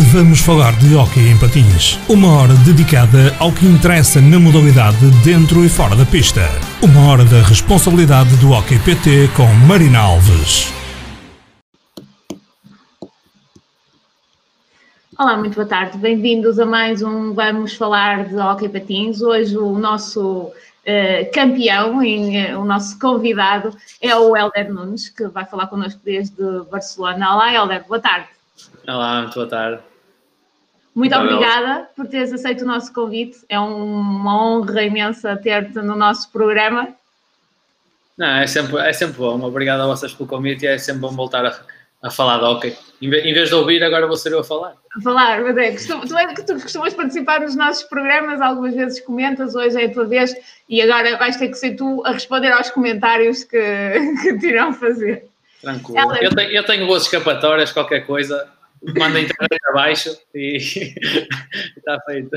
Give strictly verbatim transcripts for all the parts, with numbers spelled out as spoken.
Vamos falar de hóquei em patins. Uma hora dedicada ao que interessa na modalidade dentro e fora da pista. Uma hora da responsabilidade do Hóquei P T com Marina Alves. Olá, muito boa tarde. Bem-vindos a mais um Vamos Falar de Hóquei Patins. Hoje o nosso uh, campeão, e, uh, o nosso convidado é o Hélder Nunes, que vai falar connosco desde Barcelona. Olá, Hélder, boa tarde. Olá, muito boa tarde. Muito Olá, obrigada por teres aceito o nosso convite. É um, uma honra imensa ter-te no nosso programa. Não, é sempre, é sempre bom. Obrigado a vocês pelo convite e é sempre bom voltar a, a falar de hóquei. Em vez de ouvir, agora vou ser eu a falar. A falar, mas é, costumo, tu, é que tu costumas participar nos nossos programas, algumas vezes comentas, hoje é a tua vez e agora vais ter que ser tu a responder aos comentários que, que te irão fazer. Tranquilo. Ela... Eu, tenho, eu tenho boas escapatórias, qualquer coisa. Manda a internet abaixo e está feito.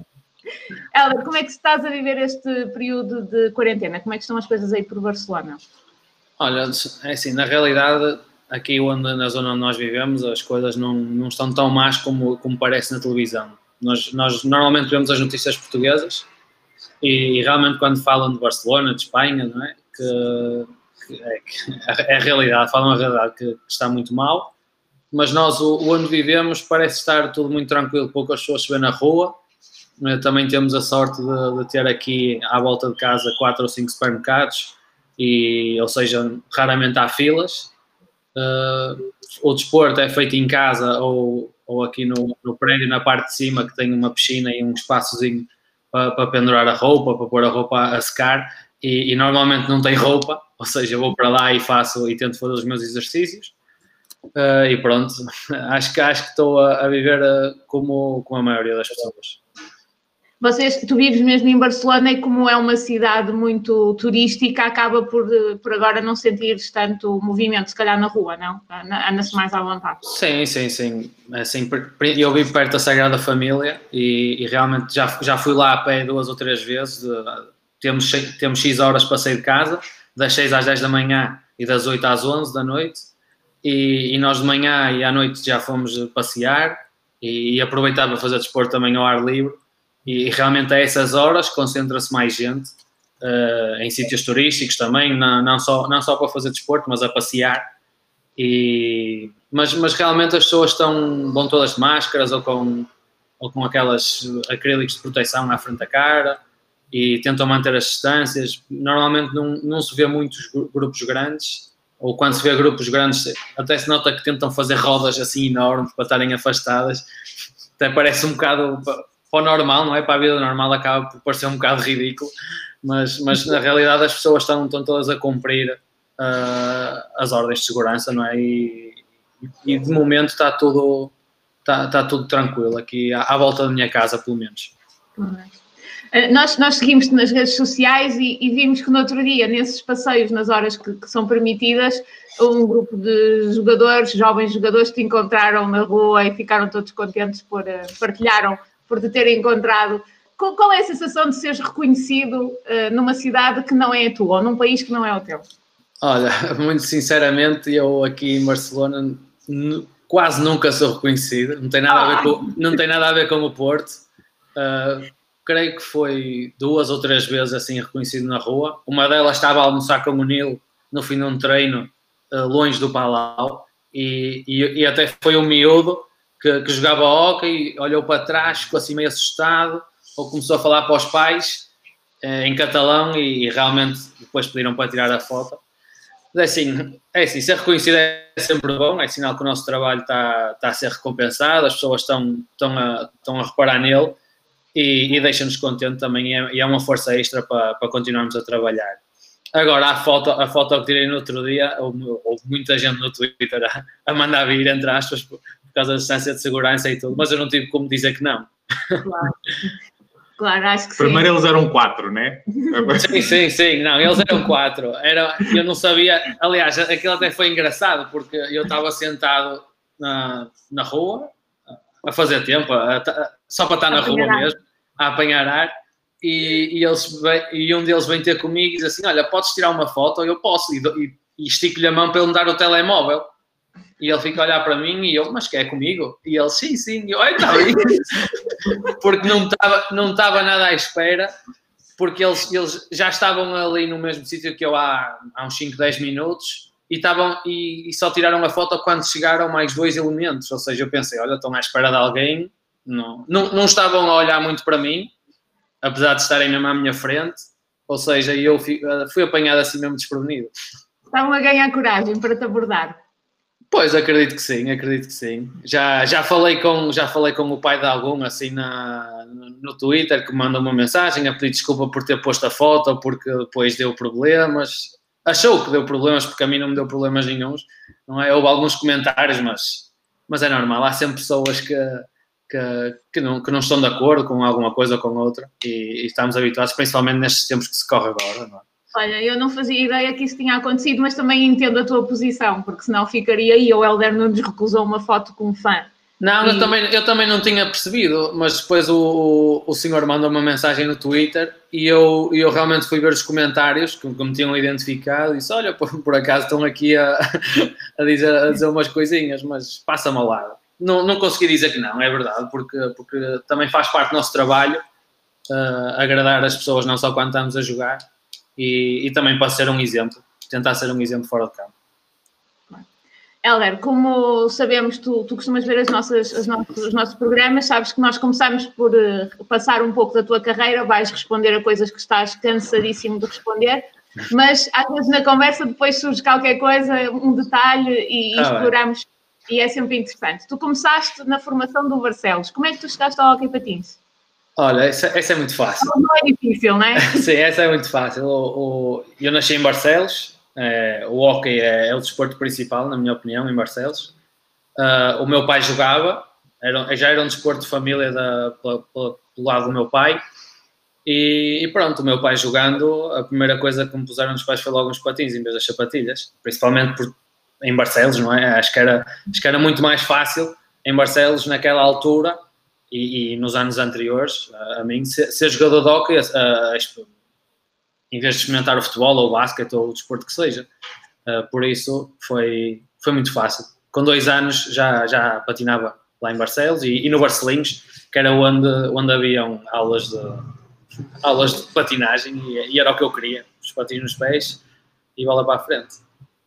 Hélder, como é que estás a viver este período de quarentena? Como é que estão as coisas aí por Barcelona? Olha, é assim, na realidade, aqui onde, na zona onde nós vivemos, as coisas não, não estão tão más como, como parece na televisão. Nós, nós normalmente vemos as notícias portuguesas e, e realmente quando falam de Barcelona, de Espanha, não é? Que, que é, que é a realidade, falam a realidade que, que está muito mal. Mas nós, o, o onde vivemos, parece estar tudo muito tranquilo, poucas pessoas se vê na rua. Também temos a sorte de, de ter aqui, à volta de casa, quatro ou cinco supermercados, e, ou seja, raramente há filas. Uh, o desporto é feito em casa ou, ou aqui no, no prédio, na parte de cima, que tem uma piscina e um espaçozinho para, para pendurar a roupa, para pôr a roupa a secar, e, e normalmente não tem roupa, ou seja, eu vou para lá e faço e tento fazer os meus exercícios. Uh, e pronto, acho que, acho que estou a, a viver uh, como, como a maioria das pessoas. Vocês, tu vives mesmo em Barcelona e como é uma cidade muito turística, acaba por, por agora não sentires tanto movimento, se calhar na rua, não? Anda-se mais à vontade. Sim, sim, sim. Assim, eu vivo perto da Sagrada Família e, e realmente já, já fui lá a pé duas ou três vezes. De, temos, temos X horas para sair de casa, das seis às dez da manhã e das oito às onze da noite. E, e nós de manhã e à noite já fomos passear e, e aproveitar para fazer desporto também ao ar livre. E, e realmente a essas horas concentra-se mais gente, uh, em sítios turísticos também, não, não, só, não só para fazer desporto, mas a passear. E, mas, mas realmente as pessoas estão, vão todas de máscaras ou com, ou com aquelas acrílicos de proteção à frente da cara e tentam manter as distâncias. Normalmente não, não se vê muitos grupos grandes, ou quando se vê grupos grandes, até se nota que tentam fazer rodas assim enormes para estarem afastadas. Até parece um bocado para o normal, não é? Para a vida normal acaba por parecer um bocado ridículo, mas, mas na realidade as pessoas estão, estão todas a cumprir uh, as ordens de segurança, não é? E, e de momento está tudo, está, está tudo tranquilo aqui à, à volta da minha casa, pelo menos. Uhum. Nós, nós seguimos-te nas redes sociais e, e vimos que no outro dia, nesses passeios, nas horas que, que são permitidas, um grupo de jogadores, jovens jogadores, te encontraram na rua e ficaram todos contentes por, uh, partilharam por te terem encontrado. Qual, qual é a sensação de seres reconhecido uh, numa cidade que não é a tua, ou num país que não é o teu? Olha, muito sinceramente, eu aqui em Barcelona n- quase nunca sou reconhecido, não tem nada, ah. a, ver com, não tem nada a ver com o Porto. Uh, creio que foi duas ou três vezes assim reconhecido na rua. Uma delas estava a almoçar com o Nilo no fim de um treino uh, longe do Palau e, e, e até foi um miúdo que, que jogava hóquei, olhou para trás, ficou assim meio assustado ou começou a falar para os pais uh, em catalão e, e realmente depois pediram para tirar a foto. Mas é assim, é assim, ser reconhecido é sempre bom, é sinal que o nosso trabalho está, está a ser recompensado, as pessoas estão, estão, a, estão a reparar nele. E, e deixa-nos contente também, e é, e é uma força extra para, para continuarmos a trabalhar. Agora, a foto, a foto que tirei no outro dia, houve, houve muita gente no Twitter a, a mandar vir, entre aspas, por, por causa da distância de segurança e tudo, mas eu não tive como dizer que não. Claro, claro, acho que Primeiro sim. eles eram quatro, né? Sim, sim, sim, não, eles eram quatro. Era, eu não sabia, aliás, aquilo até foi engraçado, porque eu estava sentado na, na rua, a fazer tempo, a, a, só para estar na rua mesmo, a apanhar ar, e, e, eles, e um deles vem ter comigo e diz assim, olha, podes tirar uma foto? Eu posso, e, e, e estico-lhe a mão para ele me dar o telemóvel. E ele fica a olhar para mim e eu, mas que é comigo? E ele, sim, sim. E eu, está bem. Porque não estava não estava nada à espera, porque eles, eles já estavam ali no mesmo sítio que eu há, há uns cinco, dez minutos e, estavam, e, e só tiraram a foto quando chegaram mais dois elementos. Ou seja, eu pensei, olha, estão à espera de alguém. Não, não, não estavam a olhar muito para mim, apesar de estarem mesmo à minha frente. Ou seja, eu fui, fui apanhado assim mesmo desprevenido. Estavam a ganhar coragem para te abordar. Pois, acredito que sim, acredito que sim. Já, já, falei, com, já falei com o pai de algum, assim, na, no Twitter, que me mandou uma mensagem a pedir desculpa por ter posto a foto, porque depois deu problemas. Achou que deu problemas, porque a mim não me deu problemas nenhuns. Não é? Houve alguns comentários, mas, mas é normal. Há sempre pessoas que, que, que, não, que não estão de acordo com alguma coisa ou com outra, e, e estamos habituados, principalmente nestes tempos que se corre agora, não é? Olha, eu não fazia ideia que isso tinha acontecido, mas também entendo a tua posição, porque senão ficaria aí, o Hélder Nunes recusou uma foto com um fã. Não, e... eu, também, eu também não tinha percebido, mas depois o, o senhor mandou uma mensagem no Twitter e eu, eu realmente fui ver os comentários que, que me tinham identificado e disse, olha, por, por acaso estão aqui a, a, dizer, a dizer umas coisinhas, mas passa-me ao lado. Não, não consegui dizer que não, é verdade, porque, porque também faz parte do nosso trabalho uh, agradar as pessoas, não só quando estamos a jogar, E, e também para ser um exemplo, tentar ser um exemplo fora de campo. Hélder, como sabemos, tu, tu costumas ver as nossas, as nossos, os nossos programas, sabes que nós começamos por uh, passar um pouco da tua carreira, vais responder a coisas que estás cansadíssimo de responder, mas às vezes na conversa depois surge qualquer coisa, um detalhe e, e ah, exploramos, bem. E é sempre interessante. Tu começaste na formação do Barcelos, como é que tu chegaste ao hóquei patins? Olha, essa, essa é muito fácil. Não é difícil, não é? Sim, essa é muito fácil. O, o, eu nasci em Barcelos, é, o hóquei é, é o desporto principal, na minha opinião, em Barcelos. Uh, o meu pai jogava, era, já era um desporto de família da, pela, pela, do lado do meu pai. E, e pronto, o meu pai jogando, a primeira coisa que me puseram nos pais foi logo uns patins em vez das sapatilhas, principalmente por, em Barcelos, não é? Acho que, era, acho que era muito mais fácil em Barcelos naquela altura. E, e nos anos anteriores, a, a mim, ser, ser jogador de hóquei, em vez de experimentar o futebol ou o basquete ou o desporto que seja. Uh, por isso, foi, foi muito fácil. Com dois anos já, já patinava lá em Barcelos e, e no Barcelinhos, que era onde, onde haviam aulas de, aulas de patinagem e, e era o que eu queria. Os patins nos pés e bola para a frente.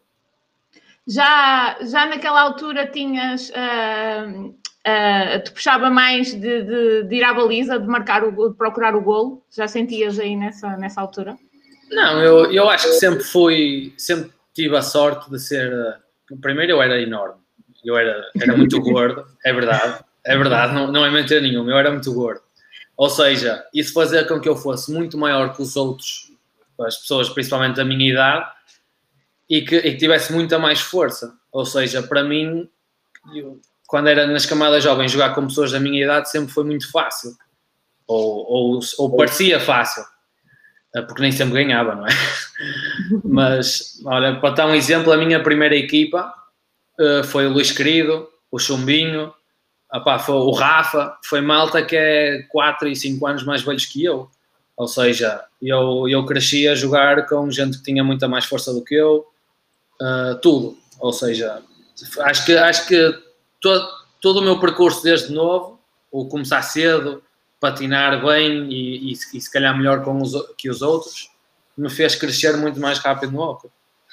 Já, já naquela altura tinhas... Uh... Uh, te puxava mais de, de, de ir à baliza, de marcar o, de procurar o golo? Já sentias aí nessa, nessa altura? Não, eu, eu acho que sempre fui, sempre tive a sorte de ser, primeiro eu era enorme, eu era, era muito gordo, é verdade, é verdade, não, não é mentira nenhuma, eu era muito gordo. Ou seja, isso fazia com que eu fosse muito maior que os outros, as pessoas principalmente da minha idade, e que, e que tivesse muita mais força. Ou seja, para mim... Eu, quando era nas camadas jovens, jogar com pessoas da minha idade sempre foi muito fácil. Ou, ou, ou parecia fácil. Porque nem sempre ganhava, não é? Mas, olha, para dar um exemplo, a minha primeira equipa uh, foi o Luís Querido, o Chumbinho, opá, foi o Rafa, foi malta que é quatro e cinco anos mais velhos que eu. Ou seja, eu, eu cresci a jogar com gente que tinha muita mais força do que eu. Uh, tudo. Ou seja, acho que... Acho que Todo, todo o meu percurso desde novo, o começar cedo, patinar bem e, e, e se calhar melhor com os, que os outros, me fez crescer muito mais rápido no hóquei.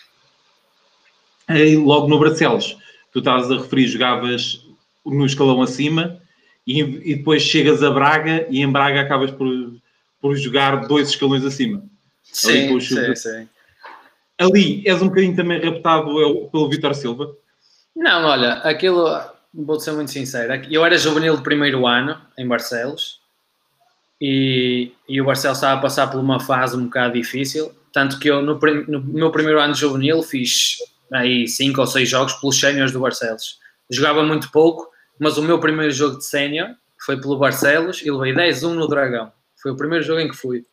E logo no Barcelos, tu estavas a referir, jogavas no escalão acima e, e depois chegas a Braga e em Braga acabas por, por jogar dois escalões acima. Sim, sim, sim. Ali és um bocadinho também raptado eu, pelo Vítor Silva? Não, olha, aquilo, vou ser muito sincero, eu era juvenil de primeiro ano em Barcelos e, e o Barcelos estava a passar por uma fase um bocado difícil, tanto que eu no, no meu primeiro ano de juvenil fiz aí cinco ou seis jogos pelos séniores do Barcelos. Jogava muito pouco, mas o meu primeiro jogo de sénior foi pelo Barcelos e levei dez a um no Dragão. Foi o primeiro jogo em que fui.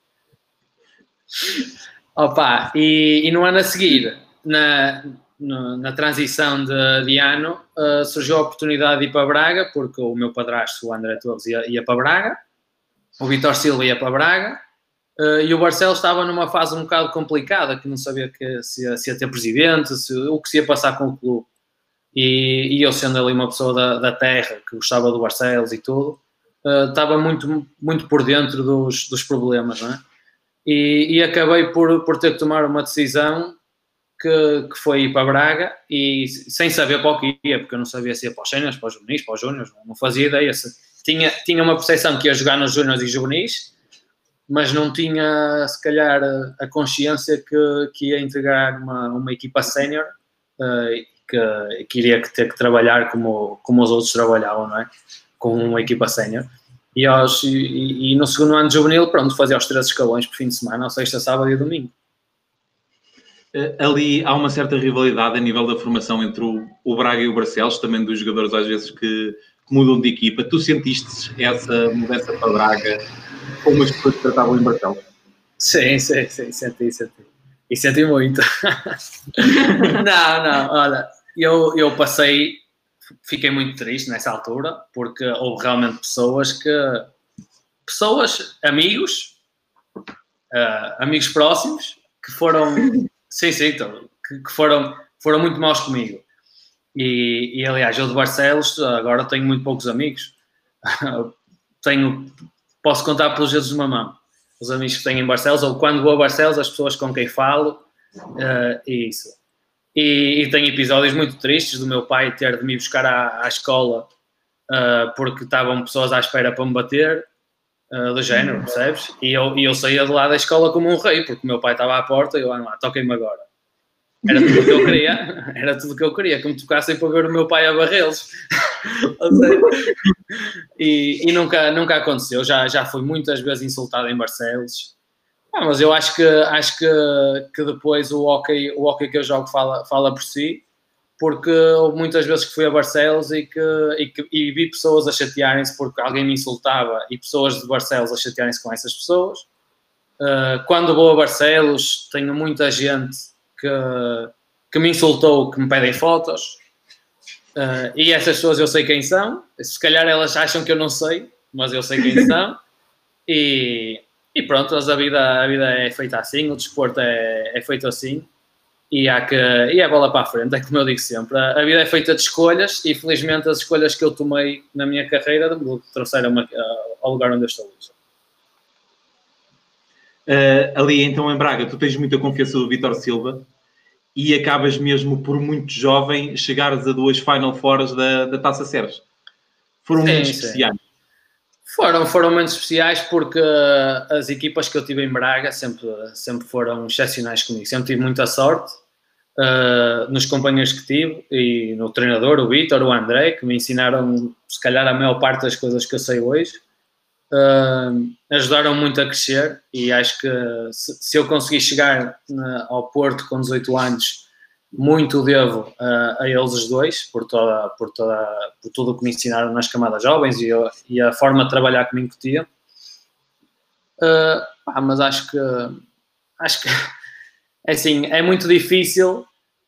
Opa, e, e no ano a seguir, na... na transição de, de ano, uh, surgiu a oportunidade de ir para Braga, porque o meu padrasto, o André Torres, ia, ia para Braga, o Vítor Silva ia para Braga, uh, e o Barcelos estava numa fase um bocado complicada, que não sabia que, se, ia, se ia ter presidente, se, o que se ia passar com o clube. E, e eu, sendo ali uma pessoa da, da terra, que gostava do Barcelos e tudo, uh, estava muito, muito por dentro dos, dos problemas, não é? E, e acabei por, por ter que tomar uma decisão que, que foi ir para Braga, e sem saber para o que ia, porque eu não sabia se ia para os séniores, para os juvenis, para os júniores, não fazia ideia. Se, tinha, tinha uma percepção que ia jogar nos júniores e juvenis, mas não tinha, se calhar, a, a consciência que, que ia entregar uma, uma equipa sénior, uh, que, que iria ter que trabalhar como, como os outros trabalhavam, não é? Com uma equipa sénior. E, aos, e, e no segundo ano de juvenil, pronto, fazia os três escalões por fim de semana, ou sexta, sábado e domingo. Ali há uma certa rivalidade a nível da formação entre o, o Braga e o Barcelos, também dos jogadores às vezes que, que mudam de equipa. Tu sentiste essa mudança para Braga como as pessoas tratavam em Barcelos? Sim, sim, sim, senti, senti. E senti muito. Não, não, olha, eu, eu passei, fiquei muito triste nessa altura, porque houve realmente pessoas que, pessoas, amigos, uh, amigos próximos, que foram, sim, sim, então, que, que foram, foram muito maus comigo. E, e, aliás, eu de Barcelos agora tenho muito poucos amigos. tenho, posso contar pelos dedos de uma mão os amigos que tenho em Barcelos, ou quando vou a Barcelos, as pessoas com quem falo, uh, e isso. E, e tenho episódios muito tristes do meu pai ter de me buscar à, à escola uh, porque estavam pessoas à espera para me bater, uh, do género, percebes? E eu, e eu saía de lá da escola como um rei, porque o meu pai estava à porta e eu, ah, lá, toquem-me agora. Era tudo o que eu queria, era tudo o que eu queria, que me tocassem para ver o meu pai a barrê-los. e e nunca, nunca aconteceu, já, já fui muitas vezes insultado em Barcelos. Ah, mas eu acho que, acho que, que depois o hockey, o hockey que eu jogo fala, fala por si, porque houve muitas vezes que fui a Barcelos e, que, e, que, e vi pessoas a chatearem-se porque alguém me insultava e pessoas de Barcelos a chatearem-se com essas pessoas. Uh, quando vou a Barcelos, tenho muita gente que, que me insultou, que me pedem fotos, uh, e essas pessoas eu sei quem são. Se calhar elas acham que eu não sei, mas eu sei quem são. E, e pronto, mas a vida, a vida é feita assim, o desporto é, é feito assim, e, há que, e é bola para a frente, é como eu digo sempre. A, a vida é feita de escolhas, e felizmente as escolhas que eu tomei na minha carreira me trouxeram ao lugar onde eu estou hoje. Uh, ali então em Braga, tu tens muita confiança do Vítor Silva e acabas mesmo por muito jovem chegares a duas Final Fours da, da Taça Seres. Foram sim, muito sim. especiais. Foram, foram muito especiais porque as equipas que eu tive em Braga sempre, sempre foram excepcionais comigo. Sempre tive muita sorte uh, nos companheiros que tive e no treinador, o Vítor, o André, que me ensinaram se calhar a maior parte das coisas que eu sei hoje. Uh, ajudaram muito a crescer, e acho que se, se eu conseguir chegar na, ao Porto com dezoito anos, muito devo uh, a eles os dois, por, toda, por, toda, por tudo o que me ensinaram nas camadas jovens e, eu, e a forma de trabalhar que me incutiam. Uh, pá, mas acho que acho que é assim, é muito difícil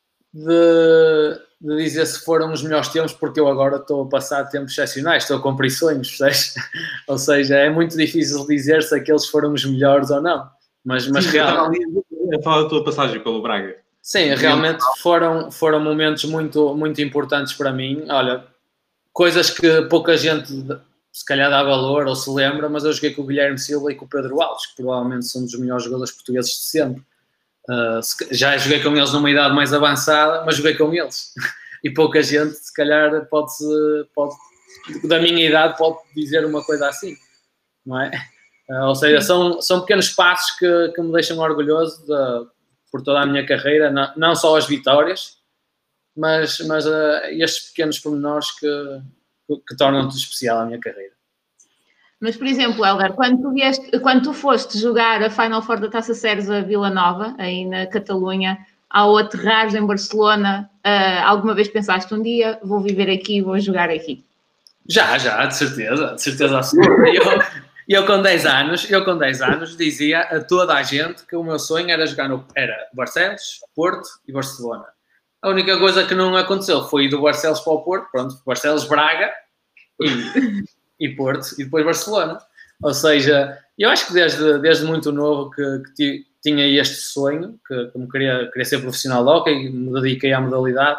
de, de dizer se foram os melhores tempos, porque eu agora estou a passar tempos excepcionais, estou a cumprir sonhos, percebes? Ou seja, é muito difícil dizer se aqueles foram os melhores ou não. Mas, mas realmente... Fala da tua passagem pelo Braga. Sim, realmente foram, foram momentos muito, muito importantes para mim. Olha, coisas que pouca gente se calhar dá valor ou se lembra, mas eu joguei com o Guilherme Silva e com o Pedro Alves, que provavelmente são dos melhores jogadores portugueses de sempre. Uh, já joguei com eles numa idade mais avançada, mas joguei com eles. E pouca gente, se calhar, pode, pode da minha idade, pode dizer uma coisa assim, não é? Uh, ou seja, são, são pequenos passos que, que me deixam orgulhoso de, por toda a minha carreira, não, não só as vitórias, mas, mas uh, estes pequenos pormenores que, que, que tornam tudo especial a minha carreira. Mas, por exemplo, Hélder, quando tu, vieste, quando tu foste jogar a Final Four da Taça Seres a Vila Nova, aí na Catalunha, ao aterrares em Barcelona, uh, alguma vez pensaste um dia, vou viver aqui, vou jogar aqui? Já, já, de certeza, de certeza absoluta. Eu, eu, com dez anos, eu com dez anos dizia a toda a gente que o meu sonho era jogar no era Barcelos, Porto e Barcelona. A única coisa que não aconteceu foi ir do Barcelos para o Porto, pronto, Barcelos, Braga e... e Porto, e depois Barcelona. Ou seja, eu acho que desde, desde muito novo que, que tinha este sonho, que, que me queria, queria ser profissional de hóquei, me dediquei à modalidade,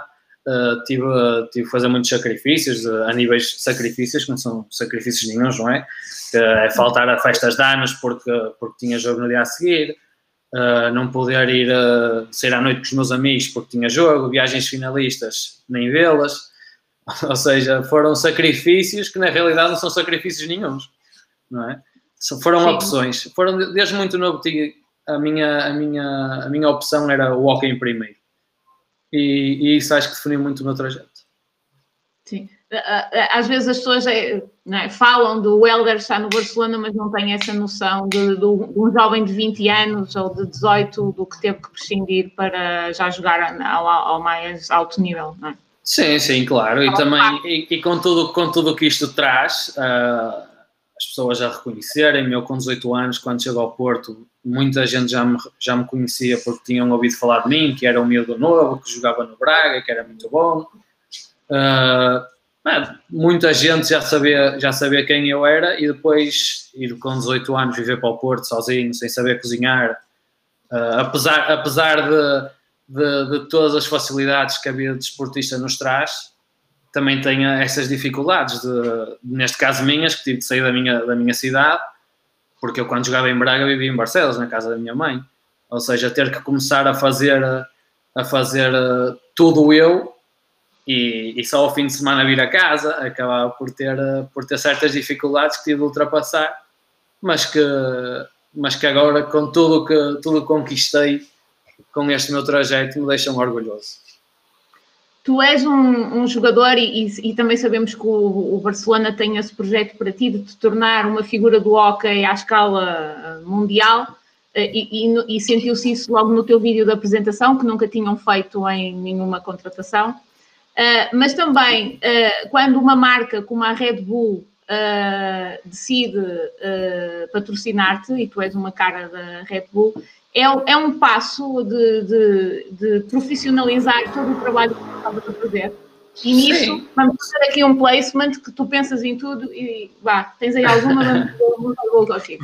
uh, tive, tive que fazer muitos sacrifícios, uh, a níveis de sacrifícios, que não são sacrifícios nenhuns, não é? Que é faltar a festas de anos porque, porque tinha jogo no dia a seguir, uh, não poder ir uh, sair à noite com os meus amigos porque tinha jogo, viagens finalistas, nem vê-las. Ou seja, foram sacrifícios que na realidade não são sacrifícios nenhuns, não é? Foram Sim. opções. Foram, desde muito novo, a minha, a, minha, a minha opção era o hóquei em primeiro. E, e isso acho que definiu muito o meu trajeto. Sim. Às vezes as pessoas não é, falam do Hélder estar no Barcelona, mas não têm essa noção de, de, de um jovem de vinte anos ou de dezoito do que teve que prescindir para já jogar ao, ao mais alto nível, não é? Sim, sim, claro. E também, e, e com tudo com tudo que isto traz, uh, as pessoas já reconhecerem, eu com dezoito anos, quando chego ao Porto, muita gente já me, já me conhecia porque tinham ouvido falar de mim, que era um miúdo novo, que jogava no Braga, que era muito bom. Uh, é, muita gente já sabia, já sabia quem eu era, e depois ir com dezoito anos viver para o Porto sozinho, sem saber cozinhar, uh, apesar, apesar de... De, de todas as facilidades que a vida de desportista nos traz, também tem essas dificuldades, de, neste caso minhas, que tive de sair da minha, da minha cidade, porque eu quando jogava em Braga vivia em Barcelos, na casa da minha mãe, ou seja, ter que começar a fazer, a fazer tudo eu, e, e só ao fim de semana vir a casa, acabava por ter, por ter certas dificuldades que tive de ultrapassar, mas que, mas que agora com tudo que tudo conquistei com este meu trajeto me deixam orgulhoso. Tu és um, um jogador e, e, e também sabemos que o, o Barcelona tem esse projeto para ti de te tornar uma figura do hóquei à escala mundial, e, e, e sentiu-se isso logo no teu vídeo da apresentação, que nunca tinham feito em nenhuma contratação. Uh, mas também, uh, quando uma marca como a Red Bull uh, decide uh, patrocinar-te, e tu és uma cara da Red Bull, É, é um passo de, de, de profissionalizar todo o trabalho que tu estavas a fazer. E nisso, Sim. vamos fazer aqui um placement que tu pensas em tudo e vá, tens aí alguma, vamos fazer um contigo.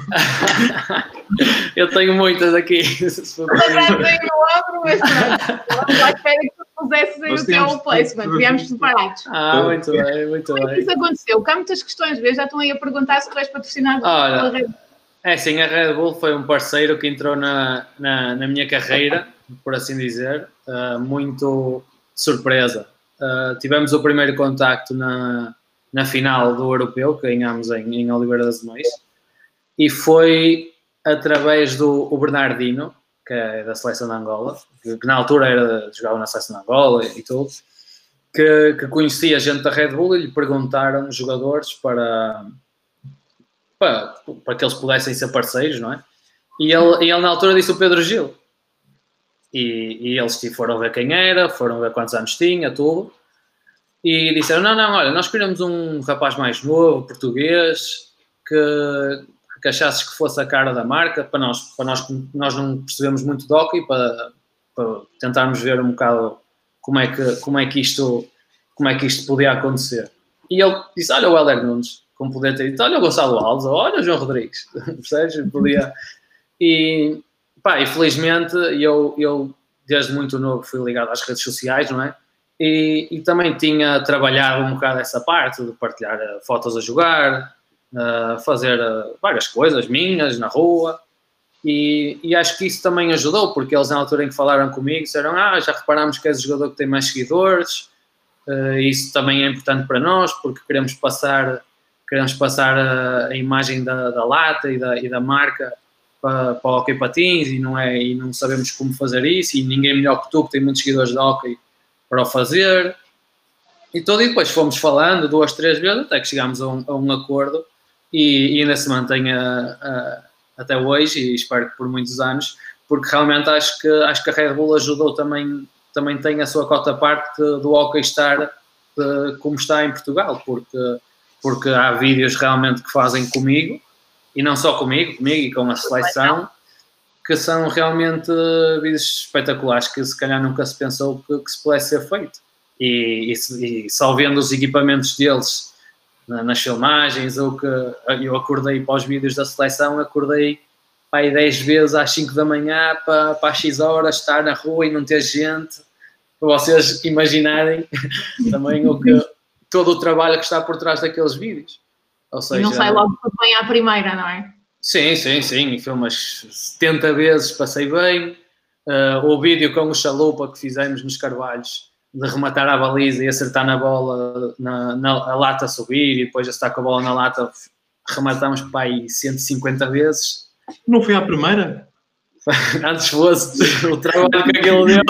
Eu tenho muitas aqui. Mas já tenho no ombro, mas pronto. Vamos à espera que tu pusesses aí o teu placement. Viemos separados. Ah, muito bem, muito bem. Como é que isso aconteceu? Há muitas questões, vês? Já estão aí a perguntar se tu és patrocinado pela Red Bull. É sim, a Red Bull foi um parceiro que entrou na, na, na minha carreira, por assim dizer, uh, muito surpresa. Uh, tivemos o primeiro contacto na, na final do Europeu, que ganhámos em, em Oliveira das Mães, e foi através do o Bernardino, que é da seleção de Angola, que, que na altura era, jogava na seleção de Angola e tudo, que, que conhecia gente da Red Bull e lhe perguntaram jogadores para... Para, para que eles pudessem ser parceiros, não é? E ele, e ele na altura disse o Pedro Gil. E, e eles foram ver quem era, foram ver quantos anos tinha, tudo. E disseram, não, não, olha, nós queremos um rapaz mais novo, português, que, que achasses que fosse a cara da marca, para nós, para nós, nós não percebemos muito de hóquei, para, para tentarmos ver um bocado como é que, como é que isto, como é que isto podia acontecer. E ele disse, olha o Hélder Nunes, como poder ter dito, olha o Gonçalo Alves, olha o João Rodrigues, percebes? Podia... E, pá, infelizmente, eu, eu desde muito novo fui ligado às redes sociais, não é? E, e também tinha trabalhado um bocado essa parte de partilhar fotos a jogar, uh, fazer uh, várias coisas minhas na rua, e, e acho que isso também ajudou, porque eles na altura em que falaram comigo disseram, ah, já reparámos que és o jogador que tem mais seguidores, uh, isso também é importante para nós, porque queremos passar... Queremos passar a, a imagem da, da lata e da, e da marca para, para o hóquei patins e não, é, e não sabemos como fazer isso e ninguém melhor que tu, que tem muitos seguidores de hóquei, para o fazer. E, todo, e depois fomos falando duas, três vezes até que chegámos a um, a um acordo e, e ainda se mantém a, a, até hoje e espero que por muitos anos, porque realmente acho que, acho que a Red Bull ajudou também, também tem a sua cota parte do hóquei estar de, como está em Portugal, porque... porque há vídeos realmente que fazem comigo, e não só comigo, comigo e com a seleção, que são realmente vídeos espetaculares, que se calhar nunca se pensou que, que se pudesse ser feito. E, e, e só vendo os equipamentos deles na, nas filmagens, ou que eu acordei para os vídeos da seleção, acordei aí dez vezes às cinco da manhã para, para às X horas estar na rua e não ter gente, para vocês imaginarem também o que, todo o trabalho que está por trás daqueles vídeos. Ou seja, e não sai logo tudo bem à primeira, não é? Sim, sim, sim. Foi umas setenta vezes, passei bem. Uh, o vídeo com o chalupa que fizemos nos Carvalhos, de rematar a baliza e acertar na bola, na, na a lata subir e depois acertar com a bola na lata, rematamos para aí cento e cinquenta vezes. Não foi à primeira? Antes fosse o trabalho que aquilo deu.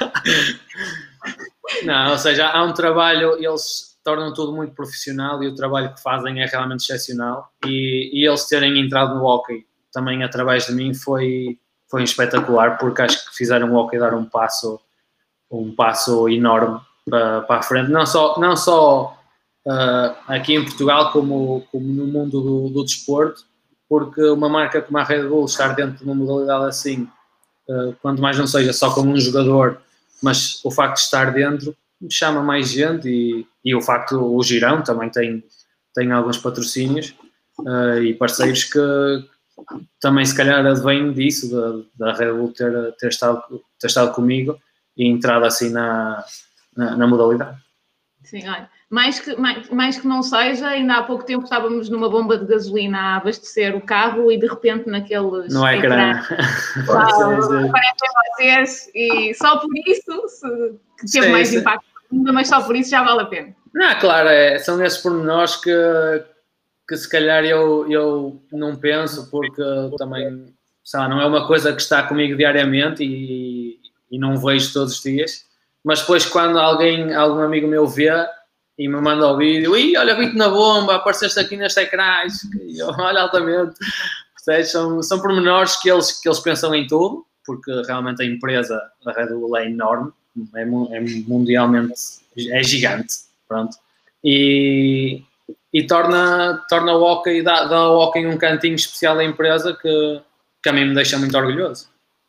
Não, ou seja, há um trabalho, eles tornam tudo muito profissional e o trabalho que fazem é realmente excepcional. E, e eles terem entrado no hóquei também através de mim foi, foi espetacular, porque acho que fizeram o hóquei dar um passo, um passo enorme para, para a frente, não só, não só uh, aqui em Portugal, como, como no mundo do, do desporto, porque uma marca como a Red Bull estar dentro de uma modalidade assim, uh, quanto mais não seja só como um jogador, mas o facto de estar dentro chama mais gente e, e o facto, o Girão também tem, tem alguns patrocínios uh, e parceiros que também se calhar advêm disso, da, da Red Bull ter, ter, estado, ter estado comigo e entrado assim na, na, na modalidade. Sim, olha, mais que, mais, mais que não seja, ainda há pouco tempo estávamos numa bomba de gasolina a abastecer o carro e de repente naqueles não é ecrã aparecem vocês e só por isso se, que teve sim, mais sim. impacto ainda, mas só por isso já vale a pena. Não, claro, é, são esses pormenores que, que se calhar eu, eu não penso, porque também, sei lá, não é uma coisa que está comigo diariamente e, e não vejo todos os dias. Mas depois quando alguém, algum amigo meu vê e me manda o vídeo, ih, olha, vi-te na bomba, apareceste aqui neste ecrã, e eu, olha, altamente. São, são pormenores que eles, que eles pensam em tudo, porque realmente a empresa da Red Bull é enorme, é, é mundialmente, é gigante, pronto. E, e torna, torna o hóquei, dá, dá ao hóquei um cantinho especial da empresa que, que a mim me deixa muito orgulhoso.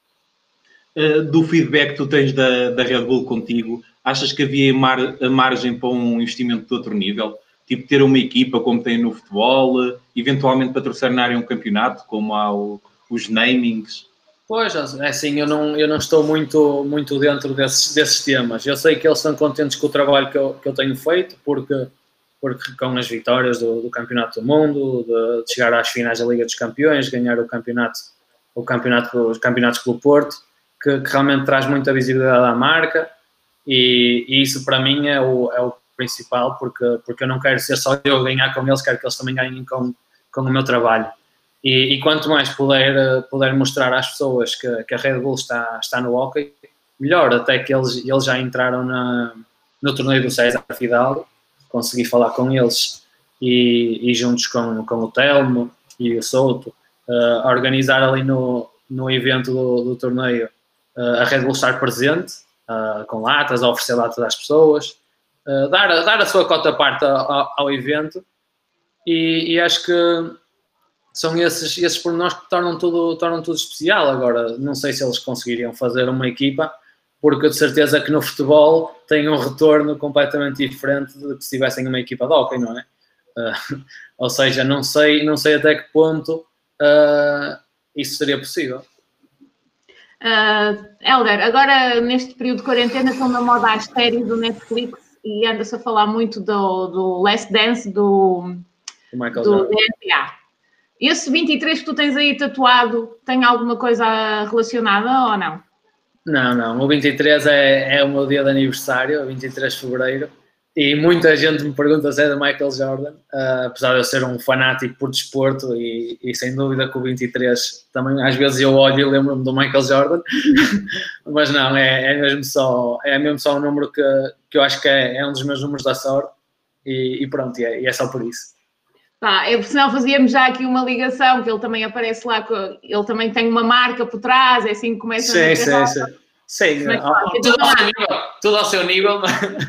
Uh, do feedback que tu tens da, da Red Bull contigo, achas que havia mar, margem para um investimento de outro nível? Tipo, ter uma equipa como tem no futebol, eventualmente patrocinarem um campeonato, como há o, os namings? Pois, é assim, eu não, eu não estou muito, muito dentro desses, desses temas. Eu sei que eles estão contentes com o trabalho que eu, que eu tenho feito, porque, porque com as vitórias do, do Campeonato do Mundo, de, de chegar às finais da Liga dos Campeões, ganhar o campeonato, o campeonato, os campeonatos pelo Porto, Que, que realmente traz muita visibilidade à marca e, e isso para mim é o, é o principal, porque, porque eu não quero ser só eu ganhar com eles, quero que eles também ganhem com, com o meu trabalho. E, e quanto mais puder, puder mostrar às pessoas que, que a Red Bull está, está no hóquei, melhor, até que eles, eles já entraram na, no torneio do César Fidalgo, consegui falar com eles e, e juntos com, com o Telmo e o Souto, uh, a organizar ali no, no evento do, do torneio Uh, a Red Bull estar presente, uh, com latas, a oferecer latas às pessoas, uh, dar, a, dar a sua cota parte ao, ao evento e, e acho que são esses, esses pormenores que tornam tudo, tornam tudo especial. Agora, não sei se eles conseguiriam fazer uma equipa, porque de certeza que no futebol tem um retorno completamente diferente de que se tivessem uma equipa de hóquei, não é? Uh, ou seja, não sei, não sei até que ponto uh, isso seria possível. Uh, Hélder, agora neste período de quarentena estão na moda as séries do Netflix e anda-se a falar muito do, do Last Dance do, do, do N B A. Esse vinte e três que tu tens aí tatuado tem alguma coisa relacionada ou não? Não, não. O vinte e três é, é o meu dia de aniversário, vinte e três de fevereiro, e muita gente me pergunta se é do Michael Jordan, uh, apesar de eu ser um fanático por desporto e, e sem dúvida que o vinte e três também às vezes eu olho e lembro-me do Michael Jordan, mas não, é, é, mesmo só, é mesmo só um número que, que eu acho que é, é um dos meus números da sorte e, e pronto, e é, e é só por isso. Pá, eu, por sinal fazíamos já aqui uma ligação, que ele também aparece lá, ele também tem uma marca por trás, é assim que começa sim, a... Sim, sim, sim. Sim, tudo, ao seu nível, tudo ao seu nível, mas...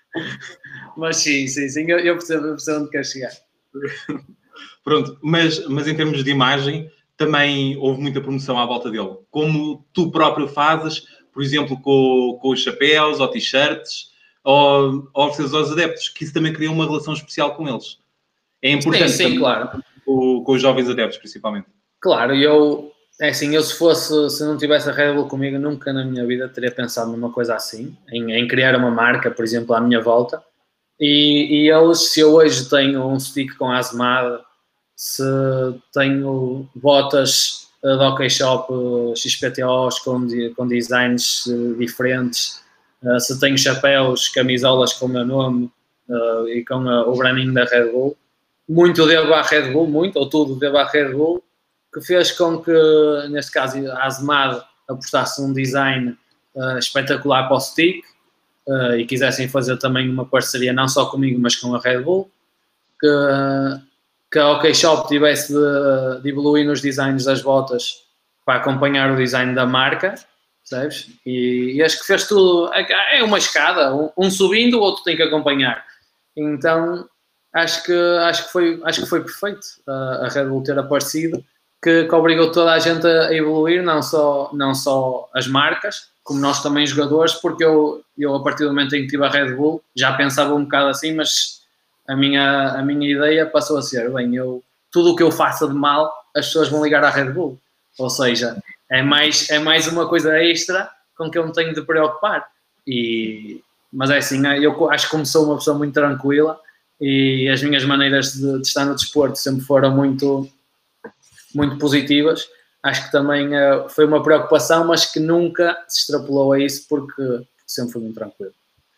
Mas sim, sim, sim, eu, eu percebo, eu percebo onde quer chegar. Pronto, mas, mas em termos de imagem, também houve muita promoção à volta dele. Como tu próprio fazes, por exemplo, com, com os chapéus ou t-shirts, ou ofereces aos adeptos, que isso também cria uma relação especial com eles. É importante sim, sim, também, claro. com, com os jovens adeptos, principalmente. Claro, eu, É assim, eu se fosse, se não tivesse a Red Bull comigo, nunca na minha vida teria pensado numa coisa assim, em, em criar uma marca, por exemplo, à minha volta. E, e eles, se eu hoje tenho um stick com a Asmada, se tenho botas da OK Shop X P T Os com, com designs diferentes, se tenho chapéus, camisolas com o meu nome e com o branding da Red Bull, muito devo à Red Bull, muito, ou tudo devo à Red Bull, que fez com que, neste caso, a Asmad apostasse num design uh, espetacular para o stick uh, e quisessem fazer também uma parceria não só comigo, mas com a Red Bull, que, que a OK Shop tivesse de, de evoluir nos designs das botas para acompanhar o design da marca, percebes? E, e acho que fez tudo, é uma escada, um, um subindo, o outro tem que acompanhar. Então, acho que, acho que, foi, acho que foi perfeito uh, a Red Bull ter aparecido, que, que obrigou toda a gente a evoluir, não só, não só as marcas, como nós também jogadores, porque eu, eu a partir do momento em que tive a Red Bull, já pensava um bocado assim, mas a minha, a minha ideia passou a ser, bem, eu, tudo o que eu faça de mal, as pessoas vão ligar à Red Bull. Ou seja, é mais, é mais uma coisa extra com que eu me tenho de preocupar. E, mas é assim, eu acho que como sou uma pessoa muito tranquila e as minhas maneiras de, de estar no desporto sempre foram muito... muito positivas, acho que também uh, foi uma preocupação, mas que nunca se extrapolou a isso porque sempre foi muito tranquilo.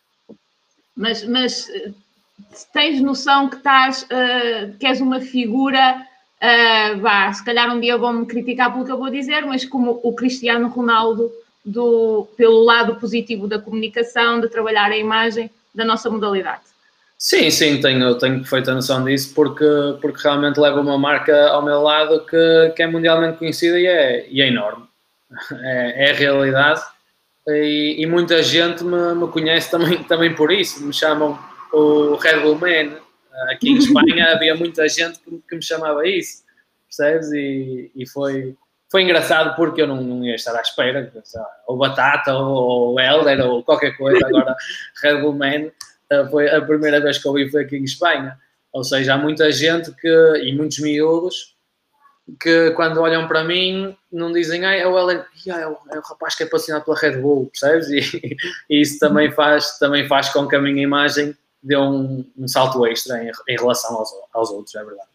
Mas, mas tens noção que estás, uh, que és uma figura, uh, vá, se calhar um dia vão-me criticar pelo que eu vou dizer, mas como o Cristiano Ronaldo, do, pelo lado positivo da comunicação, de trabalhar a imagem da nossa modalidade. Sim, sim, tenho, tenho perfeita noção disso, porque, porque realmente levo uma marca ao meu lado que, que é mundialmente conhecida e é, e é enorme. É, é a realidade. E, e muita gente me, me conhece também, também por isso. Me chamam o Red Bull Man. Aqui em Espanha havia muita gente que, que me chamava isso, percebes? E, e foi, foi engraçado porque eu não, não ia estar à espera. Ou Batata, ou, ou Helder, ou qualquer coisa. Agora, Red Bull Man... foi a primeira vez que eu vi foi aqui em Espanha, ou seja, há muita gente que, e muitos miúdos que quando olham para mim não dizem, ah, é o Ellen, é o, é o rapaz que é apaixonado pela Red Bull, percebes? E, e isso também faz, também faz com que a minha imagem dê um, um salto extra em, em relação aos, aos outros, é verdade.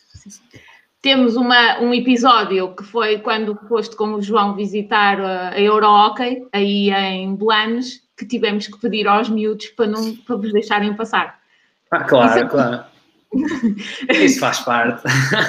Temos uma, um episódio que foi quando foste com o João visitar a, a Euro Hockey, aí em Blanes, que tivemos que pedir aos miúdos para, não, para vos deixarem passar. Ah, claro, Isso... claro. Isso faz parte.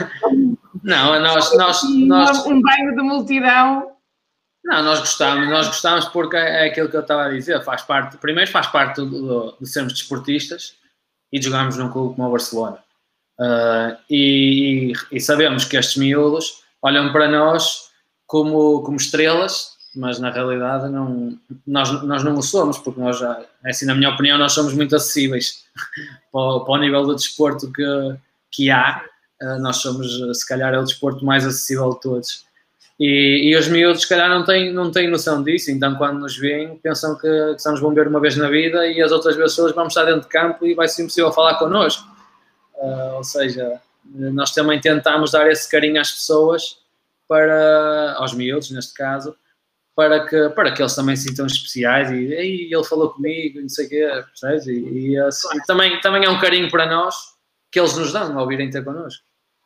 Não, nós... nós, nós... Um banho de multidão. Não, nós gostamos, nós gostamos porque é aquilo que eu estava a dizer, faz parte, primeiro faz parte do, do, de sermos desportistas e de jogarmos num clube como o Barcelona. Uh, e, e sabemos que estes miúdos olham para nós como, como estrelas, mas na realidade não, nós, nós não o somos, porque nós já, assim, na minha opinião, nós somos muito acessíveis para, o, para o nível do desporto que, que há. Uh, nós somos, se calhar, é o desporto mais acessível de todos. E, e os miúdos, se calhar, não têm, não têm noção disso, então quando nos veem, pensam que, que só nos vão ver uma vez na vida e as outras pessoas vamos estar dentro de campo e vai ser impossível falar connosco. Uh, ou seja, nós também tentamos dar esse carinho às pessoas, para, aos miúdos, neste caso, para que, para que eles também se sintam especiais e, e ele falou comigo, não sei o quê, percebes? E, e, assim, e também, também é um carinho para nós que eles nos dão ao virem ter connosco.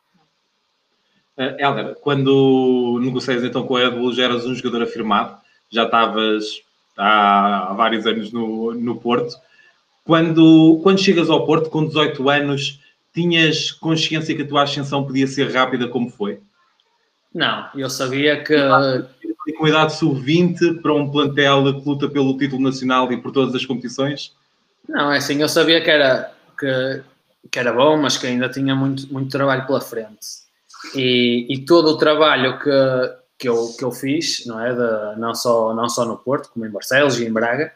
Uh, Helder, quando negocias então com a Red Bull, já eras um jogador afirmado, já estavas há, há vários anos no, no Porto. Quando, quando chegas ao Porto, com dezoito anos, tinhas consciência que a tua ascensão podia ser rápida como foi? Não, eu sabia que... E com idade sub vinte para um plantel que luta pelo título nacional e por todas as competições? Não, é assim, eu sabia que era, que, que era bom, mas que ainda tinha muito, muito trabalho pela frente. E, e todo o trabalho que, que, eu, que eu fiz, não é? De, não, só, não só no Porto, como em Barcelos e em Braga,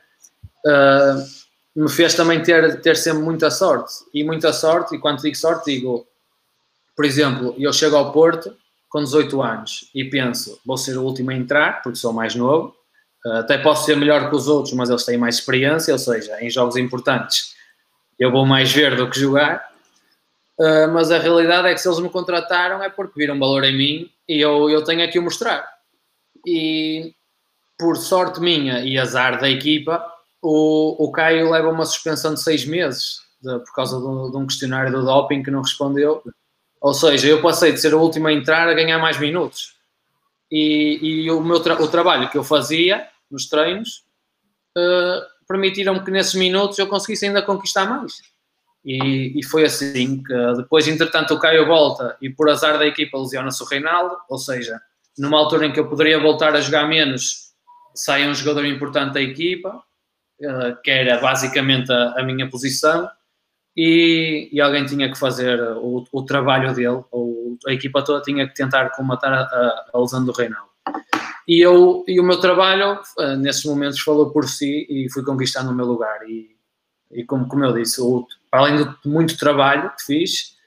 uh, me fez também ter, ter sempre muita sorte. E muita sorte, e quando digo sorte, digo, por exemplo, eu chego ao Porto com dezoito anos e penso, vou ser o último a entrar, porque sou mais novo, até posso ser melhor que os outros, mas eles têm mais experiência, ou seja, em jogos importantes eu vou mais ver do que jogar, uh, mas a realidade é que se eles me contrataram é porque viram valor em mim e eu, eu tenho aqui o mostrar. E por sorte minha e azar da equipa, o, o Caio leva uma suspensão de seis meses de, por causa de, de um questionário do doping que não respondeu. Ou seja, eu passei de ser o último a entrar a ganhar mais minutos. E, e o, meu tra- o trabalho que eu fazia nos treinos uh, permitiram que nesses minutos eu conseguisse ainda conquistar mais. E, e foi assim que depois, entretanto, o Caio volta e por azar da equipa lesiona-se o Reinaldo, ou seja, numa altura em que eu poderia voltar a jogar menos, sai um jogador importante da equipa, uh, que era basicamente a, a minha posição, e, e alguém tinha que fazer o, o trabalho dele, ou a equipa toda tinha que tentar combater a, a, a lesão do Reinaldo. E, eu, e o meu trabalho, uh, nesses momentos, falou por si e fui conquistando o meu lugar. E, e como, como eu disse, o, além de muito trabalho que fiz,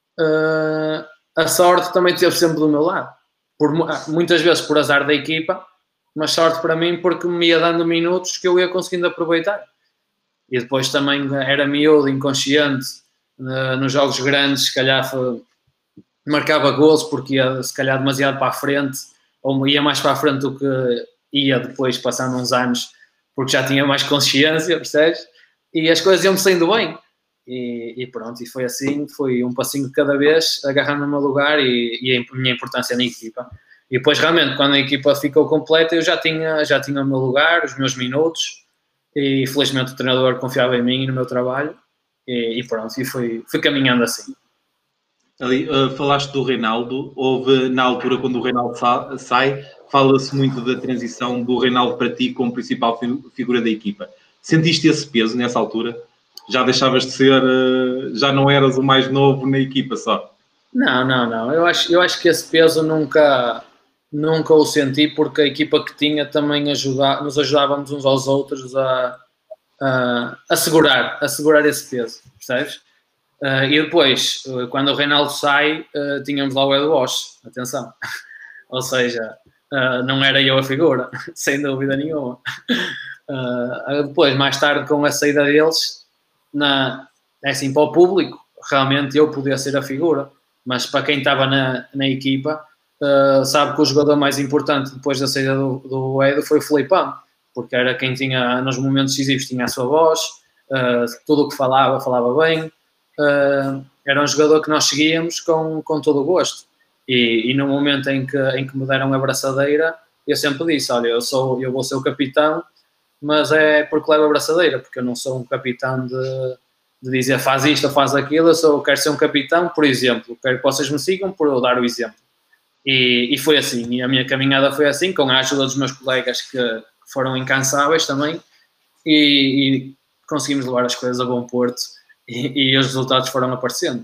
uh, a sorte também esteve sempre do meu lado. Por, muitas vezes por azar da equipa, mas sorte para mim porque me ia dando minutos que eu ia conseguindo aproveitar. E depois também era miúdo, inconsciente, uh, nos jogos grandes, se calhar foi, marcava gols porque ia se calhar demasiado para a frente, ou ia mais para a frente do que ia depois, passando uns anos, porque já tinha mais consciência, percebes? E as coisas iam-me saindo bem. E, e pronto, e foi assim, foi um passinho de cada vez, agarrando o meu lugar e, e a minha importância na equipa. E depois, realmente, quando a equipa ficou completa, eu já tinha, já tinha o meu lugar, os meus minutos, e felizmente o treinador confiava em mim e no meu trabalho, e, e pronto, e fui, fui caminhando assim. Ali, uh, falaste do Reinaldo, houve na altura quando o Reinaldo sa- sai, fala-se muito da transição do Reinaldo para ti como principal fi- figura da equipa. Sentiste esse peso nessa altura? Já deixavas de ser, uh, já não eras o mais novo na equipa só? Não, não, não, eu acho, eu acho que esse peso nunca, nunca o senti, porque a equipa que tinha também ajuda, nos ajudávamos uns aos outros a, a, a segurar, a segurar esse peso, percebes? Uh, e depois, uh, quando o Reinaldo sai, uh, tínhamos lá o Edu Bosch, atenção. Ou seja, uh, não era eu a figura, sem dúvida nenhuma. Uh, depois, mais tarde, com a saída deles, na, assim, para o público, realmente eu podia ser a figura, mas para quem estava na, na equipa, uh, sabe que o jogador mais importante depois da saída do, do Edu foi o Felipão, porque era quem tinha, nos momentos decisivos, tinha a sua voz, uh, tudo o que falava, falava bem. Uh, era um jogador que nós seguíamos com, com todo o gosto, e, e no momento em que, em que me deram a braçadeira, eu sempre disse, olha, eu, sou, eu vou ser o capitão, mas é porque levo a braçadeira, porque eu não sou um capitão de, de dizer faz isto ou faz aquilo, eu sou, quero ser um capitão, por exemplo, quero que vocês me sigam por eu dar o exemplo, e, e foi assim, e a minha caminhada foi assim, com a ajuda dos meus colegas que, que foram incansáveis também, e, e conseguimos levar as coisas a bom porto. E, e os resultados foram aparecendo.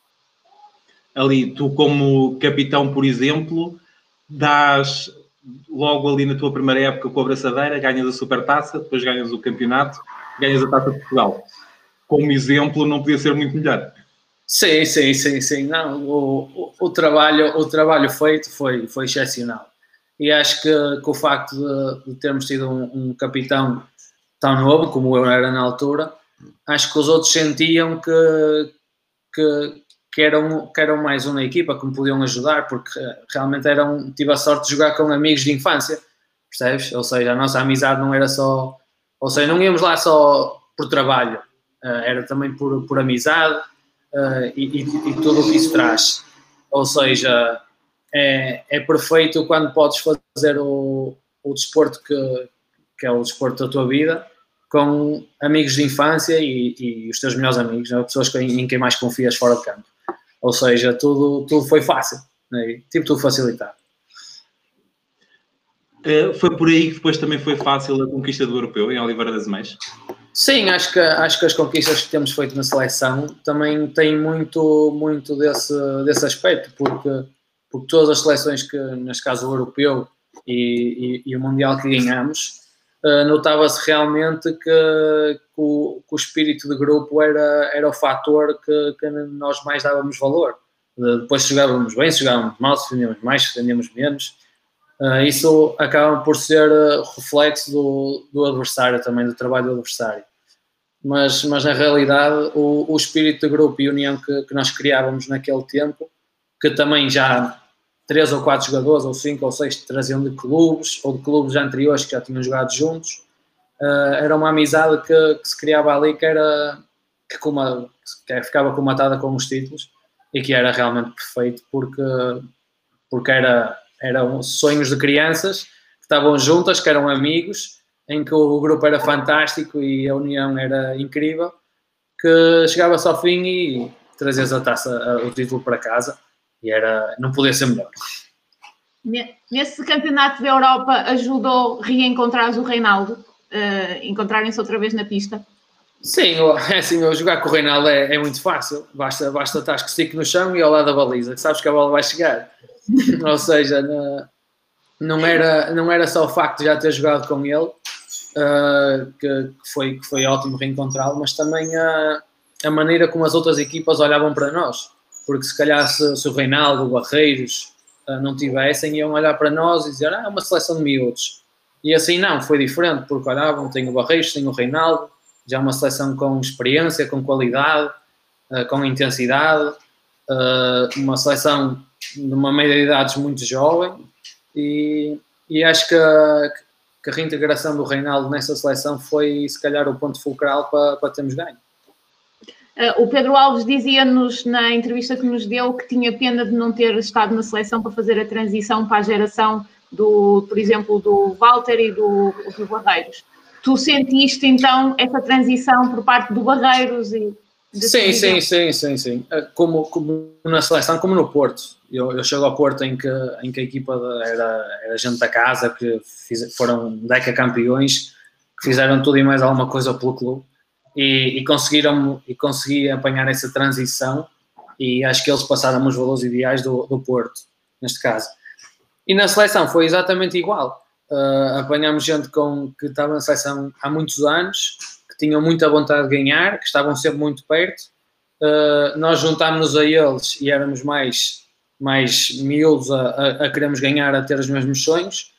Ali, tu como capitão, por exemplo, dás logo ali na tua primeira época com a braçadeira, ganhas a Supertaça, depois ganhas o campeonato, ganhas a Taça de Portugal. Como exemplo, não podia ser muito melhor. Sim, sim, sim, sim. Não, o, o, o, trabalho, o trabalho feito foi, foi excepcional. E acho que, que o facto de, de termos tido um, um capitão tão novo, como eu era na altura, acho que os outros sentiam que, que, que, eram, que eram mais um na equipa, que me podiam ajudar, porque realmente eram, tive a sorte de jogar com amigos de infância, percebes? Ou seja, a nossa amizade não era só... Ou seja, não íamos lá só por trabalho, era também por, por amizade e, e, e tudo o que isso traz. Ou seja, é, é perfeito quando podes fazer o, o desporto que, que é o desporto da tua vida, com amigos de infância e, e os teus melhores amigos, né? Pessoas em quem mais confias fora de campo. Ou seja, tudo, tudo foi fácil, né? Tipo, tudo facilitado. Uh, foi por aí que depois também foi fácil a conquista do europeu, em Oliveira das Meias? Sim, acho que, acho que as conquistas que temos feito na seleção também têm muito, muito desse, desse aspecto, porque, porque todas as seleções que, neste caso o europeu e, e, e o mundial que ganhamos, Uh, notava-se realmente que, que, o, que o espírito de grupo era, era o fator que, que nós mais dávamos valor. Uh, depois se jogávamos bem, se jogávamos mal, se defendíamos mais, se defendíamos menos. Uh, isso acaba por ser uh, reflexo do, do adversário também, do trabalho do adversário. mas, mas na realidade o, o espírito de grupo e união que, que nós criávamos naquele tempo, que também já três ou quatro jogadores, ou cinco ou seis, traziam de clubes, ou de clubes anteriores que já tinham jogado juntos, uh, era uma amizade que, que se criava ali, que, era, que, uma, que ficava comatada com os títulos, e que era realmente perfeito, porque, porque era, eram sonhos de crianças que estavam juntas, que eram amigos, em que o grupo era fantástico e a união era incrível, que chegava-se ao fim e trazias a taça, o título para casa, e era, não podia ser melhor. Nesse campeonato da Europa ajudou a reencontrar o Reinaldo, uh, encontrarem-se outra vez na pista? Sim, é assim, eu jogar com o Reinaldo é, é muito fácil, basta, basta estar esticado no chão e ao lado da baliza, que sabes que a bola vai chegar. Ou seja, não era, não era só o facto de já ter jogado com ele, uh, que, que, foi, que foi ótimo reencontrá-lo, mas também a, a maneira como as outras equipas olhavam para nós, porque se calhar se, se o Reinaldo, o Barreiros uh, não tivessem, iam olhar para nós e dizer, ah, é uma seleção de miúdos. E assim não, foi diferente, porque olhavam, tem o Barreiros, tem o Reinaldo, já uma seleção com experiência, com qualidade, uh, com intensidade, uh, uma seleção de uma média de idades muito jovem, e, e acho que a, que a reintegração do Reinaldo nessa seleção foi, se calhar, o ponto fulcral para, para termos ganho. Uh, o Pedro Alves dizia-nos na entrevista que nos deu que tinha pena de não ter estado na seleção para fazer a transição para a geração, do, por exemplo, do Walter e do, do Barreiros. Tu sentiste, então, essa transição por parte do Barreiros? E sim, sim, sim, sim, sim. Como, como na seleção, como no Porto. Eu, eu chego ao Porto em que, em que a equipa era, era gente da casa, que fiz, foram deca campeões, que fizeram tudo e mais alguma coisa pelo clube. E, e conseguiram e consegui apanhar essa transição, e acho que eles passaram os valores ideais do, do Porto, neste caso. E na seleção foi exatamente igual. Uh, apanhámos gente com, que estava na seleção há muitos anos, que tinham muita vontade de ganhar, que estavam sempre muito perto. Uh, nós juntámos-nos a eles e éramos mais, mais miúdos a, a, a queremos ganhar, a ter os mesmos sonhos.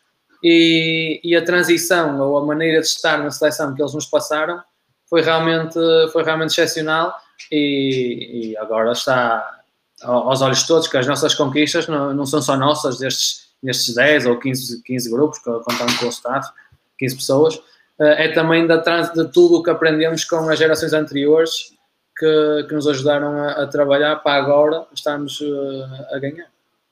E, e a transição, ou a maneira de estar na seleção que eles nos passaram, foi realmente, foi realmente excepcional, e, e agora está aos olhos de todos que as nossas conquistas não, não são só nossas, destes, destes dez ou quinze, quinze grupos, contando com o staff, quinze pessoas, é também da, de tudo o que aprendemos com as gerações anteriores que, que nos ajudaram a, a trabalhar para agora estarmos a, a ganhar.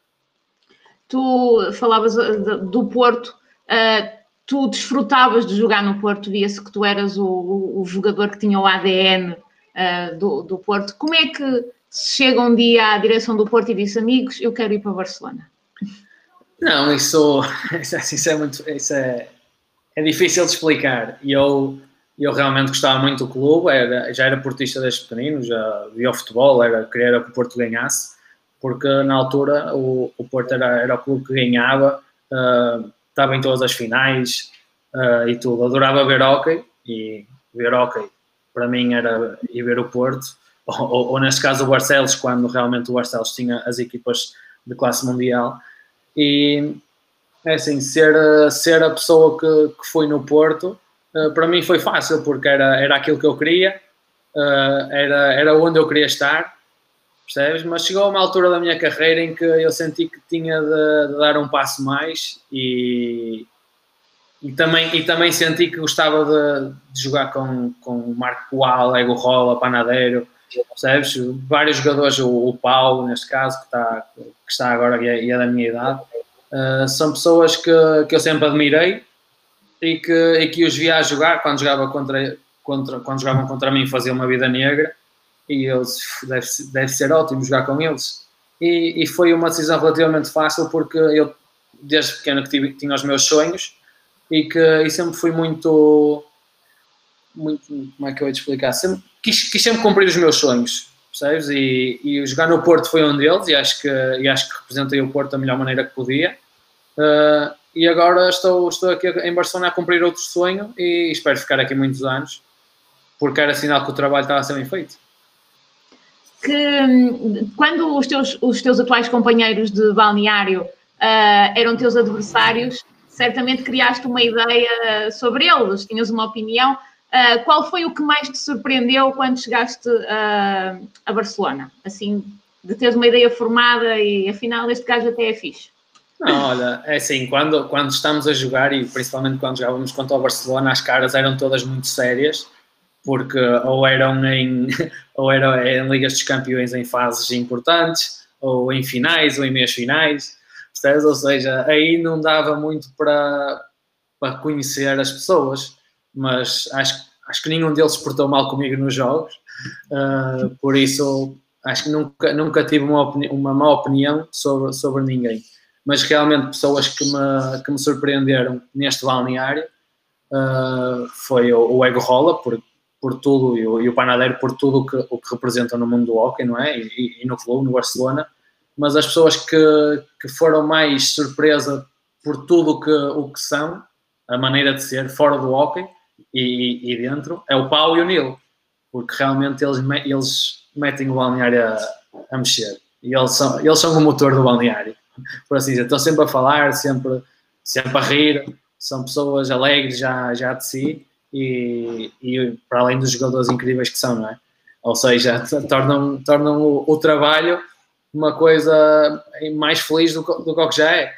Tu falavas do Porto, uh, tu desfrutavas de jogar no Porto, via-se que tu eras o, o, o jogador que tinha o A D N uh, do, do Porto. Como é que se chega um dia à direção do Porto e diz, amigos, eu quero ir para Barcelona? Não, isso, isso, é, muito, isso é, é difícil de explicar. Eu, eu realmente gostava muito do clube, era, já era portista desde pequenino, já via o futebol, era, queria que o Porto ganhasse, porque na altura o, o Porto era, era o clube que ganhava, uh, estava em todas as finais uh, e tudo. Adorava ver hóquei, e ver hóquei para mim era ir ver o Porto, ou, ou, ou neste caso o Barcelos, quando realmente o Barcelos tinha as equipas de classe mundial. E é assim, ser, ser a pessoa que, que foi no Porto, uh, para mim foi fácil, porque era, era aquilo que eu queria, uh, era, era onde eu queria estar, percebes? Mas chegou a uma altura da minha carreira em que eu senti que tinha de, de dar um passo mais, e, e, também, e também senti que gostava de, de jogar com, com o Marco Coal, Ego Rola, Panadeiro, percebes? Vários jogadores, o, o Paulo, neste caso, que está, que está agora e é, e é da minha idade, uh, são pessoas que, que eu sempre admirei e que, e que os via a jogar quando, jogava contra, contra, quando jogavam contra mim, fazia uma vida negra. E eles, deve, deve ser ótimo jogar com eles. E, e foi uma decisão relativamente fácil, porque eu, desde pequeno, que tive, tinha os meus sonhos, e que e sempre fui muito, muito, como é que eu ia te explicar? Sempre, quis, quis sempre cumprir os meus sonhos, percebes? E, e jogar no Porto foi um deles, e acho que, e acho que representei o Porto da melhor maneira que podia. Uh, e agora estou, estou aqui em Barcelona a cumprir outro sonho, e espero ficar aqui muitos anos, porque era sinal que o trabalho estava a ser bem feito. Que quando os teus, os teus atuais companheiros de balneário uh, eram teus adversários, certamente criaste uma ideia sobre eles, tinhas uma opinião. Uh, qual foi o que mais te surpreendeu quando chegaste uh, a Barcelona? Assim, de teres uma ideia formada e afinal este gajo até é fixe. Não, olha, é assim, quando, quando estamos a jogar e principalmente quando jogávamos contra o Barcelona, as caras eram todas muito sérias, porque ou eram em, ou eram em Ligas dos Campeões em fases importantes, ou em finais, ou em meias finais, percebes? Ou seja, aí não dava muito para, para conhecer as pessoas, mas acho, acho que nenhum deles se portou mal comigo nos jogos, uh, por isso acho que nunca, nunca tive uma, opini- uma má opinião sobre, sobre ninguém. Mas realmente pessoas que me, que me surpreenderam neste balneário uh, foi o, o Ego Rola, por, por tudo, e o, e o Panadeiro por tudo o que, o que representam no mundo do hóquei, não é? E, e no clube, no Barcelona. Mas as pessoas que, que foram mais surpresa por tudo o que, o que são, a maneira de ser, fora do hóquei e, e dentro, é o Pau e o Nilo. Porque realmente eles, eles metem o balneário a, a mexer. E eles são, eles são o motor do balneário, por assim dizer. Estão sempre a falar, sempre, sempre a rir. São pessoas alegres já, já de si e, e para além dos jogadores incríveis que são, não é? Ou seja, tornam, tornam o, o trabalho uma coisa mais feliz do, do que o que já é.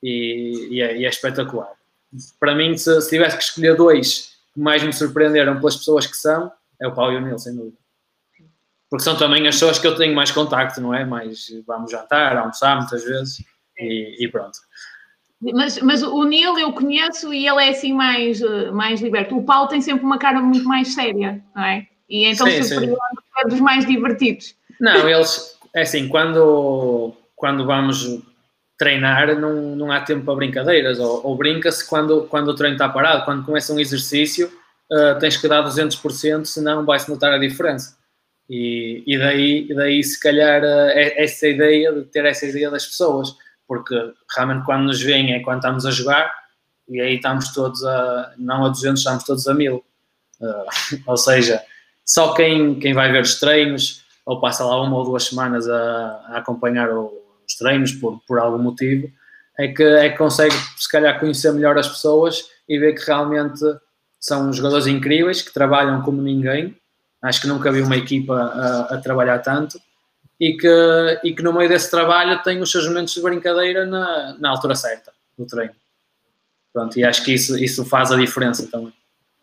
E, e, é, e é espetacular. Para mim, se, se tivesse que escolher dois que mais me surpreenderam pelas pessoas que são, é o Pau e o Nilo, sem dúvida. Porque são também as pessoas que eu tenho mais contacto, não é? Mais vamos jantar, almoçar muitas vezes e, e pronto. Mas, mas o Nilo eu conheço e ele é assim mais, mais liberto. O Paulo tem sempre uma cara muito mais séria, não é? E então surpreende, é dos mais divertidos. Não, eles, é assim, quando, quando vamos treinar não, não há tempo para brincadeiras, ou, ou brinca-se quando, quando o treino está parado. Quando começa um exercício uh, tens que dar duzentos por cento, senão vai-se notar a diferença. E, e daí, daí se calhar é essa ideia, de ter essa ideia das pessoas, porque realmente quando nos veem é quando estamos a jogar e aí estamos todos a, não a duzentos, estamos todos a mil. Uh, ou seja, só quem, quem vai ver os treinos ou passa lá uma ou duas semanas a, a acompanhar os treinos por, por algum motivo, é que, é que consegue se calhar conhecer melhor as pessoas e ver que realmente são jogadores incríveis, que trabalham como ninguém. Acho que nunca vi uma equipa a, a trabalhar tanto e que, e que no meio desse trabalho tem os seus momentos de brincadeira na, na altura certa do treino. Pronto, e acho que isso, isso faz a diferença também.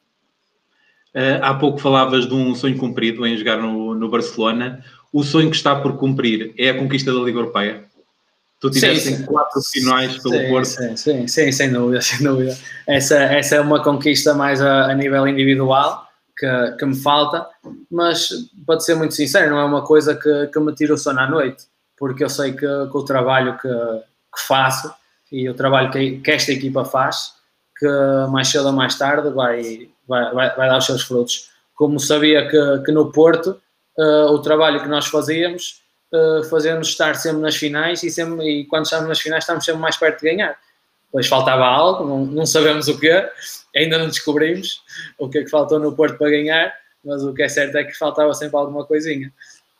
Uh, há pouco falavas de um sonho cumprido em jogar no, no Barcelona. O sonho que está por cumprir é a conquista da Liga Europeia? Tu tiveste quatro finais pelo sim, Porto. Sim, sim, sim, sem dúvida, sem dúvida. Essa, essa é uma conquista mais a, a nível individual que, que me falta, mas pode ser muito sincero, não é uma coisa que, que me tira o sono à noite, porque eu sei que, que o trabalho que, que faço e o trabalho que, que esta equipa faz, que mais cedo ou mais tarde vai, vai, vai, vai dar os seus frutos. Como sabia que, que no Porto uh, o trabalho que nós fazíamos uh, fazia-nos estar sempre nas finais e, sempre, e quando estamos nas finais estamos sempre mais perto de ganhar. Pois faltava algo, não, não sabemos o que é, ainda não descobrimos o que é que faltou no Porto para ganhar, mas o que é certo é que faltava sempre alguma coisinha.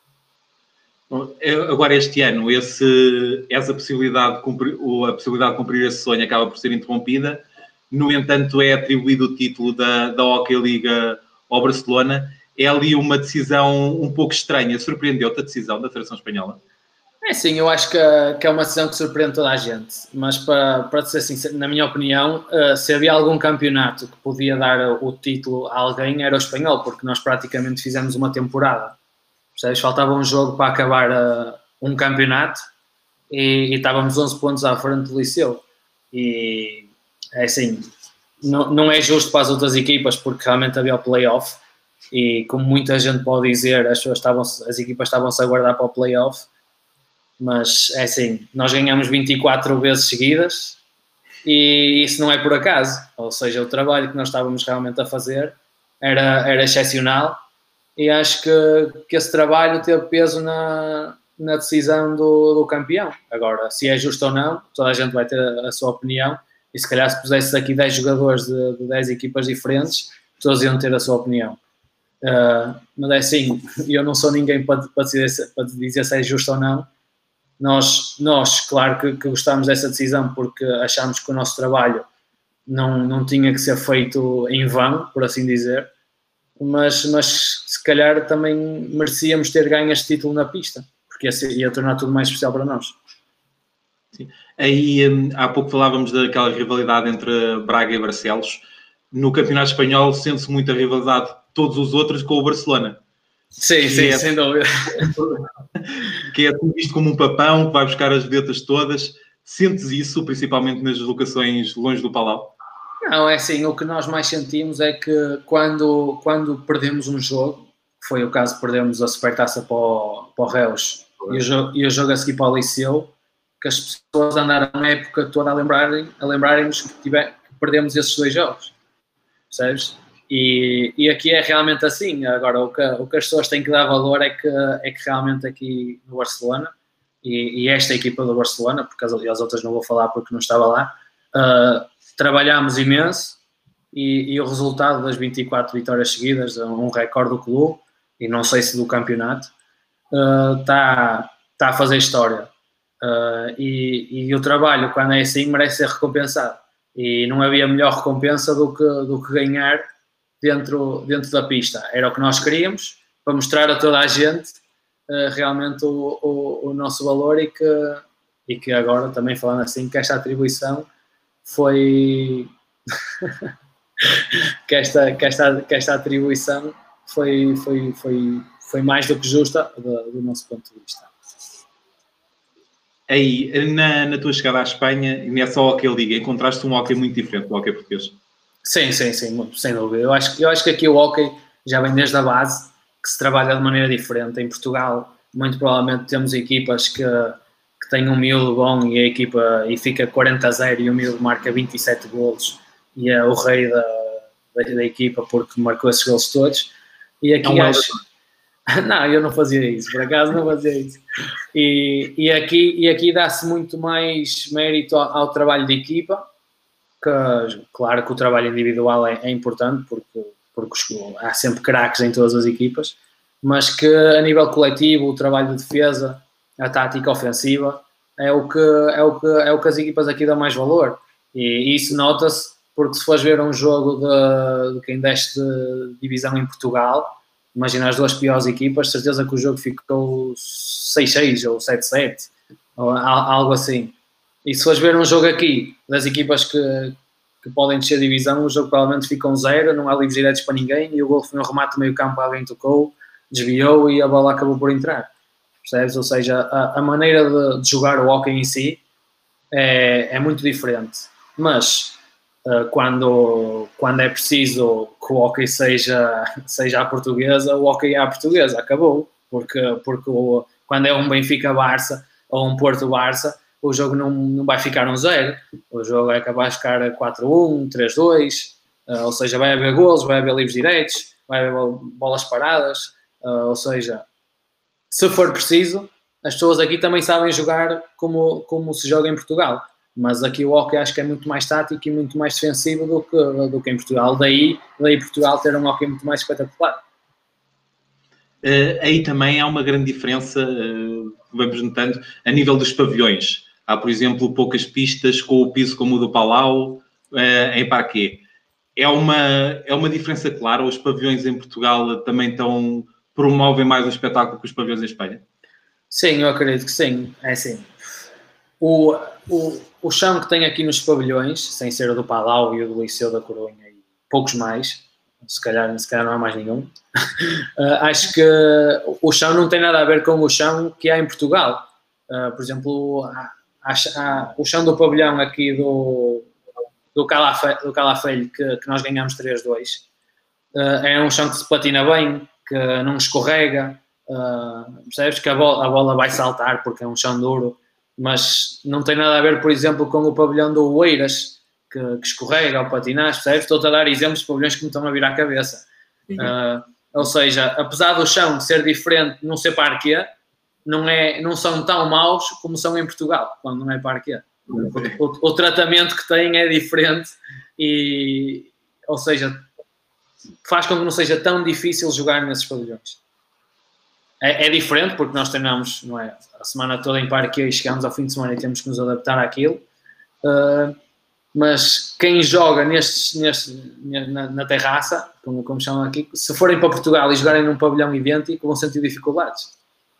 Agora este ano, esse, essa possibilidade de cumprir, a possibilidade de cumprir esse sonho acaba por ser interrompida. No entanto, é atribuído o título da, da Hockey Liga ao Barcelona. É ali uma decisão um pouco estranha. Surpreendeu-te a decisão da Federação Espanhola? É sim, eu acho que, que é uma decisão que surpreende toda a gente. Mas para, para ser sincero, na minha opinião, uh, se havia algum campeonato que podia dar o título a alguém, era o espanhol, porque nós praticamente fizemos uma temporada. Percebes? Faltava um jogo para acabar uh, um campeonato e, e estávamos onze pontos à frente do Liceu. E é assim, não, não é justo para as outras equipas porque realmente havia o play-off e como muita gente pode dizer, as, pessoas estavam, as equipas estavam-se a guardar para o play-off, mas é assim, nós ganhamos vinte e quatro vezes seguidas e isso não é por acaso, ou seja, o trabalho que nós estávamos realmente a fazer era, era excepcional e acho que, que esse trabalho teve peso na, na decisão do, do campeão. Agora, se é justo ou não, toda a gente vai ter a, a sua opinião. E se calhar se pusesse aqui dez jogadores de, de dez equipas diferentes, todos iam ter a sua opinião. Uh, mas é assim, eu não sou ninguém para, para, dizer, para dizer se é justo ou não. Nós, nós claro que, que gostámos dessa decisão porque achámos que o nosso trabalho não, não tinha que ser feito em vão, por assim dizer. mas, mas se calhar também merecíamos ter ganho este título na pista, porque ia, ia tornar tudo mais especial para nós. Sim. Aí, um, há pouco falávamos daquela rivalidade entre Braga e Barcelos. No Campeonato Espanhol sente-se muita rivalidade de todos os outros com o Barcelona. Sim, sim, é, sem dúvida. Que é visto como um papão, que vai buscar as vedetas todas. Sentes isso, principalmente nas deslocações longe do Palau? Não, é assim, o que nós mais sentimos é que quando, quando perdemos um jogo, foi o caso de perdermos a Supertaça para o, para o Reus e o, jogo, e o jogo a seguir para o Liceu, que as pessoas andaram na época toda a lembrarem, a lembrarem-nos que, tiver, que perdemos esses dois jogos, percebes? E, e aqui é realmente assim. Agora, o que, o que as pessoas têm que dar valor é que, é que realmente aqui no Barcelona, e, e esta equipa do Barcelona, porque as, as outras não vou falar porque não estava lá, uh, trabalhámos imenso e, e o resultado das vinte e quatro vitórias seguidas, um recorde do clube, e não sei se do campeonato, está uh, tá a fazer história. Uh, e, e o trabalho, quando é assim, merece ser recompensado. E não havia melhor recompensa do que, do que ganhar dentro, dentro da pista. Era o que nós queríamos, para mostrar a toda a gente uh, realmente o, o, o nosso valor, e que, e que agora, também falando assim, que esta atribuição foi... que, esta, que, esta, que esta atribuição foi, foi, foi, foi mais do que justa do, do nosso ponto de vista. Aí, na, na tua chegada à Espanha, nessa Hockey Liga, encontraste um hockey muito diferente do hockey português? Sim, sim, sim, sem dúvida. Eu acho, eu acho que aqui o hockey já vem desde a base, que se trabalha de maneira diferente. Em Portugal, muito provavelmente temos equipas que, que têm um miúdo bom e a equipa e fica quarenta a zero e o miúdo marca vinte e sete golos e é o rei da, da, da equipa porque marcou esses golos todos. E aqui é um acho... Não, eu não fazia isso, por acaso não fazia isso. E, e aqui, e aqui dá-se muito mais mérito ao, ao trabalho de equipa, que claro que o trabalho individual é, é importante, porque, porque há sempre craques em todas as equipas, mas que a nível coletivo, o trabalho de defesa, a tática ofensiva, é o que, é o que, é o que as equipas aqui dão mais valor. E, e isso nota-se, porque se fores ver um jogo de, de quem desce de divisão em Portugal, imagina as duas piores equipas, certeza que o jogo ficou seis seis ou sete sete, ou algo assim. E se fores ver um jogo aqui, das equipas que, que podem descer divisão, o jogo provavelmente fica um zero, não há livros diretos para ninguém, e o gol foi um remate do meio campo, alguém tocou, desviou e a bola acabou por entrar. Percebes? Ou seja, a, a maneira de, de jogar o hockey em si é, é muito diferente. Mas... Uh, quando, quando é preciso que o hockey seja, seja à portuguesa, o hockey é à portuguesa, acabou, porque, porque o, quando é um Benfica-Barça ou um Porto-Barça, o jogo não, não vai ficar um zero, o jogo é capaz de ficar quatro a um, três a dois, uh, ou seja, vai haver golos, vai haver livros direitos, vai haver bolas paradas, uh, ou seja, se for preciso, as pessoas aqui também sabem jogar como, como se joga em Portugal. Mas aqui o hockey acho que é muito mais tático e muito mais defensivo do que, do que em Portugal. Daí, daí Portugal ter um hockey muito mais espetacular. Uh, aí também há uma grande diferença, uh, vamos notando, a nível dos pavilhões. Há, por exemplo, poucas pistas com o piso como o do Palau, uh, em parquet. É uma, é uma diferença clara? Os pavilhões em Portugal também estão, promovem mais o espetáculo que os pavilhões em Espanha? Sim, eu acredito que sim. É assim. O, o, o chão que tem aqui nos pavilhões, sem ser o do Palau e o do Liceu da Coruña e poucos mais, se calhar, se calhar não há mais nenhum, uh, acho que o chão não tem nada a ver com o chão que há em Portugal. Uh, por exemplo, há, há, há, o chão do pavilhão aqui do, do Calafell, do Calafell que, que nós ganhamos três a dois, uh, é um chão que se patina bem, que não escorrega, uh, percebes que a bola, a bola vai saltar porque é um chão duro, mas não tem nada a ver, por exemplo, com o pavilhão do Oeiras, que, que escorrega ao patinar, percebes? Estou-te a dar exemplos de pavilhões que me estão a vir à cabeça. Uh, ou seja, apesar do chão ser diferente, não ser parquet, não, é, não são tão maus como são em Portugal, quando não é parquet. O, o tratamento que têm é diferente e, ou seja, faz com que não seja tão difícil jogar nesses pavilhões. É, é diferente porque nós treinamos, não é, a semana toda em parque e chegamos ao fim de semana e temos que nos adaptar àquilo, uh, mas quem joga nestes, nestes, na, na terraça, como, como chamam aqui, se forem para Portugal e jogarem num pavilhão idêntico, vão sentir dificuldades.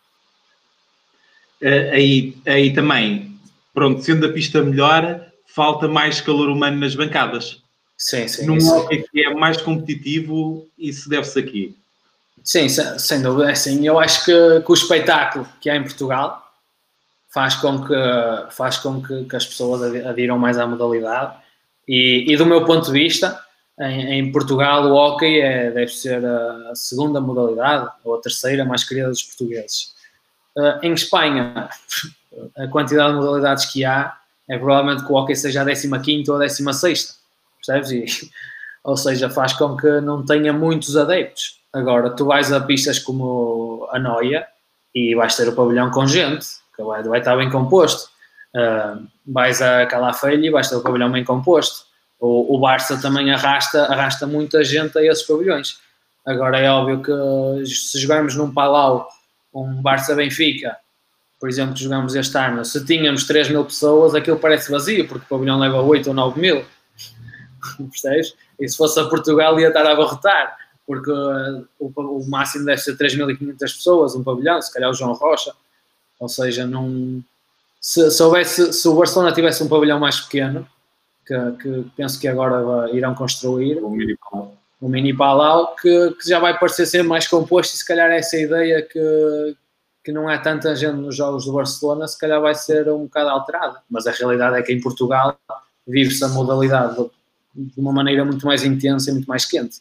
Uh, aí, aí também, pronto, sendo a pista melhor, falta mais calor humano nas bancadas. Sim, sim. Num isso. hóquei que é mais competitivo, isso deve-se aqui. Sim, sem, sem dúvida. Assim, eu acho que, que o espetáculo que há em Portugal faz com que, faz com que, que as pessoas adiram mais à modalidade. E, e do meu ponto de vista, em, em Portugal o hóquei é, deve ser a segunda modalidade, ou a terceira mais querida dos portugueses. Uh, em Espanha, a quantidade de modalidades que há é provavelmente que o hóquei seja a décima quinta ou a décima sexta, percebes? E, ou seja, faz com que não tenha muitos adeptos. Agora, tu vais a pistas como a Noia e vais ter o pavilhão com gente, que vai, vai estar bem composto. Uh, vais a Calafell e vais ter o pavilhão bem composto. O, o Barça também arrasta, arrasta muita gente a esses pavilhões. Agora, é óbvio que se jogarmos num Palau, um Barça-Benfica, por exemplo, que jogamos este ano, se tínhamos três mil pessoas, aquilo parece vazio, porque o pavilhão leva oito ou nove mil. Percebes? E se fosse a Portugal ia estar a abarrotar, porque uh, o, o máximo deve ser três mil e quinhentas pessoas, um pavilhão, se calhar o João Rocha. Ou seja, não... Se, se, houvesse, se o Barcelona tivesse um pavilhão mais pequeno, que, que penso que agora irão construir, O mini Palau. o mini Palau, que, que já vai parecer ser mais composto, e se calhar essa ideia que, que não é tanta gente nos jogos do Barcelona, se calhar vai ser um bocado alterada. Mas a realidade é que em Portugal vive-se a modalidade de uma maneira muito mais intensa e muito mais quente.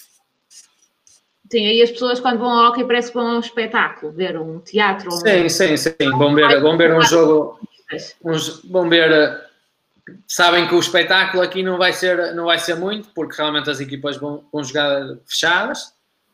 Sim, aí as pessoas quando vão ao hóquei parece que vão a um espetáculo, ver um teatro. Ou um... Sim, sim, sim. Vão ver, vão ver um jogo, uns, vão ver, sabem que o espetáculo aqui não vai ser, não vai ser muito, porque realmente as equipas vão, vão jogar fechadas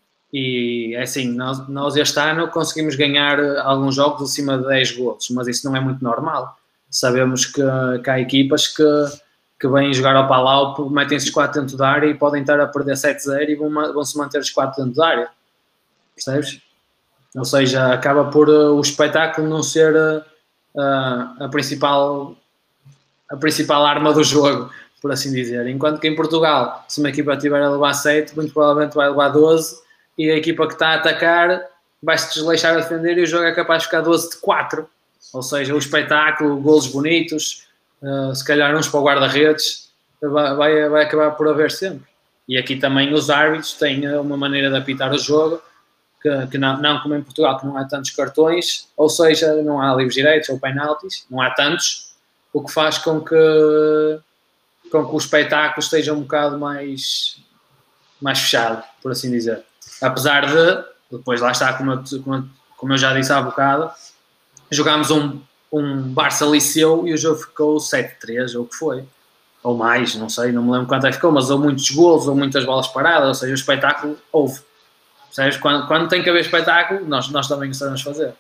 e é assim, nós, nós este ano conseguimos ganhar alguns jogos acima de dez golos, mas isso não é muito normal. Sabemos que, que há equipas que que vêm jogar ao Palau, metem-se os quatro dentro da área e podem estar a perder sete a zero e vão, vão se manter os quatro dentro da área. Percebes? Ou seja, acaba por uh, o espetáculo não ser uh, a, principal, a principal arma do jogo, por assim dizer. Enquanto que em Portugal, se uma equipa estiver a levar sete, muito provavelmente vai levar doze e a equipa que está a atacar vai se desleixar a defender e o jogo é capaz de ficar doze a quatro. Ou seja, o espetáculo, golos bonitos, Uh, se calhar uns para o guarda-redes, vai, vai, vai acabar por haver sempre. E aqui também os árbitros têm uma maneira de apitar o jogo, que, que não, não como em Portugal, que não há tantos cartões, ou seja, não há livros direitos ou penaltis, não há tantos, o que faz com que, com que o espetáculo esteja um bocado mais, mais fechado, por assim dizer. Apesar de, depois lá está, como eu, como, como eu já disse há bocado, jogámos um um Barça-Liceu e o jogo ficou sete a três, ou o que foi, ou mais, não sei, não me lembro quanto é que ficou, mas ou muitos golos, ou muitas bolas paradas, ou seja, o espetáculo houve. Percebes? Quando, quando tem que haver espetáculo, nós, nós também o sabemos fazer.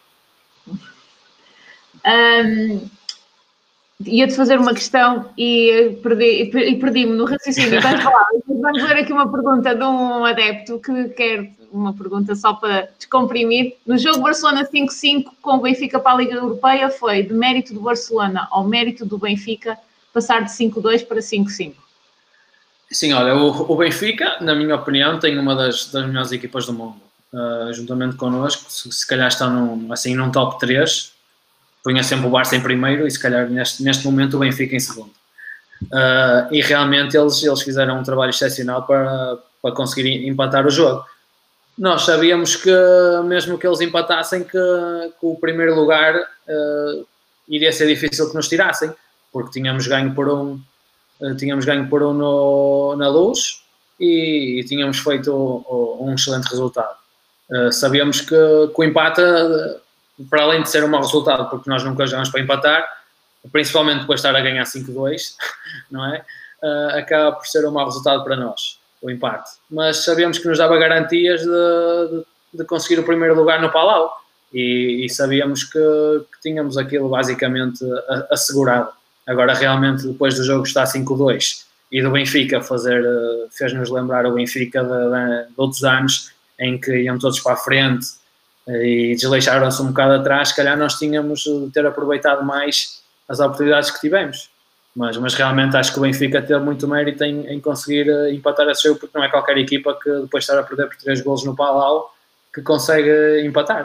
Um, ia-te fazer uma questão e perdi, e perdi-me no raciocínio das palavras. Vamos ver aqui uma pergunta de um adepto que quer uma pergunta só para descomprimir. No jogo Barcelona cinco cinco com o Benfica para a Liga Europeia, foi de mérito do Barcelona ao mérito do Benfica passar de cinco dois para cinco cinco? Sim, olha, o, o Benfica, na minha opinião, tem uma das, das melhores equipas do mundo. Uh, juntamente connosco, se, se calhar estão num, assim, num top três, punha sempre o Barça em primeiro e se calhar neste, neste momento o Benfica em segundo. Uh, e realmente eles, eles fizeram um trabalho excepcional para, para conseguir empatar o jogo. Nós sabíamos que, mesmo que eles empatassem, que, que o primeiro lugar uh, iria ser difícil que nos tirassem, porque tínhamos ganho por um, uh, tínhamos ganho por um no, na Luz e, e tínhamos feito um, um excelente resultado. Uh, sabíamos que, que o empate, uh, para além de ser um mau resultado, porque nós nunca jogamos para empatar, principalmente depois de estar a ganhar cinco dois, não é? Uh, acaba por ser um mau resultado para nós, o empate. Mas sabíamos que nos dava garantias de, de, de conseguir o primeiro lugar no Palau e, e sabíamos que, que tínhamos aquilo basicamente assegurado. Agora, realmente, depois do jogo estar cinco dois e do Benfica fazer, fez-nos lembrar o Benfica de, de, de outros anos em que iam todos para a frente e desleixaram-se um bocado atrás, se calhar nós tínhamos de ter aproveitado mais as oportunidades que tivemos. Mas, mas realmente acho que o Benfica teve muito mérito em, em conseguir empatar esse jogo, porque não é qualquer equipa que depois de estar a perder por três golos no Palau que consegue empatar.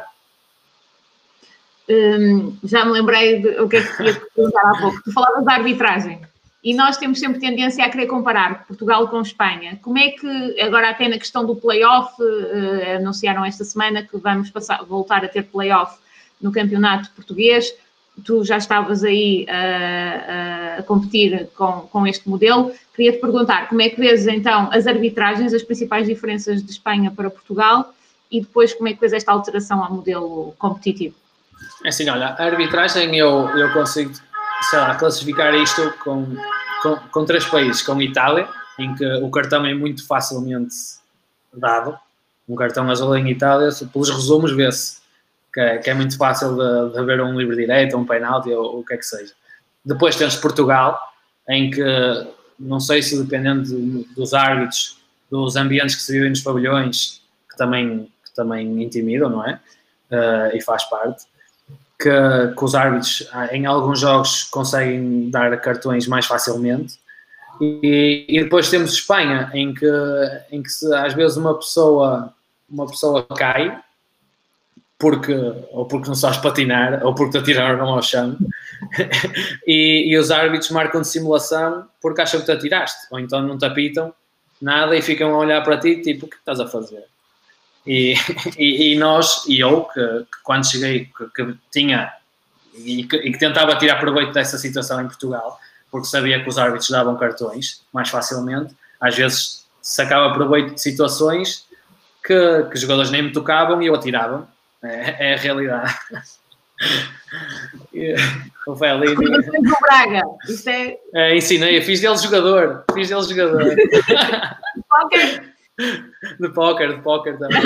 Hum, já me lembrei de o que é que ia perguntar há pouco. Tu falavas da arbitragem e nós temos sempre tendência a querer comparar Portugal com Espanha. Como é que, agora até na questão do play-off, uh, anunciaram esta semana que vamos passar, voltar a ter play-off no campeonato português. Tu já estavas aí uh, uh, a competir com, com este modelo. Queria-te perguntar como é que vês então as arbitragens, as principais diferenças de Espanha para Portugal e depois como é que vês esta alteração ao modelo competitivo? É assim, olha, a arbitragem eu, eu consigo, sei lá, classificar isto com, com, com três países, com Itália, em que o cartão é muito facilmente dado, um cartão azul em Itália, pelos resumos vê-se que é, que é muito fácil de, de haver um livre direito, um penalti ou, ou o que é que seja. Depois temos Portugal, em que, não sei se dependendo de, dos árbitros, dos ambientes que se vivem nos pavilhões, que também, que também intimidam, não é? Uh, e faz parte. Que, que os árbitros em alguns jogos conseguem dar cartões mais facilmente e, e depois temos Espanha em que, em que se, às vezes uma pessoa uma pessoa cai porque, ou porque não sabes patinar ou porque te atiraram ao chão e, e os árbitros marcam de simulação porque acham que te atiraste ou então não te apitam nada e ficam a olhar para ti tipo, o que estás a fazer? E, e, e nós, e eu, que, que quando cheguei, que, que tinha e que, e que tentava tirar proveito dessa situação em Portugal, porque sabia que os árbitros davam cartões mais facilmente, às vezes sacava proveito de situações que, que os jogadores nem me tocavam e eu atirava. É, é a realidade. O Felini. O Braga, isto é... é. Ensinei, fiz dele jogador, fiz dele jogador. Ok. De póquer, de póquer também.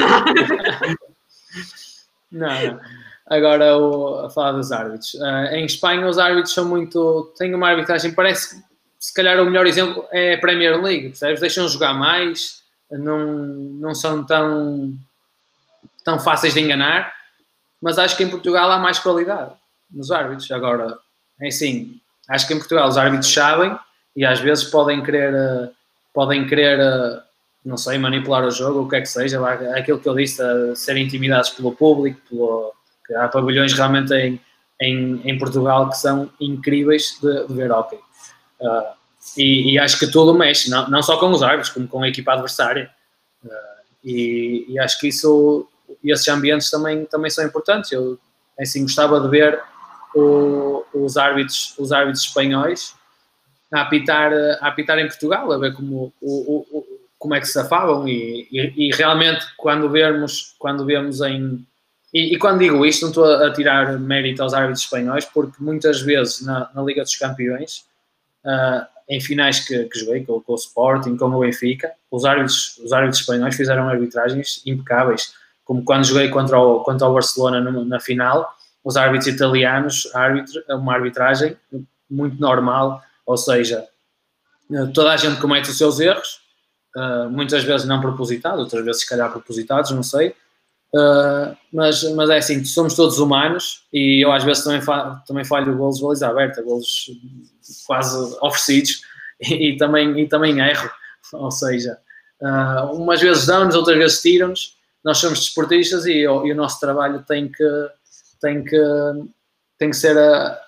não, não. Agora, o, a falar dos árbitros. Uh, em Espanha, os árbitros são muito... têm uma arbitragem, parece que, se calhar, o melhor exemplo é a Premier League, percebes? Deixam jogar mais, não, não são tão, tão fáceis de enganar, mas acho que em Portugal há mais qualidade nos árbitros. Agora, é assim, acho que em Portugal os árbitros sabem e às vezes podem querer... Uh, podem querer... Uh, não sei, manipular o jogo, o que é que seja, aquilo que eu disse, a ser intimidados pelo público, pelo, que há pavilhões realmente em, em, em Portugal que são incríveis de, de ver hóquei. Uh, e, e acho que tudo mexe, não, não só com os árbitros, como com a equipa adversária. Uh, e, e acho que isso, esses ambientes também, também são importantes. Eu, assim, gostava de ver o, os, árbitros, os árbitros espanhóis a apitar, a apitar em Portugal, a ver como o, o, o como é que se safavam e, e, e realmente quando vemos, quando vemos em... E, e quando digo isto, não estou a tirar mérito aos árbitros espanhóis, porque muitas vezes na, na Liga dos Campeões, uh, em finais que, que joguei, com, com o Sporting, com o Benfica, os árbitros, os árbitros espanhóis fizeram arbitragens impecáveis, como quando joguei contra o, contra o Barcelona no, na final, os árbitros italianos, árbitro, uma arbitragem muito normal, ou seja, toda a gente comete os seus erros, Uh, muitas vezes não propositados, outras vezes se calhar propositados, não sei, uh, mas, mas é assim, somos todos humanos e eu às vezes também, fa também falho golos de baliza aberta, golos quase oferecidos e, e, também, e também erro, ou seja, uh, umas vezes dão-nos, outras vezes tiram-nos, nós somos desportistas e, e o nosso trabalho tem que, tem que, tem que ser a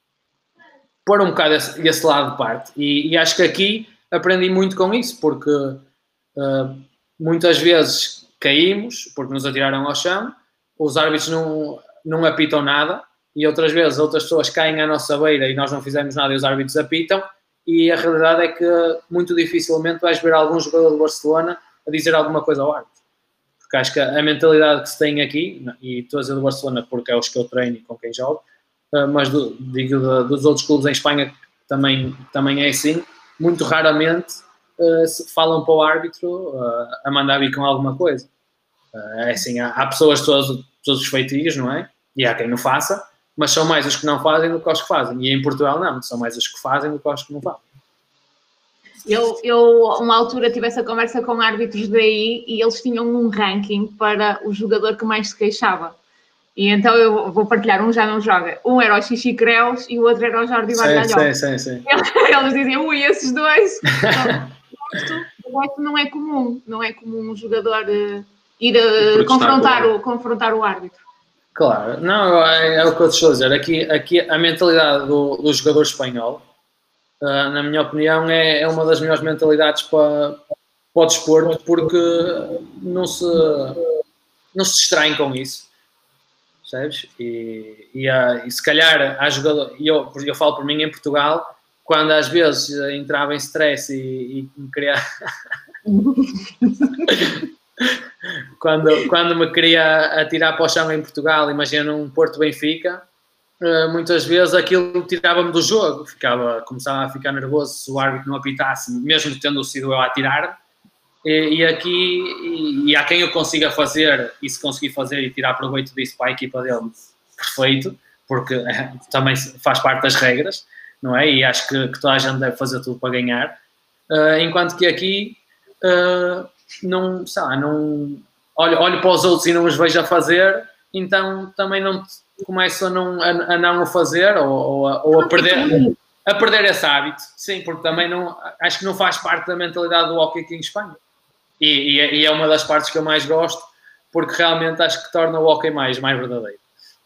pôr um bocado esse, esse lado de parte e, e acho que aqui aprendi muito com isso, porque uh, muitas vezes caímos, porque nos atiraram ao chão, os árbitros não, não apitam nada, e outras vezes outras pessoas caem à nossa beira e nós não fizemos nada e os árbitros apitam, e a realidade é que muito dificilmente vais ver algum jogador do Barcelona a dizer alguma coisa ao árbitro. Porque acho que a mentalidade que se tem aqui, e estou a dizer do Barcelona porque é os que eu treino e com quem jogo, uh, mas do, digo de, dos outros clubes em Espanha também, também é assim, muito raramente uh, se falam para o árbitro uh, a mandar vir com alguma coisa. Uh, é assim, há, há pessoas de todos, todos os feitios, não é? E há quem não faça, mas são mais os que não fazem do que os que fazem. E em Portugal não, são mais os que fazem do que os que não fazem. Eu, eu, uma altura, tive essa conversa com árbitros daí e eles tinham um ranking para o jogador que mais se queixava. E então eu vou partilhar, um já não joga. Um era o Xixi Creus e o outro era o Jordi Bargalhol. Sim, sim, sim. Eles diziam, ui, esses dois. Então, o resto não é comum. Não é comum um jogador uh, ir uh, confrontar, o, confrontar o árbitro. Claro. Não, é, é o que eu te estou a dizer. Aqui, aqui a mentalidade do, do jogador espanhol, uh, na minha opinião, é, é uma das melhores mentalidades para, para o desporto, porque não se, não se distraem com isso. Percebes? E, e, uh, e se calhar há jogador, e eu, eu falo por mim em Portugal, quando às vezes entrava em stress e, e me queria quando, quando me queria atirar para o chão em Portugal, imagina um Porto Benfica, uh, muitas vezes aquilo tirava-me do jogo, ficava, começava a ficar nervoso se o árbitro não apitasse, mesmo tendo sido eu a atirar. E, e aqui, e, e há quem eu consiga fazer, e se conseguir fazer e tirar proveito disso para a equipa dele, perfeito, porque é, também faz parte das regras, não é? E acho que, que toda a gente deve fazer tudo para ganhar. Uh, enquanto que aqui, uh, não, sei lá, não, olho, olho para os outros e não os vejo a fazer, então também não começo a não, a, a não o fazer, ou, ou, a, ou a perder... a perder esse hábito, sim, porque também não, acho que não faz parte da mentalidade do hockey aqui em Espanha. E, e, é, e é uma das partes que eu mais gosto, porque realmente acho que torna o hockey mais, mais verdadeiro.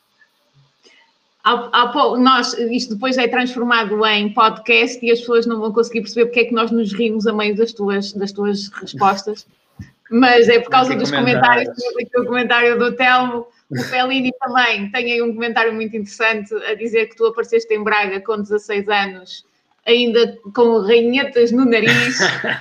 Há, há, nós, isto depois é transformado em podcast e as pessoas não vão conseguir perceber porque é que nós nos rimos a meio das tuas, das tuas respostas. Mas é por causa dos comentários, o comentário do Telmo. O Fellini também tem aí um comentário muito interessante a dizer que tu apareceste em Braga com dezasseis anos, ainda com ranhetas no nariz.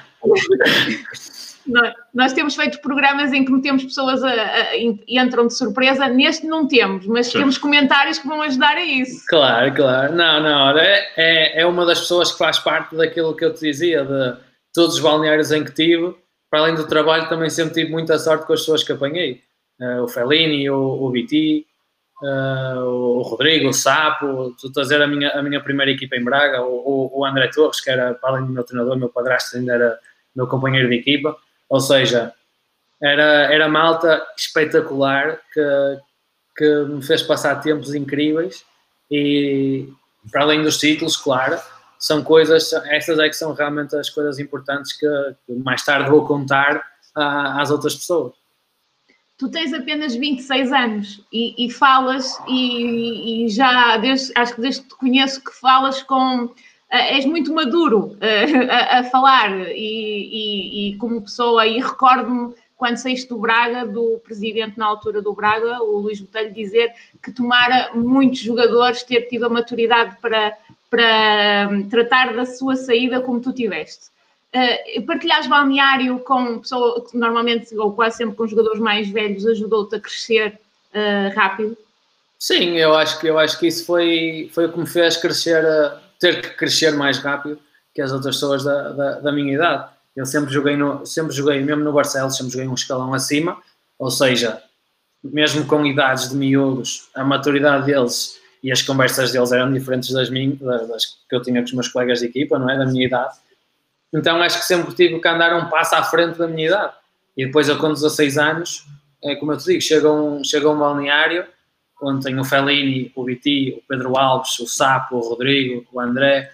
nós, nós temos feito programas em que metemos pessoas a, a, e entram de surpresa. Neste não temos, mas Sim. temos comentários que vão ajudar a isso. Claro, claro. Não, não. É, é, é uma das pessoas que faz parte daquilo que eu te dizia, de todos os balneários em que tive. Para além do trabalho, também sempre tive muita sorte com as pessoas que apanhei. Uh, o Fellini, o, o B T, uh, o Rodrigo, o Sapo, estou a dizer a minha, a minha primeira equipa em Braga, o, o André Torres, que era, para além do meu treinador, meu padrasto ainda era meu companheiro de equipa, ou seja, era, era malta espetacular que, que me fez passar tempos incríveis e, para além dos títulos, claro, são coisas, essas é que são realmente as coisas importantes que, que mais tarde vou contar a, às outras pessoas. Tu tens apenas vinte e seis anos e, e falas, e, e já desde, acho que desde que te conheço que falas com... Uh, és muito maduro uh, a, a falar e, e, e como pessoa, e recordo-me quando saíste do Braga, do presidente na altura do Braga, o Luís Botelho, dizer que tomara muitos jogadores ter tido a maturidade para, para um, tratar da sua saída como tu tiveste. Uh, partilhares balneário com pessoa que normalmente, ou quase sempre com jogadores mais velhos, ajudou-te a crescer uh, rápido? Sim, eu acho que, eu acho que isso foi, foi o que me fez crescer, uh, ter que crescer mais rápido que as outras pessoas da, da, da minha idade. Eu sempre joguei, no, sempre joguei, mesmo no Barcelos, sempre joguei um escalão acima, ou seja, mesmo com idades de miúdos, a maturidade deles e as conversas deles eram diferentes das, minhas, das que eu tinha com os meus colegas de equipa, não é? Da minha idade. Então acho que sempre tive que andar um passo à frente da minha idade. E depois eu com dezasseis anos, é como eu te digo, chega um, chega um balneário onde tem o Fellini, o B T, o Pedro Alves, o Sapo, o Rodrigo, o André.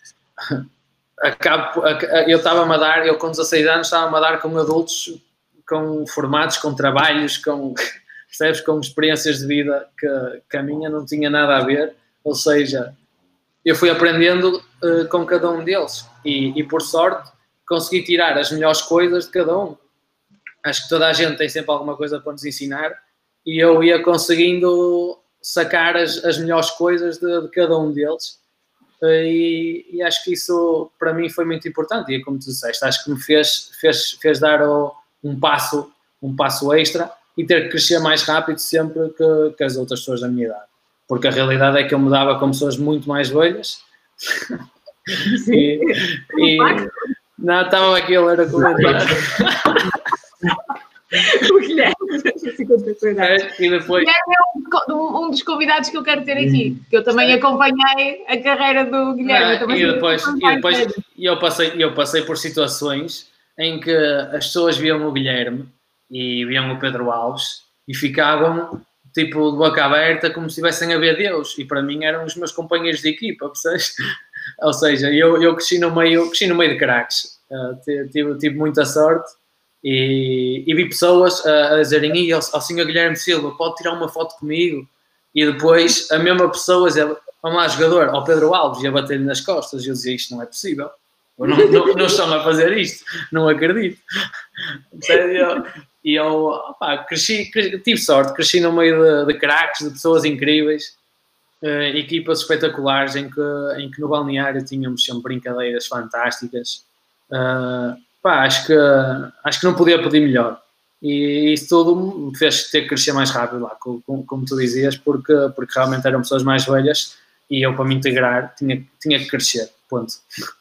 Acabo, eu estava-me a dar, eu com dezasseis anos estava-me a dar com adultos, com formados, com trabalhos, com, percebes, com experiências de vida que, que a minha não tinha nada a ver. Ou seja, eu fui aprendendo uh, com cada um deles e, e, por sorte, consegui tirar as melhores coisas de cada um. Acho que toda a gente tem sempre alguma coisa para nos ensinar e eu ia conseguindo sacar as, as melhores coisas de, de cada um deles uh, e, e acho que isso, para mim, foi muito importante. E, como tu disseste, acho que me fez, fez, fez dar o, um, passo, um passo extra e ter que crescer mais rápido sempre que, que as outras pessoas da minha idade. Porque a realidade é que eu me dava com pessoas muito mais velhas. e, e não, estava aqui a ler a comentar. O Guilherme, é, e depois... é um, um dos convidados que eu quero ter aqui, que eu também acompanhei a carreira do Guilherme. Não, e depois, e depois eu, passei, eu passei por situações em que as pessoas viam o Guilherme e viam o Pedro Alves e ficavam tipo, de boca aberta, como se estivessem a ver Deus, e para mim eram os meus companheiros de equipa, percebes? Ou seja, eu, eu cresci, no meio, cresci no meio de craques, uh, tive, tive muita sorte, e, e vi pessoas a, a dizerem, e ao, ao senhor Guilherme Silva, pode tirar uma foto comigo? E depois a mesma pessoa dizia, vamos lá, jogador, ao Pedro Alves, ia bater-lhe nas costas, e eu dizia, isto não é possível, não, não, não estão a fazer isto, não acredito. E eu, opá, cresci, cresci, tive sorte, cresci no meio de, de craques, de pessoas incríveis, uh, equipas espetaculares, em que, em que no balneário tínhamos sempre brincadeiras fantásticas. Uh, pá, acho que, acho que não podia pedir melhor. E isso tudo me fez ter que crescer mais rápido lá, como, como tu dizias, porque, porque realmente eram pessoas mais velhas e eu, para me integrar, tinha, tinha que crescer, ponto.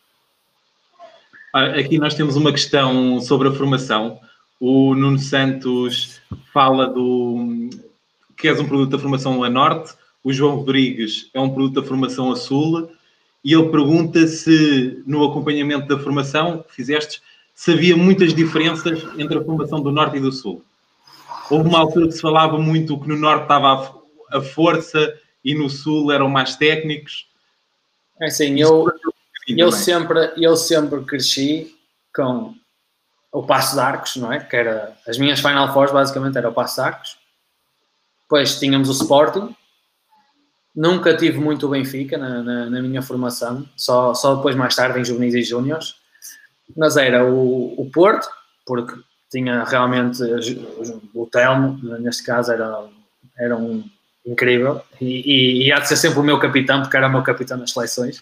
Aqui nós temos uma questão sobre a formação. O Nuno Santos fala do que és um produto da formação a Norte, o João Rodrigues é um produto da formação a Sul, e ele pergunta se no acompanhamento da formação que fizeste, se havia muitas diferenças entre a formação do Norte e do Sul. Houve uma altura que se falava muito que no Norte estava a força e no Sul eram mais técnicos. É assim, eu, eu, sempre, eu sempre cresci com o Paço de Arcos, não é? Que era, as minhas Final Fours basicamente era o Paço de Arcos. Depois tínhamos o Sporting. Nunca tive muito o Benfica na, na, na minha formação, só, só depois mais tarde em juvenis e júniores. Mas era o, o Porto, porque tinha realmente o Telmo, neste caso era, era um incrível, e, e, e há de ser sempre o meu capitão, porque era o meu capitão nas seleções.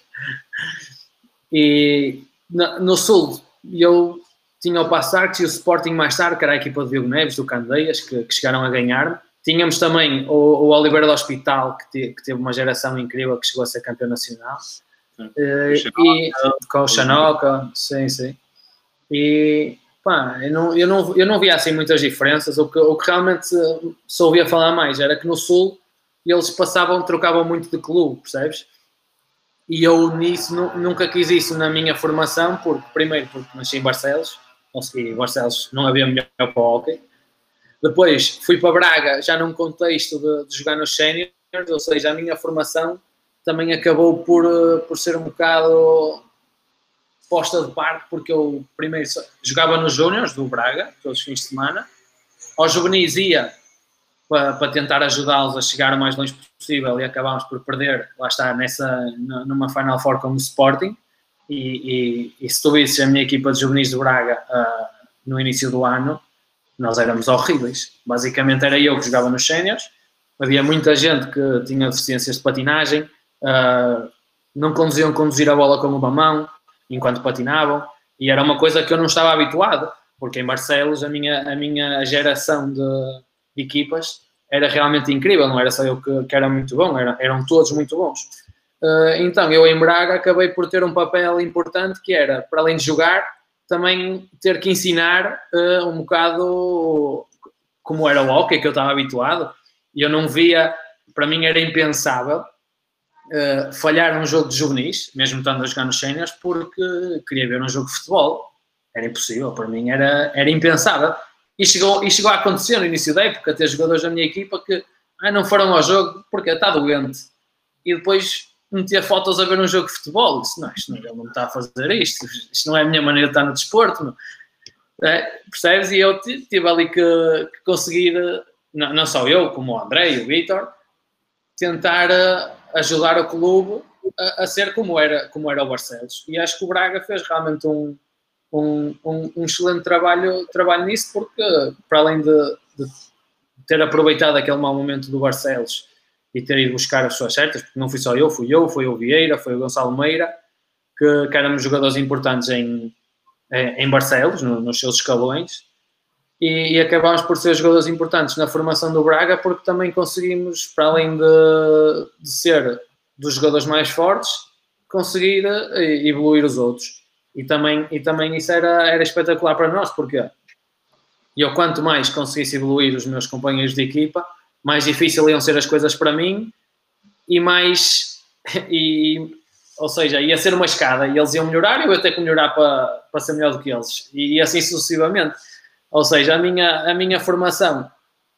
E no, no Sul eu tinha o Paço de Arcos e o Sporting mais tarde, que era a equipa de Diogo Neves, do Candeias, que, que chegaram a ganhar. Tínhamos também o, o Oliveira do Hospital, que, te, que teve uma geração incrível, que chegou a ser campeão nacional. Uh, e com o Xanoca, sim, sim. E pá, eu não, eu, não, eu não via assim muitas diferenças. O que, o que realmente se ouvia falar mais era que no Sul eles passavam, trocavam muito de clube, percebes? E eu nisso nunca quis isso na minha formação, porque primeiro porque nasci em Barcelos, e Barcelos não havia melhor para o hockey. Depois fui para Braga, já num contexto de, de jogar nos séniores, ou seja, a minha formação também acabou por, por ser um bocado posta de parte, porque eu primeiro jogava nos júniores do Braga, todos os fins de semana, aos juvenis ia para, para tentar ajudá-los a chegar o mais longe possível e acabámos por perder, lá está, nessa, numa Final Four como o Sporting, e, e, e se tu visses a minha equipa de juvenis do Braga uh, no início do ano, nós éramos horríveis. Basicamente era eu que jogava nos séniores, havia muita gente que tinha deficiências de patinagem, Uh, não conseguiam conduzir a bola com uma mão enquanto patinavam, e era uma coisa que eu não estava habituado, porque em Barcelos a minha, a minha geração de, de equipas era realmente incrível, não era só eu que, que era muito bom, era, eram todos muito bons. Uh, então eu em Braga acabei por ter um papel importante, que era, para além de jogar, também ter que ensinar uh, um bocado como era o hockey, que eu estava habituado, e eu não via, para mim era impensável Uh, falhar um jogo de juvenis, mesmo estando a jogar nos séniores, porque queria ver um jogo de futebol. Era impossível, para mim era, era impensável. E chegou, e chegou a acontecer no início da época, ter jogadores da minha equipa que ah, não foram ao jogo porque está doente. E depois metia fotos a ver um jogo de futebol. Disse, não, isto não, ele não está a fazer isto, isto não é a minha maneira de estar no desporto. É, percebes? E eu tive ali que, que conseguir, não, não só eu, como o André e o Vítor, tentar ajudar o clube a, a ser como era, como era o Barcelos. E acho que o Braga fez realmente um, um, um, um excelente trabalho, trabalho nisso, porque para além de, de ter aproveitado aquele mau momento do Barcelos e ter ido buscar as suas certas, porque não fui só eu, fui eu, foi o Vieira, foi o Gonçalo Meira, que, que éramos jogadores importantes em, em Barcelos, no, nos seus escalões, e, e acabámos por ser jogadores importantes na formação do Braga, porque também conseguimos, para além de, de ser dos jogadores mais fortes, conseguir evoluir os outros. E também, e também isso era, era espetacular para nós, porque eu, quanto mais conseguisse evoluir os meus companheiros de equipa, mais difícil iam ser as coisas para mim, e mais... E, ou seja, ia ser uma escada, e eles iam melhorar, e eu ia ter que melhorar para, para ser melhor do que eles. E assim sucessivamente. Ou seja, a minha, a minha formação,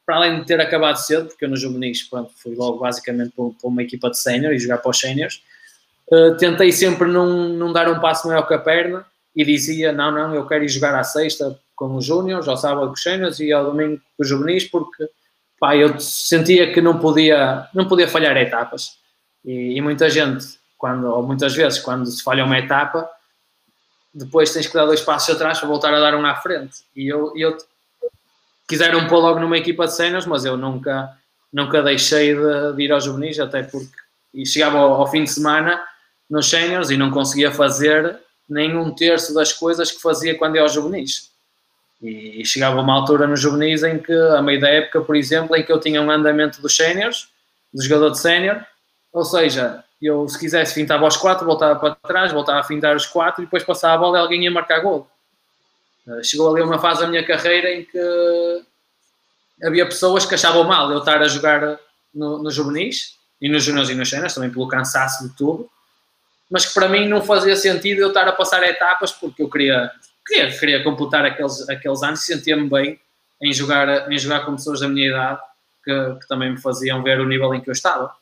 para além de ter acabado cedo, porque eu no juvenis, pronto, fui logo basicamente para, para uma equipa de sénior e jogar para os séniors, uh, tentei sempre não, não dar um passo maior que a perna e dizia, não, não, eu quero ir jogar à sexta com os júniors, ao sábado com os séniors e ao domingo com os juvenis, porque pá, eu sentia que não podia, não podia falhar etapas. E, e muita gente, quando, ou muitas vezes, quando se falha uma etapa, depois tens que dar dois passos atrás para voltar a dar um à frente. E eu, eu quiseram pôr logo numa equipa de séniors, mas eu nunca, nunca deixei de, de ir aos juvenis, até porque e chegava ao, ao fim de semana nos séniors e não conseguia fazer nem um terço das coisas que fazia quando ia aos juvenis. E, e chegava uma altura nos juvenis em que, a meio da época, por exemplo, em que eu tinha um andamento dos séniors, do jogador de sénior, ou seja, eu se quisesse fintava aos quatro, voltava para trás, voltava a fintar os quatro e depois passava a bola e alguém ia marcar gol. Chegou ali uma fase da minha carreira em que havia pessoas que achavam mal eu estar a jogar no, nos juvenis e nos juniors e nos séniors, também pelo cansaço de tudo, mas que para mim não fazia sentido eu estar a passar etapas porque eu queria, queria, queria completar aqueles, aqueles anos e sentia-me bem em jogar, em jogar com pessoas da minha idade que, que também me faziam ver o nível em que eu estava.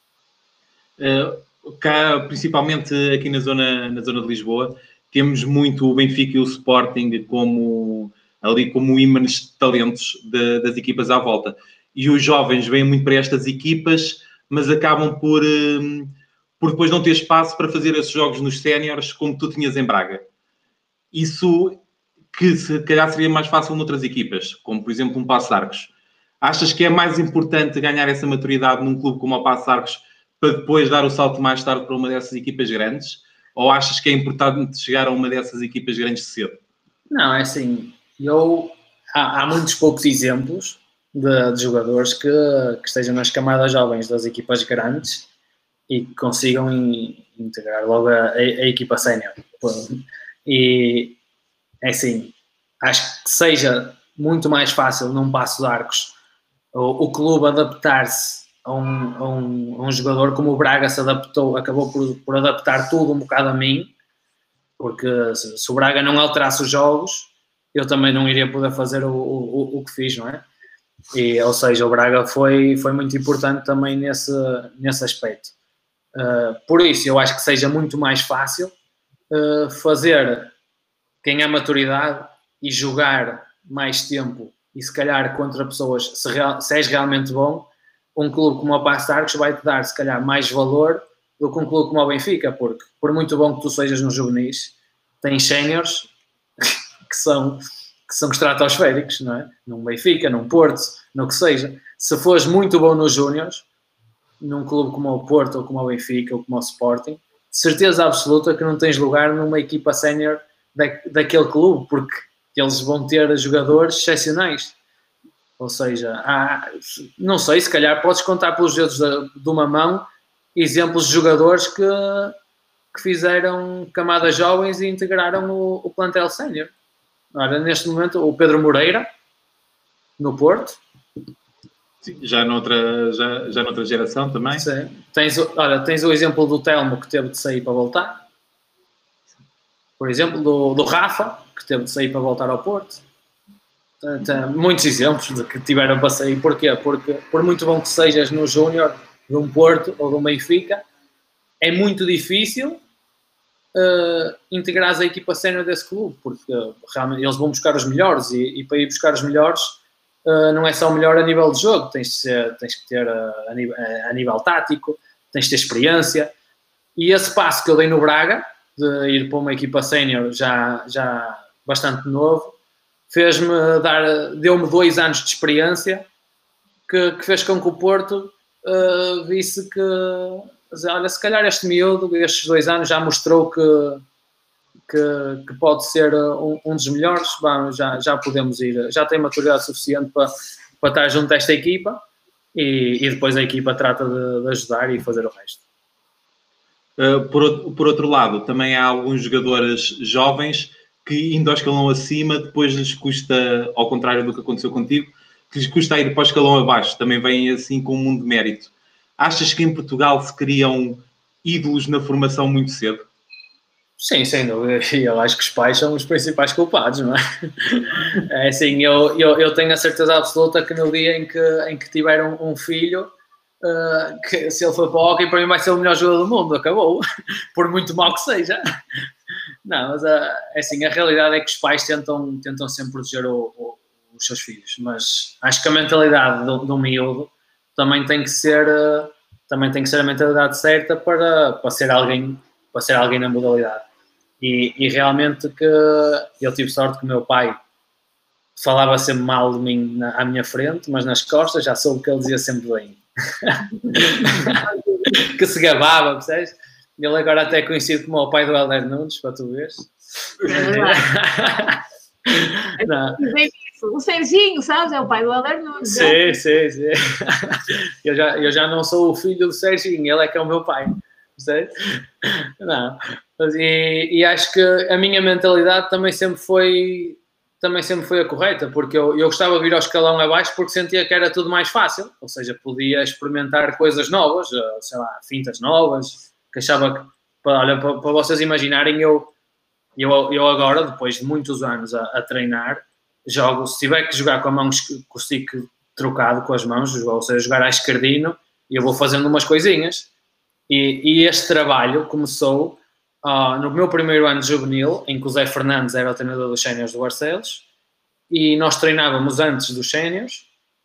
Uh, cá, principalmente aqui na zona, na zona de Lisboa, temos muito o Benfica e o Sporting como, ali como ímãs de talentos de, das equipas à volta. E os jovens vêm muito para estas equipas, mas acabam por, um, por depois não ter espaço para fazer esses jogos nos séniores como tu tinhas em Braga. Isso que se calhar seria mais fácil noutras equipas, como por exemplo um Paços de Arcos. Achas que é mais importante ganhar essa maturidade num clube como o Paços de Arcos para depois dar o salto mais tarde para uma dessas equipas grandes? Ou achas que é importante chegar a uma dessas equipas grandes cedo? Não, é assim, eu, há, há muitos poucos exemplos de, de jogadores que, que estejam nas camadas jovens das equipas grandes e que consigam in, integrar logo a, a, a equipa sénior. E, é assim, acho que seja muito mais fácil num Paços de Arcos o, o clube adaptar-se A um, a, um, a um jogador como o Braga se adaptou, acabou por, por adaptar tudo um bocado a mim, porque se, se o Braga não alterasse os jogos, eu também não iria poder fazer o, o, o que fiz, não é? E, ou seja, o Braga foi, foi muito importante também nesse, nesse aspecto. Uh, por isso, eu acho que seja muito mais fácil uh, fazer quem é maturidade e jogar mais tempo e se calhar contra pessoas, se, real, se és realmente bom, um clube como o Paços de Arcos vai-te dar, se calhar, mais valor do que um clube como o Benfica, porque, por muito bom que tu sejas nos juvenis, tens séniores que são, que são estratosféricos, não é? Num Benfica, num Porto, no que seja. Se fores muito bom nos júniores, num clube como o Porto, ou como o Benfica, ou como o Sporting, certeza absoluta que não tens lugar numa equipa sénior da, daquele clube, porque eles vão ter jogadores excepcionais. Ou seja, há, não sei, se calhar podes contar pelos dedos de, de uma mão exemplos de jogadores que, que fizeram camadas jovens e integraram o, o plantel sénior. Ora, neste momento, o Pedro Moreira, no Porto. Sim, já, noutra, já, já noutra geração também. Sim. Tens, olha, tens o exemplo do Telmo, que teve de sair para voltar. Por exemplo, do, do Rafa, que teve de sair para voltar ao Porto. Tem muitos exemplos de que tiveram para sair. Porquê? Porque, por muito bom que sejas no Júnior, de um Porto ou de um Benfica, é muito difícil uh, integrares a equipa sénior desse clube, porque uh, realmente eles vão buscar os melhores e, e para ir buscar os melhores uh, não é só o melhor a nível de jogo, tens, de ser, tens que ter uh, a, nível, a nível tático, tens de ter experiência. E esse passo que eu dei no Braga, de ir para uma equipa sénior já, já bastante novo, fez-me dar, deu-me dois anos de experiência que, que fez com que o Porto uh, visse que, olha, se calhar este miúdo, estes dois anos já mostrou que, que, que pode ser um, um dos melhores. Bom, já, já podemos ir, já tem maturidade suficiente para, para estar junto a esta equipa e, e depois a equipa trata de, de ajudar e fazer o resto. Uh, por, por outro lado, também há alguns jogadores jovens que indo ao escalão acima, depois lhes custa, ao contrário do que aconteceu contigo, que lhes custa ir para o escalão abaixo, também vêm assim com um mundo de mérito. Achas que em Portugal se criam ídolos na formação muito cedo? Sim, sem dúvida. E eu acho que os pais são os principais culpados, não é? É assim, eu, eu, eu tenho a certeza absoluta que no dia em que, em que tiver um, um filho, uh, que se ele for para o hóquei, para mim vai ser o melhor jogador do mundo, acabou. Por muito mal que seja. Não, mas uh, é assim, a realidade é que os pais tentam, tentam sempre proteger o, o, os seus filhos, mas acho que a mentalidade do, do miúdo também tem que ser, uh, também tem que ser a mentalidade certa para, para ser alguém, para ser alguém na modalidade. E, e realmente que eu tive sorte que o meu pai falava sempre mal de mim na, à minha frente, mas nas costas já soube que ele dizia sempre bem. Que se gabava, percebes? Ele agora até é conhecido como o pai do Helder Nunes, para tu veres. Não. O Serginho, sabes? É o pai do Helder Nunes. Sim, sim, sim. Eu já, eu já não sou o filho do Serginho, ele é que é o meu pai. Percebes? Não. E, e acho que a minha mentalidade também sempre foi também sempre foi a correta, porque eu, eu gostava de vir ao escalão abaixo porque sentia que era tudo mais fácil, ou seja, podia experimentar coisas novas, sei lá, fintas novas, que achava que, olha, para, para vocês imaginarem, eu, eu, eu agora, depois de muitos anos a, a treinar, jogo, se tiver que jogar com a mão, com o stick trocado com as mãos, ou seja, jogar à esquerdino, eu vou fazendo umas coisinhas, e, e este trabalho começou Uh, no meu primeiro ano de juvenil, em que o Zé Fernandes era o treinador dos séniores do Barcelos, e nós treinávamos antes dos séniores,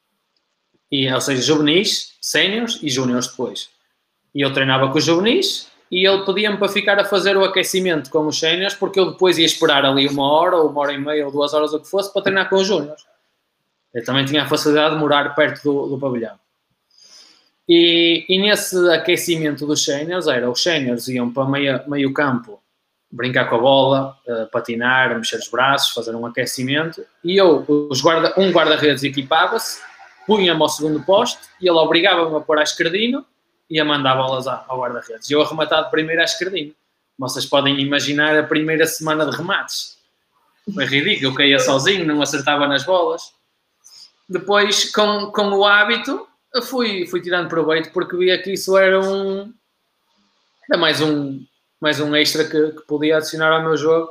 ou seja, juvenis, séniores e júniores depois. E eu treinava com os juvenis, e ele pedia-me para ficar a fazer o aquecimento com os séniores, porque eu depois ia esperar ali uma hora, ou uma hora e meia, ou duas horas, ou o que fosse, para treinar com os júniores. Eu também tinha a facilidade de morar perto do, do pavilhão. E, e nesse aquecimento dos séniores, era os séniores iam para meio, meio campo brincar com a bola, uh, patinar, mexer os braços, fazer um aquecimento, e eu, os guarda, um guarda-redes equipava-se, punha-me ao segundo poste, e ele obrigava-me a pôr à esquerdino e a mandar bolas ao guarda-redes. E eu arrematava primeiro à esquerdino. Vocês podem imaginar a primeira semana de remates. Foi ridículo, eu caía sozinho, não acertava nas bolas. Depois, com, com o hábito, Fui, fui tirando proveito porque via que isso era um era mais um, mais um extra que, que podia adicionar ao meu jogo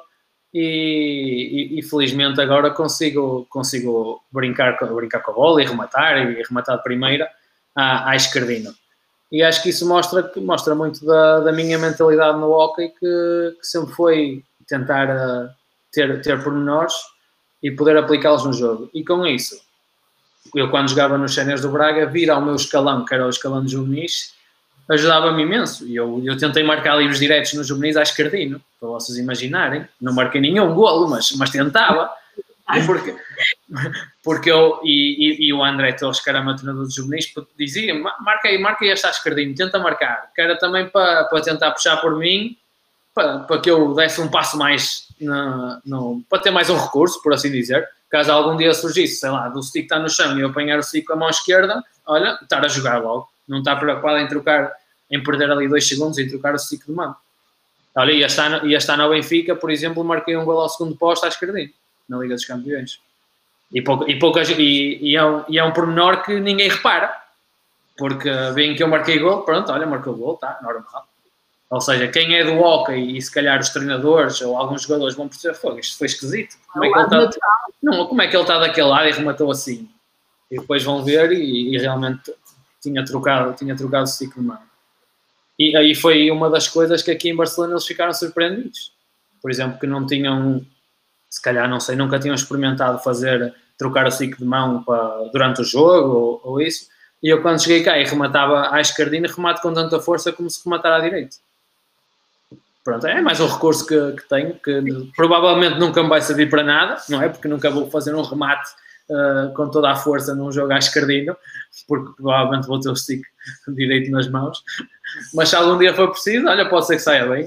e, e, e felizmente agora consigo, consigo brincar, brincar com a bola e rematar e rematar de primeira à, à esquerdina. E acho que isso mostra, mostra muito da, da minha mentalidade no hóquei, que, que sempre foi tentar uh, ter, ter pormenores e poder aplicá-los no jogo. E com isso, eu quando jogava nos séniores do Braga, vir ao meu escalão, que era o escalão de juvenis, ajudava-me imenso. E eu, eu tentei marcar livros diretos nos juvenis à esquerdino, para vocês imaginarem. Não marquei nenhum golo, mas, mas tentava. Porque, porque eu e, e, e o André Torres, que era meu treinador de juvenis, dizia, marca aí, marca aí esta à esquerdino, tenta marcar. Que era também para, para tentar puxar por mim, para, para que eu desse um passo mais, no, no, para ter mais um recurso, por assim dizer. Caso algum dia surgisse, sei lá, do stick estar no chão e eu apanhar o stick com a mão esquerda, olha, estar a jogar logo. Não está preocupado em trocar, em perder ali dois segundos e trocar o stick de mão. Olha, e este ano, e este ano ao Benfica, por exemplo, marquei um gol ao segundo posto à esquerdinha, na Liga dos Campeões. E, pouca, e, poucas, e, e, é um, e é um pormenor que ninguém repara, porque veem que eu marquei gol, pronto, olha, marcou gol, está, normal. Ou seja, quem é do hóquei e se calhar os treinadores ou alguns jogadores vão perceber, fogo, isto foi esquisito. Como é que ele está, não, como é que ele está daquele lado e rematou assim? E depois vão ver e, e realmente tinha trocado, tinha trocado o ciclo de mão. E aí foi uma das coisas que aqui em Barcelona eles ficaram surpreendidos. Por exemplo, que não tinham, se calhar, não sei, nunca tinham experimentado fazer, trocar o ciclo de mão para, durante o jogo ou, ou isso. E eu quando cheguei cá e rematava à esquerdina, remato com tanta força como se rematar à direita. Pronto, é mais um recurso que, que tenho, que provavelmente nunca me vai servir para nada, não é? Porque nunca vou fazer um remate uh, com toda a força num jogo à esquerdino, porque provavelmente vou ter o stick direito nas mãos. Mas se algum dia for preciso, olha, pode ser que saia bem.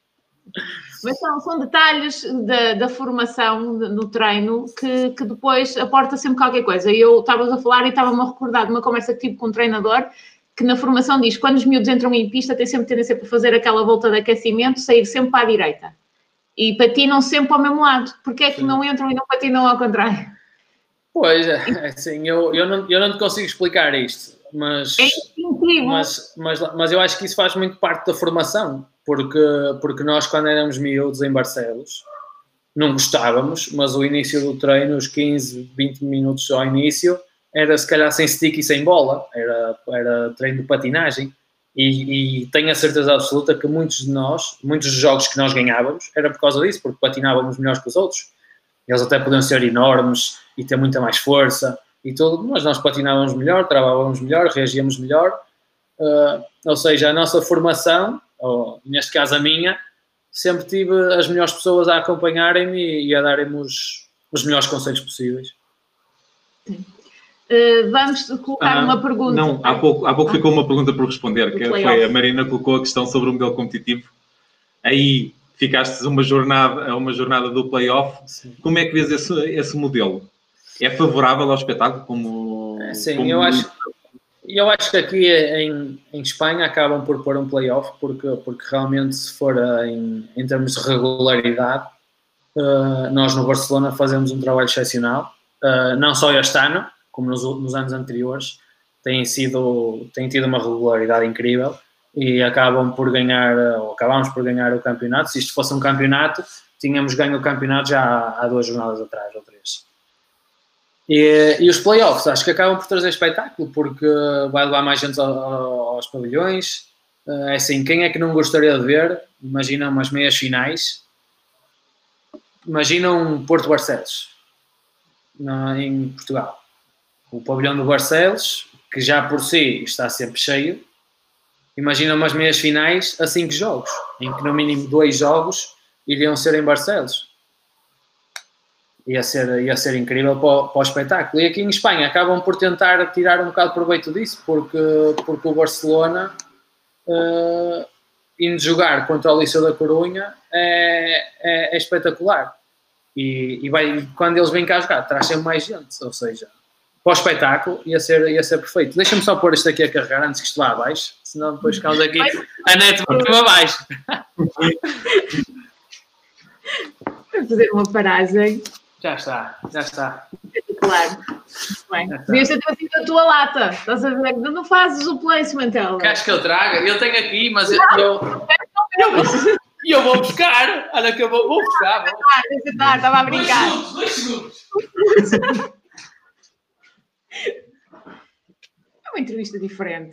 Mas são, são detalhes da, da formação no treino que, que depois aporta sempre qualquer coisa. Eu estava a falar e estava-me a recordar de uma conversa que tive com um treinador que na formação diz, quando os miúdos entram em pista, tem sempre tendência para fazer aquela volta de aquecimento, sair sempre para a direita. E patinam sempre para o mesmo lado. Porquê é que Sim. não entram e não patinam ao contrário? Pois, é assim, eu, eu, não, eu não te consigo explicar isto, mas, é incrível. Mas, mas, mas eu acho que isso faz muito parte da formação, porque, porque nós, quando éramos miúdos em Barcelos, não gostávamos, mas o início do treino, os quinze, vinte minutos ao início, era se calhar sem stick e sem bola, era, era treino de patinagem. E, e tenho a certeza absoluta que muitos de nós, muitos dos jogos que nós ganhávamos, era por causa disso, porque patinávamos melhores que os outros. Eles até podiam ser enormes e ter muita mais força e tudo, mas nós patinávamos melhor, travávamos melhor, reagíamos melhor. Uh, ou seja, a nossa formação, ou neste caso a minha, sempre tive as melhores pessoas a acompanharem-me e a darem-me os, os melhores conselhos possíveis. Sim. Uh, vamos colocar ah, uma pergunta. Não, há pouco, há pouco ah. ficou uma pergunta por responder, que foi a Marina colocou a questão sobre o modelo competitivo. Aí ficaste uma jornada, uma jornada do play-off. Sim. Como é que vês esse, esse modelo? É favorável ao espetáculo? Como, Sim, como... eu acho, eu acho que aqui em, em Espanha acabam por pôr um play-off, porque, porque realmente se for em, em termos de regularidade, uh, nós no Barcelona fazemos um trabalho excepcional, uh, não só este ano, como nos, nos anos anteriores, têm, sido, têm tido uma regularidade incrível e acabam por ganhar, ou acabamos por ganhar o campeonato. Se isto fosse um campeonato, tínhamos ganho o campeonato já há, há duas jornadas atrás, ou três. E, e os playoffs, acho que acabam por trazer espetáculo, porque vai levar mais gente aos, aos pavilhões. É assim, quem é que não gostaria de ver? Imagina umas meias finais. Imagina um Porto Barcelos, em Portugal. O pavilhão do Barcelos, que já por si está sempre cheio, imagina umas meias finais a cinco jogos, em que no mínimo dois jogos iriam ser em Barcelos. Ia ser, ia ser incrível para o, para o espetáculo. E aqui em Espanha acabam por tentar tirar um bocado de proveito disso, porque, porque o Barcelona, uh, indo jogar contra o Liceu da Corunha, é, é, é espetacular. E, e vai, quando eles vêm cá jogar, traz sempre mais gente, ou seja, para o espetáculo ia ser, ia ser perfeito. Deixa-me só pôr isto aqui a carregar antes que isto vá abaixo, senão depois ficamos aqui a net para baixo. Vamos fazer uma paragem. Já está, já está. Claro. Devias ter trazido a tua lata. Estás a ver? Não fazes o placement, ela. Queres que eu traga? Eu tenho aqui, mas eu... eu... E eu vou buscar. Olha que eu vou, vou buscar. Vou. Ah, deixa estar, estava a brincar. Dois segundos, dois segundos. É uma entrevista diferente.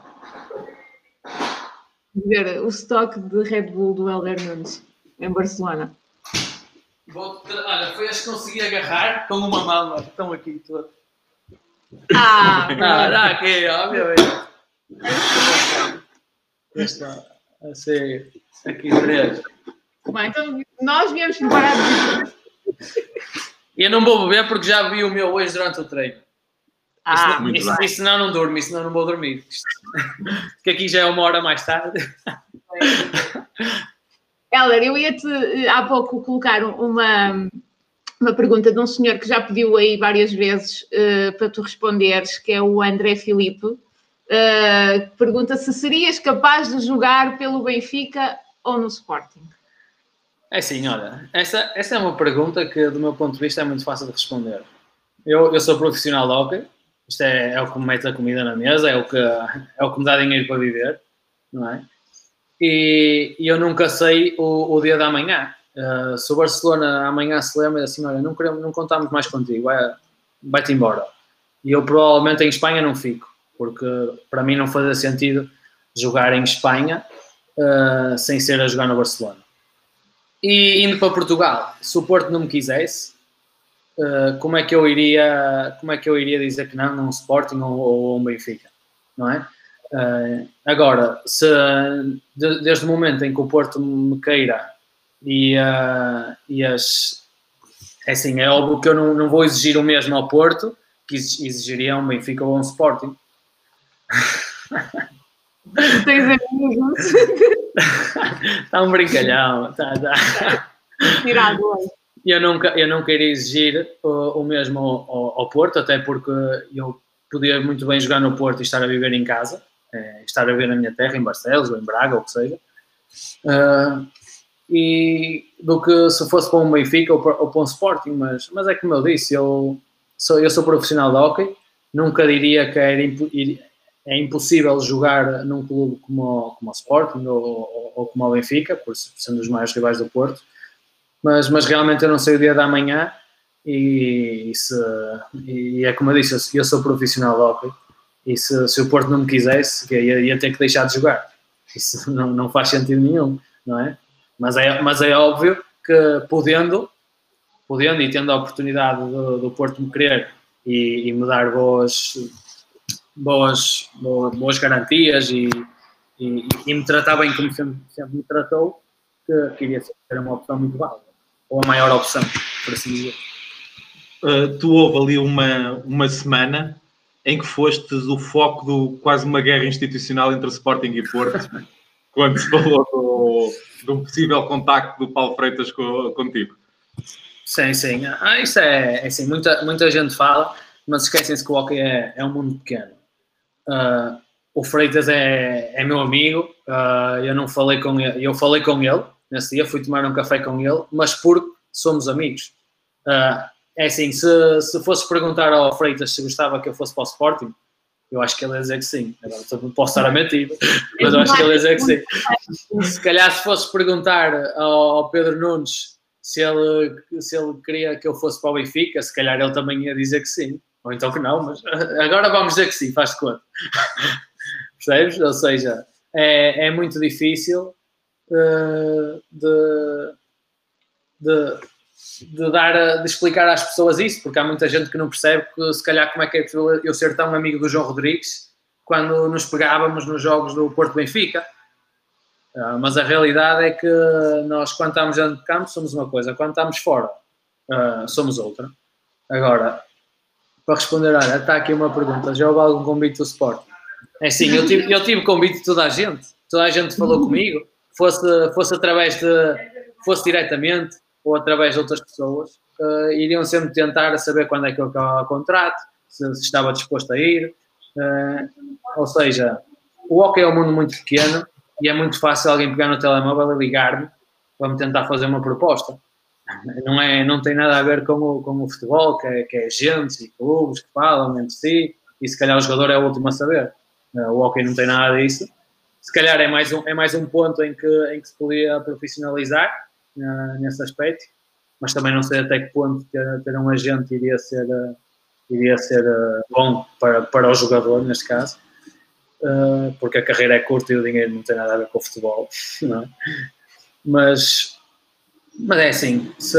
Ver o estoque de Red Bull do Helder Nunes em Barcelona. Vou, olha, foi as que consegui agarrar com uma mão, mas estão aqui todas. Ah, ah, dá aqui, obviamente. Está a ser aqui três. Bem, então nós viemos preparados. Eu não vou beber porque já bebi o meu hoje durante o treino. Ah, e, se, e senão não durmo, e senão não vou dormir. Porque aqui já é uma hora mais tarde. Helder, eu ia-te há pouco colocar uma, uma pergunta de um senhor que já pediu aí várias vezes uh, para tu responderes, que é o André Filipe, uh, que pergunta se serias capaz de jogar pelo Benfica ou no Sporting. É sim, olha, essa, essa é uma pergunta que do meu ponto de vista é muito fácil de responder. Eu, eu sou profissional de hóquei, isto é, é o que me mete a comida na mesa, é o, que, é o que me dá dinheiro para viver, não é? E, e eu nunca sei o, o dia da manhã. Uh, se o Barcelona amanhã se lembra assim, olha, não, queremos, não contamos mais contigo, vai, vai-te embora. E eu provavelmente em Espanha não fico, porque para mim não fazia sentido jogar em Espanha uh, sem ser a jogar no Barcelona. E indo para Portugal, se o Porto não me quisesse, uh, como é que eu iria, como é que eu iria dizer que não, num Sporting ou, ou um Benfica, não é? Uh, agora, se de, desde o momento em que o Porto me queira e, uh, e as, é assim, é óbvio que eu não, não vou exigir o mesmo ao Porto que exigiria um Benfica ou um Sporting. Tens amigos? Está um brincalhão. Está, está. Tirado hoje. Eu nunca, eu nunca iria exigir o, o mesmo ao, ao Porto, até porque eu podia muito bem jogar no Porto e estar a viver em casa. É, estar a viver na minha terra, em Barcelos ou em Braga, ou o que seja, uh, e do que se fosse para um Benfica ou para, ou para um Sporting, mas, mas é como eu disse, eu sou, eu sou profissional de hóquei, nunca diria que era, é impossível jogar num clube como, como o Sporting ou, ou, ou como o Benfica, por sendo os maiores rivais do Porto, mas, mas realmente eu não sei o dia da manhã e, e, se, e é como eu disse, eu, eu sou profissional de hóquei e se, se o Porto não me quisesse, ia, ia ter que deixar de jogar. Isso não, não faz sentido nenhum, não é? Mas é, mas é óbvio que podendo, podendo e tendo a oportunidade do, do Porto me querer e, e me dar boas... Boas, boas, boas garantias e, e, e me tratar bem como sempre, sempre me tratou, que, que iria ser uma opção muito válida, ou a maior opção, por assim dizer. Uh, tu houve ali uma, uma semana em que fostes o foco de quase uma guerra institucional entre o Sporting e Porto, quando se falou do, do possível contacto do Paulo Freitas co, contigo. Sim, sim. Ah, isso é, é assim, muita, muita gente fala, mas esquecem-se que o hockey é, é um mundo pequeno. Uh, o Freitas é, é meu amigo, uh, eu não falei com ele, eu falei com ele nesse dia, fui tomar um café com ele, mas porque somos amigos. Uh, é assim, se, se fosse perguntar ao Freitas se gostava que eu fosse para o Sporting, eu acho que ele ia dizer que sim. Agora posso estar a mentir, mas eu acho que ele ia dizer que sim. Se calhar se fosse perguntar ao, ao Pedro Nunes se ele, se ele queria que eu fosse para o Benfica, se calhar ele também ia dizer que sim. Ou então que não, mas agora vamos dizer que sim, faz de conta. Percebes? Ou seja, é, é muito difícil uh, de, de, de, dar, de explicar às pessoas isso, porque há muita gente que não percebe que se calhar como é que é possível eu ser tão amigo do João Rodrigues quando nos pegávamos nos jogos do Porto Benfica. Uh, mas a realidade é que nós, quando estamos dentro de campo, somos uma coisa, quando estamos fora, uh, somos outra. Agora, para responder, olha, está aqui uma pergunta, já houve algum convite do Sporting? É sim, eu tive, eu tive convite de toda a gente, toda a gente falou comigo, fosse, fosse através de, fosse diretamente ou através de outras pessoas, uh, iriam sempre tentar saber quando é que eu acabava o contrato, se, se estava disposto a ir, uh, ou seja, o hockey é um mundo muito pequeno e é muito fácil alguém pegar no telemóvel e ligar-me para me tentar fazer uma proposta. Não, é, não tem nada a ver com o, com o futebol, que é, que é agentes e clubes que falam entre si, e se calhar o jogador é o último a saber. O hockey não tem nada disso. Se calhar é mais um, é mais um ponto em que, em que se podia profissionalizar uh, nesse aspecto, mas também não sei até que ponto ter, ter um agente iria ser, uh, iria ser uh, bom para, para o jogador, neste caso, uh, porque a carreira é curta e o dinheiro não tem nada a ver com o futebol, não é? Mas... Mas é assim, se,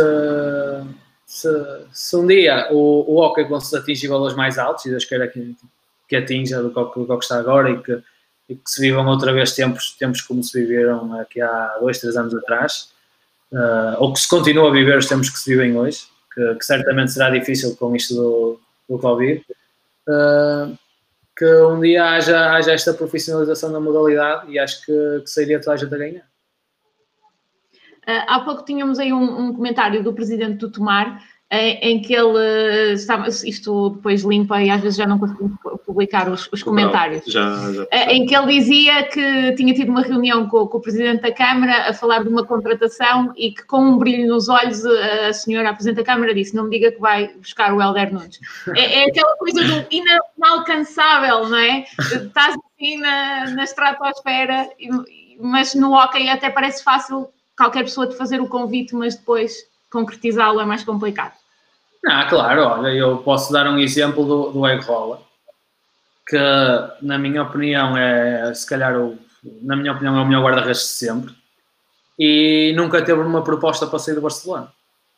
se, se um dia o, o hockey conseguir atingir valores mais altos, e Deus queira que, que atinja do que, do que está agora e que, e que se vivam outra vez tempos, tempos como se viveram aqui há dois, três anos atrás, uh, ou que se continua a viver os tempos que se vivem hoje, que, que certamente será difícil com isto do, do Covid, uh, que um dia haja, haja esta profissionalização da modalidade e acho que, que seria toda a gente a ganhar. Uh, há pouco tínhamos aí um, um comentário do presidente do Tomar, em, em que ele uh, estava, isto depois limpa e às vezes já não conseguimos publicar os, os comentários, já, já. Uh, em que ele dizia que tinha tido uma reunião com, com o presidente da Câmara a falar de uma contratação e que com um brilho nos olhos a senhora, a presidente da Câmara, disse: não me diga que vai buscar o Hélder Nunes. É, é aquela coisa do inalcançável, não é? Estás assim na, na estratosfera, mas no hockey até parece fácil qualquer pessoa te fazer o convite, mas depois concretizá-lo é mais complicado. Ah, claro, olha, eu posso dar um exemplo do, do Egg Roller, que na minha opinião é, se calhar, o, na minha opinião é o melhor guarda-redes de sempre, e nunca teve uma proposta para sair do Barcelona.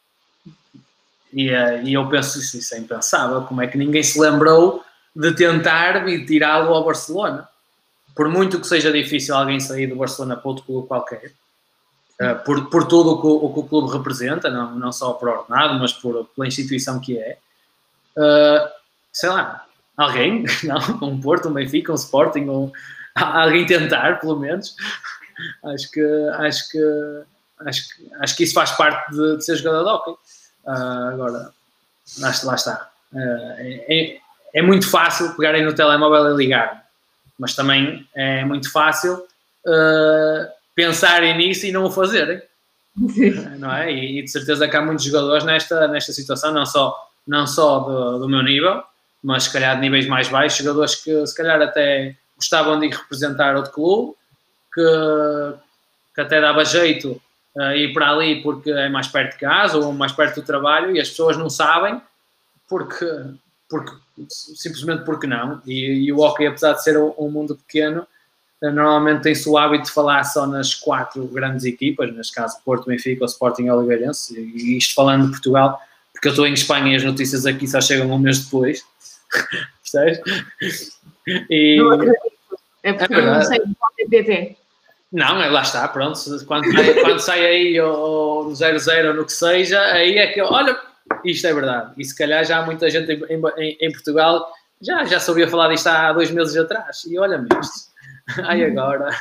E, e eu penso, isso, isso é impensável, como é que ninguém se lembrou de tentar e tirá-lo ao Barcelona? Por muito que seja difícil alguém sair do Barcelona para outro clube qualquer, Uh, por, por tudo o que, o que o clube representa, não, não só por ordenado, mas por, pela instituição que é, uh, sei lá, alguém, não, um Porto, um Benfica, um Sporting, um, alguém tentar, pelo menos, acho que, acho que, acho que, acho que isso faz parte de, de ser jogador de hockey. Uh, agora, lá, lá está. Uh, é, é muito fácil pegarem no telemóvel e ligar, mas também é muito fácil uh, pensarem nisso e não o fazerem. Sim. Não é? E, e de certeza que há muitos jogadores nesta, nesta situação, não só, não só do, do meu nível, mas se calhar de níveis mais baixos, jogadores que se calhar até, gostavam de ir representar outro clube, que, que até dava jeito uh, ir para ali porque é mais perto de casa ou mais perto do trabalho, e as pessoas não sabem porque, porque simplesmente porque não. E, e o hockey, apesar de ser um, um mundo pequeno, uh, normalmente tem-se o hábito de falar só nas quatro grandes equipas, neste caso Porto, Benfica, o Sporting e o Oliveirense, e isto falando de Portugal, porque eu estou em Espanha e as notícias aqui só chegam um mês depois. Percebes? E... Não acredito. É porque é eu não sei do P T. Não, é, lá está, pronto. Quando sai, quando sai aí ou no zero zero ou no que seja, aí é que eu, olha, isto é verdade. E se calhar já há muita gente em, em, em Portugal já, já sabia falar disto há dois meses atrás. E olha-me isto. Ai, agora.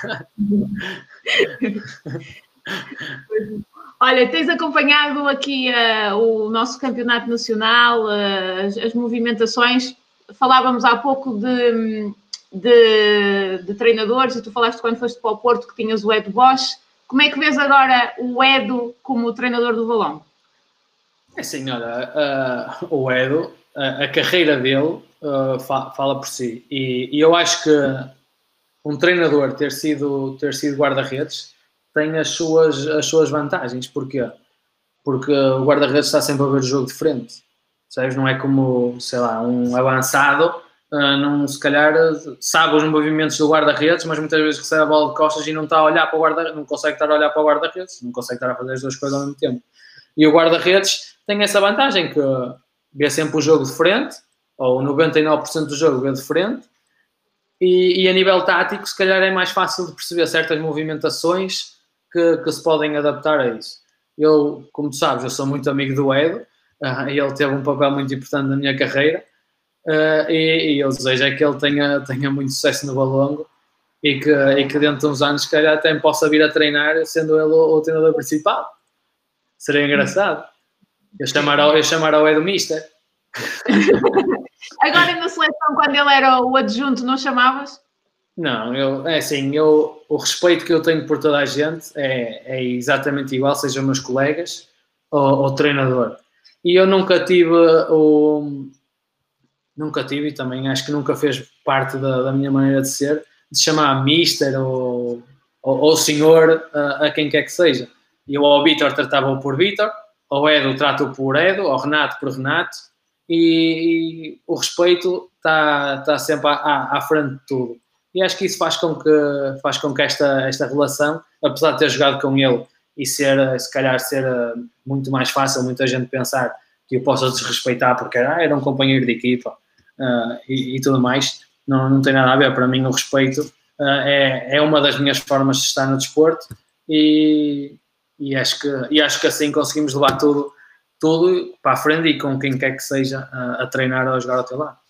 Olha, tens acompanhado aqui uh, o nosso campeonato nacional, uh, as, as movimentações. Falávamos há pouco de, de, de treinadores, e tu falaste quando foste para o Porto que tinhas o Edu Bosch. Como é que vês agora o Edu como treinador do Valongo? É assim, olha, uh, o Edu, uh, a carreira dele uh, fa fala por si. E, e eu acho que um treinador ter sido, ter sido guarda-redes tem as suas, as suas vantagens. Porquê? Porque o guarda-redes está sempre a ver o jogo de frente. Sabes? Não é como, sei lá, um avançado, uh, não, se calhar sabe os movimentos do guarda-redes, mas muitas vezes recebe a bola de costas e não está a olhar para o guarda-redes, não consegue estar a olhar para o guarda-redes, não consegue estar a fazer as duas coisas ao mesmo tempo. E o guarda-redes tem essa vantagem, que vê sempre o jogo de frente, ou noventa e nove por cento do jogo vê de frente, e, e a nível tático, se calhar é mais fácil de perceber certas movimentações que, que se podem adaptar a isso. Eu, como tu sabes, eu sou muito amigo do Edu, uh, e ele teve um papel muito importante na minha carreira, uh, e, e eu desejo é que ele tenha, tenha muito sucesso no Valongo, e que, e que dentro de uns anos, se calhar, até possa vir a treinar, sendo ele o, o treinador principal. Seria engraçado. Eu chamar ao, eu chamar ao Edu Mister. Agora na seleção, quando ele era o adjunto, não chamavas? Não, eu, é assim, eu, o respeito que eu tenho por toda a gente é, é exatamente igual, sejam meus colegas ou, ou treinador. E eu nunca tive o... Nunca tive, e também acho que nunca fez parte da, da minha maneira de ser, de chamar Mister ou, ou, ou Senhor a, a quem quer que seja. Eu ao Vítor tratava-o por Vítor, ao Edu trato-o por Edu, ao Renato por Renato, e, e o respeito está tá sempre à, à frente de tudo. E acho que isso faz com que, faz com que esta, esta relação, apesar de ter jogado com ele e ser, se calhar, ser muito mais fácil, muita gente pensar que eu possa desrespeitar porque ah, era um companheiro de equipa uh, e, e tudo mais, não, não tem nada a ver. Para mim o respeito uh, é, é uma das minhas formas de estar no desporto, e, e, acho, que, e acho que assim conseguimos levar tudo, tudo para a frente e com quem quer que seja uh, a treinar ou a jogar ao teu lado.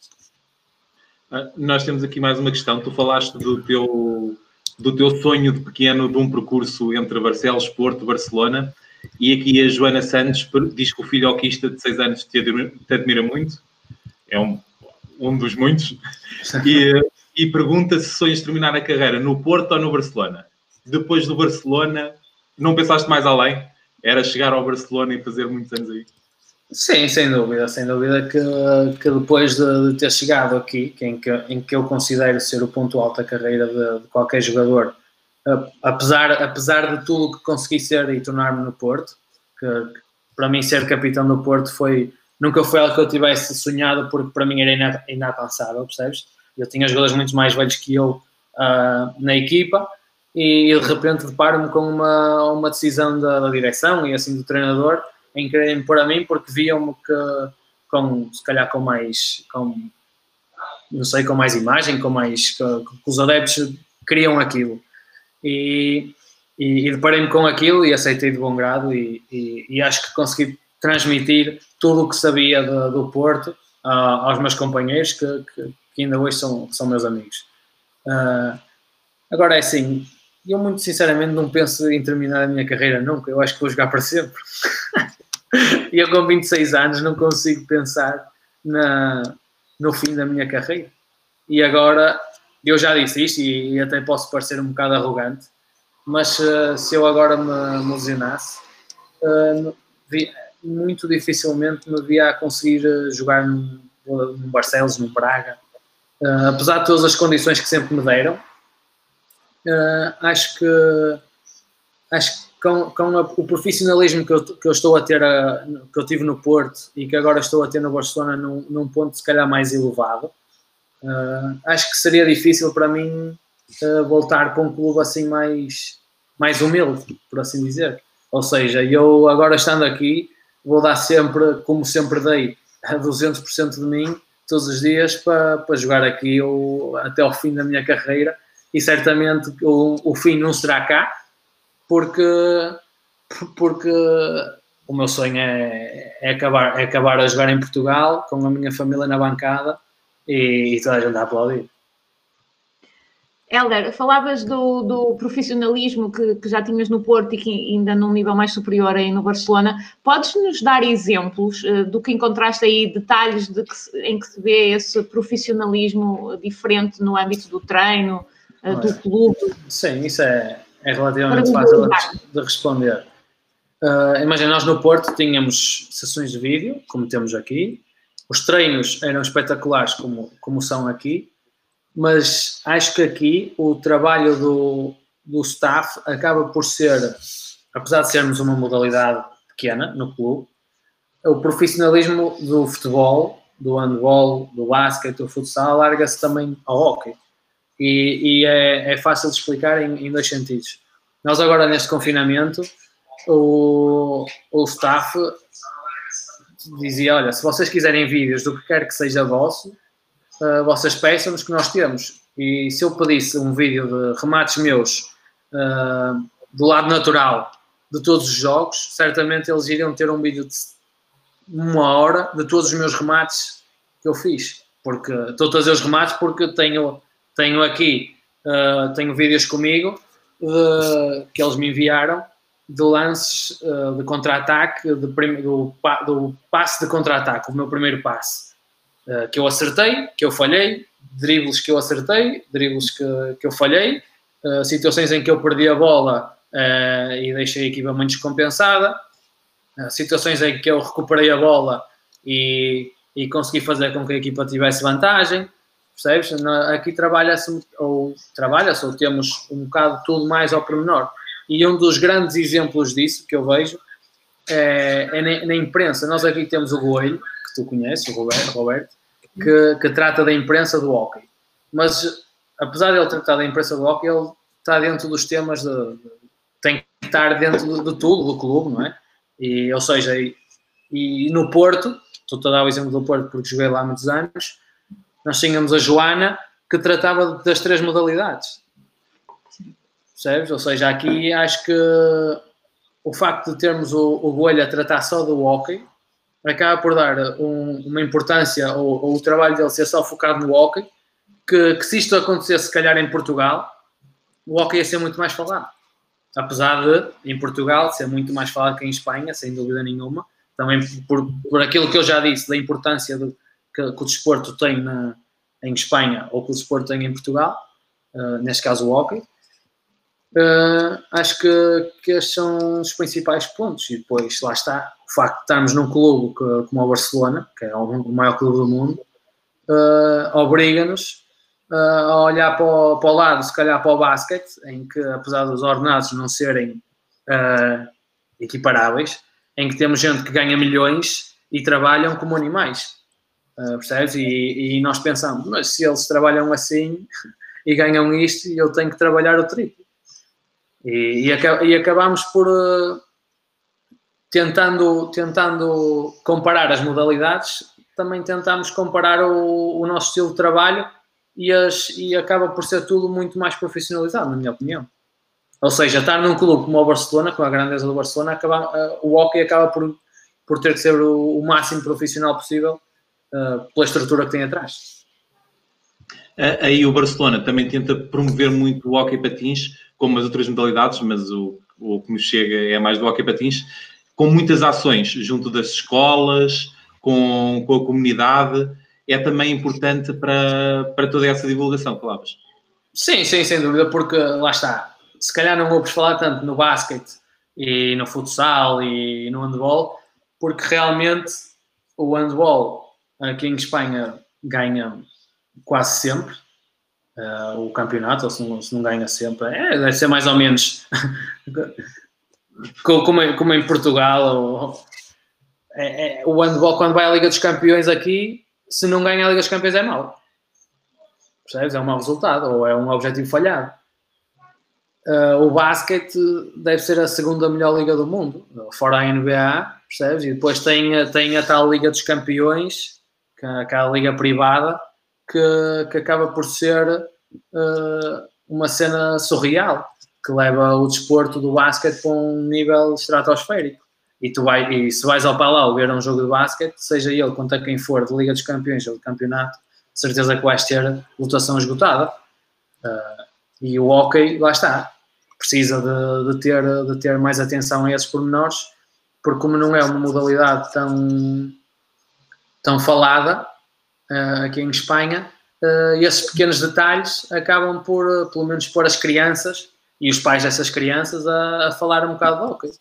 Nós temos aqui mais uma questão. Tu falaste do teu, do teu sonho de pequeno de um percurso entre Barcelos, Porto, Barcelona, e aqui a Joana Santos diz que o filho hoquista de seis anos te admira, te admira muito, é um, um dos muitos, e, e pergunta se sonhas terminar a carreira no Porto ou no Barcelona. Depois do Barcelona, não pensaste mais além? Era chegar ao Barcelona e fazer muitos anos aí? Sim, sem dúvida, sem dúvida que, que depois de, de ter chegado aqui, que em, que, em que eu considero ser o ponto alto da carreira de, de qualquer jogador, apesar, apesar de tudo que consegui ser e tornar-me no Porto, que, que para mim ser capitão do Porto foi, nunca foi algo que eu tivesse sonhado, porque para mim era inalcançável, percebes? Eu tinha jogadores muito mais velhos que eu uh, na equipa, e, e de repente deparo-me com uma, uma decisão da, da direção e assim do treinador, em quererem pôr a mim, porque viam-me que, com, se calhar com mais, com, não sei, com mais imagem, com mais, que, que os adeptos queriam aquilo. E, e, e deparei-me com aquilo e aceitei de bom grado, e, e, e acho que consegui transmitir tudo o que sabia de, do Porto uh, aos meus companheiros, que, que, que ainda hoje são, são meus amigos. Uh, agora é assim, eu muito sinceramente não penso em terminar a minha carreira nunca, eu acho que vou jogar para sempre. E eu com vinte e seis anos não consigo pensar na, no fim da minha carreira. E agora, eu já disse isto e, e até posso parecer um bocado arrogante, mas uh, se eu agora me, me lesionasse, uh, vi, muito dificilmente me via a conseguir jogar num, num Barcelos, num Braga, Uh, apesar de todas as condições que sempre me deram, uh, acho que acho que com, com a, o profissionalismo que eu, que eu estou a ter, a, que eu tive no Porto e que agora estou a ter no Barcelona num, num ponto se calhar mais elevado, uh, acho que seria difícil para mim uh, voltar para um clube assim mais, mais humilde, por assim dizer. Ou seja, eu agora estando aqui vou dar sempre, como sempre dei, a duzentos por cento de mim todos os dias para, para jogar aqui eu, até ao fim da minha carreira, e certamente o, o fim não será cá, porque, porque o meu sonho é, é, acabar, é acabar a jogar em Portugal com a minha família na bancada e, e toda a gente a aplaudir. Hélder, falavas do, do profissionalismo que, que já tinhas no Porto e que ainda num nível mais superior aí no Barcelona. Podes-nos dar exemplos uh, do que encontraste aí, detalhes de que se, em que se vê esse profissionalismo diferente no âmbito do treino, uh, do clube? Sim, isso é, é relativamente fácil de, de responder. Uh, imagina, nós no Porto tínhamos sessões de vídeo, como temos aqui. Os treinos eram espetaculares, como, como são aqui. Mas acho que aqui o trabalho do, do staff acaba por ser, apesar de sermos uma modalidade pequena no clube, o profissionalismo do futebol, do handball, do basquete, do futsal, alarga-se também ao hóquei. E, e é, é fácil de explicar em, em dois sentidos. Nós agora, neste confinamento, o, o staff dizia, olha, se vocês quiserem vídeos do que quer que seja vosso, Uh, vocês peçam-nos que nós temos. E se eu pedisse um vídeo de remates meus uh, do lado natural de todos os jogos, certamente eles iriam ter um vídeo de uma hora de todos os meus remates que eu fiz. Porque estou a fazer os remates porque tenho, tenho aqui uh, tenho vídeos comigo uh, que eles me enviaram de lances uh, de contra-ataque, de prim- do, do passe de contra-ataque, o meu primeiro passe. Uh, que eu acertei, que eu falhei, dribles que eu acertei, dribles que, que eu falhei, uh, situações em que eu perdi a bola uh, e deixei a equipa muito descompensada, uh, situações em que eu recuperei a bola e, e consegui fazer com que a equipa tivesse vantagem, percebes? Aqui trabalha-se, ou trabalha-se, ou temos um bocado tudo mais ao pormenor. E um dos grandes exemplos disso que eu vejo é, é na, na imprensa. Nós aqui temos o Goelho, que tu conheces, o Roberto, Roberto Que, que trata da imprensa do hóquei. Mas, apesar de ele tratar da imprensa do hóquei, ele está dentro dos temas, de, de, tem que estar dentro de, de tudo, do clube, não é? E, ou seja, e, e no Porto, estou a dar o exemplo do Porto porque joguei lá há muitos anos, nós tínhamos a Joana que tratava das três modalidades. Percebes? Ou seja, aqui acho que o facto de termos o, o Goelho a tratar só do hóquei acaba por dar um, uma importância, ou, ou o trabalho dele ser só focado no hóquei, que, que se isto acontecesse, se calhar, em Portugal, o hóquei ia ser muito mais falado. Apesar de, em Portugal, ser muito mais falado que em Espanha, sem dúvida nenhuma, também por, por aquilo que eu já disse, da importância do, que, que o desporto tem na, em Espanha, ou que o desporto tem em Portugal, uh, neste caso o hóquei. Uh, acho que, que estes são os principais pontos. E depois, lá está, o facto de estarmos num clube que, como o Barcelona, que é o maior clube do mundo, uh, obriga-nos uh, a olhar para o, para o lado, se calhar para o basquete, em que, apesar dos ordenados não serem uh, equiparáveis, em que temos gente que ganha milhões e trabalham como animais, uh, percebes? E, e nós pensamos, mas se eles trabalham assim e ganham isto, eu tenho que trabalhar o triplo. E, e, e acabamos por uh, tentando, tentando comparar as modalidades, também tentamos comparar o, o nosso estilo de trabalho e, as, e acaba por ser tudo muito mais profissionalizado, na minha opinião. Ou seja, estar num clube como o Barcelona, com a grandeza do Barcelona, acaba, uh, o hóquei acaba por, por ter que ser o, o máximo profissional possível uh, pela estrutura que tem atrás. Aí o Barcelona também tenta promover muito o hóquei patins, como as outras modalidades, mas o, o que nos chega é mais do hóquei patins, com muitas ações junto das escolas, com, com a comunidade. É também importante para, para toda essa divulgação, palavras. Sim, sim, sem dúvida, porque lá está. Se calhar não ouves falar tanto no basquete e no futsal e no handball, porque realmente o handball aqui em Espanha ganha quase sempre uh, o campeonato, ou se não, se não ganha sempre, é, deve ser mais ou menos como, em, como em Portugal. Ou, é, é, o handball, quando vai à Liga dos Campeões aqui, se não ganha a Liga dos Campeões é mau. Percebes? É um mau resultado, ou é um objetivo falhado. Uh, o basquete deve ser a segunda melhor liga do mundo, fora a N B A, percebes? E depois tem, tem a tal Liga dos Campeões, que é aquela liga privada, que, que acaba por ser uh, uma cena surreal, que leva o desporto do basquete para um nível estratosférico. E, tu vai, e se vais ao Palau ver um jogo de basquete, seja ele contra quem for, de Liga dos Campeões ou de campeonato, de certeza que vais ter lotação esgotada. Uh, e o hóquei, lá está, precisa de, de, ter, de ter mais atenção a esses pormenores, porque como não é uma modalidade tão, tão falada uh, aqui em Espanha, uh, esses pequenos detalhes acabam por, uh, pelo menos, pôr as crianças e os pais dessas crianças a, a falar um bocado de hóquei.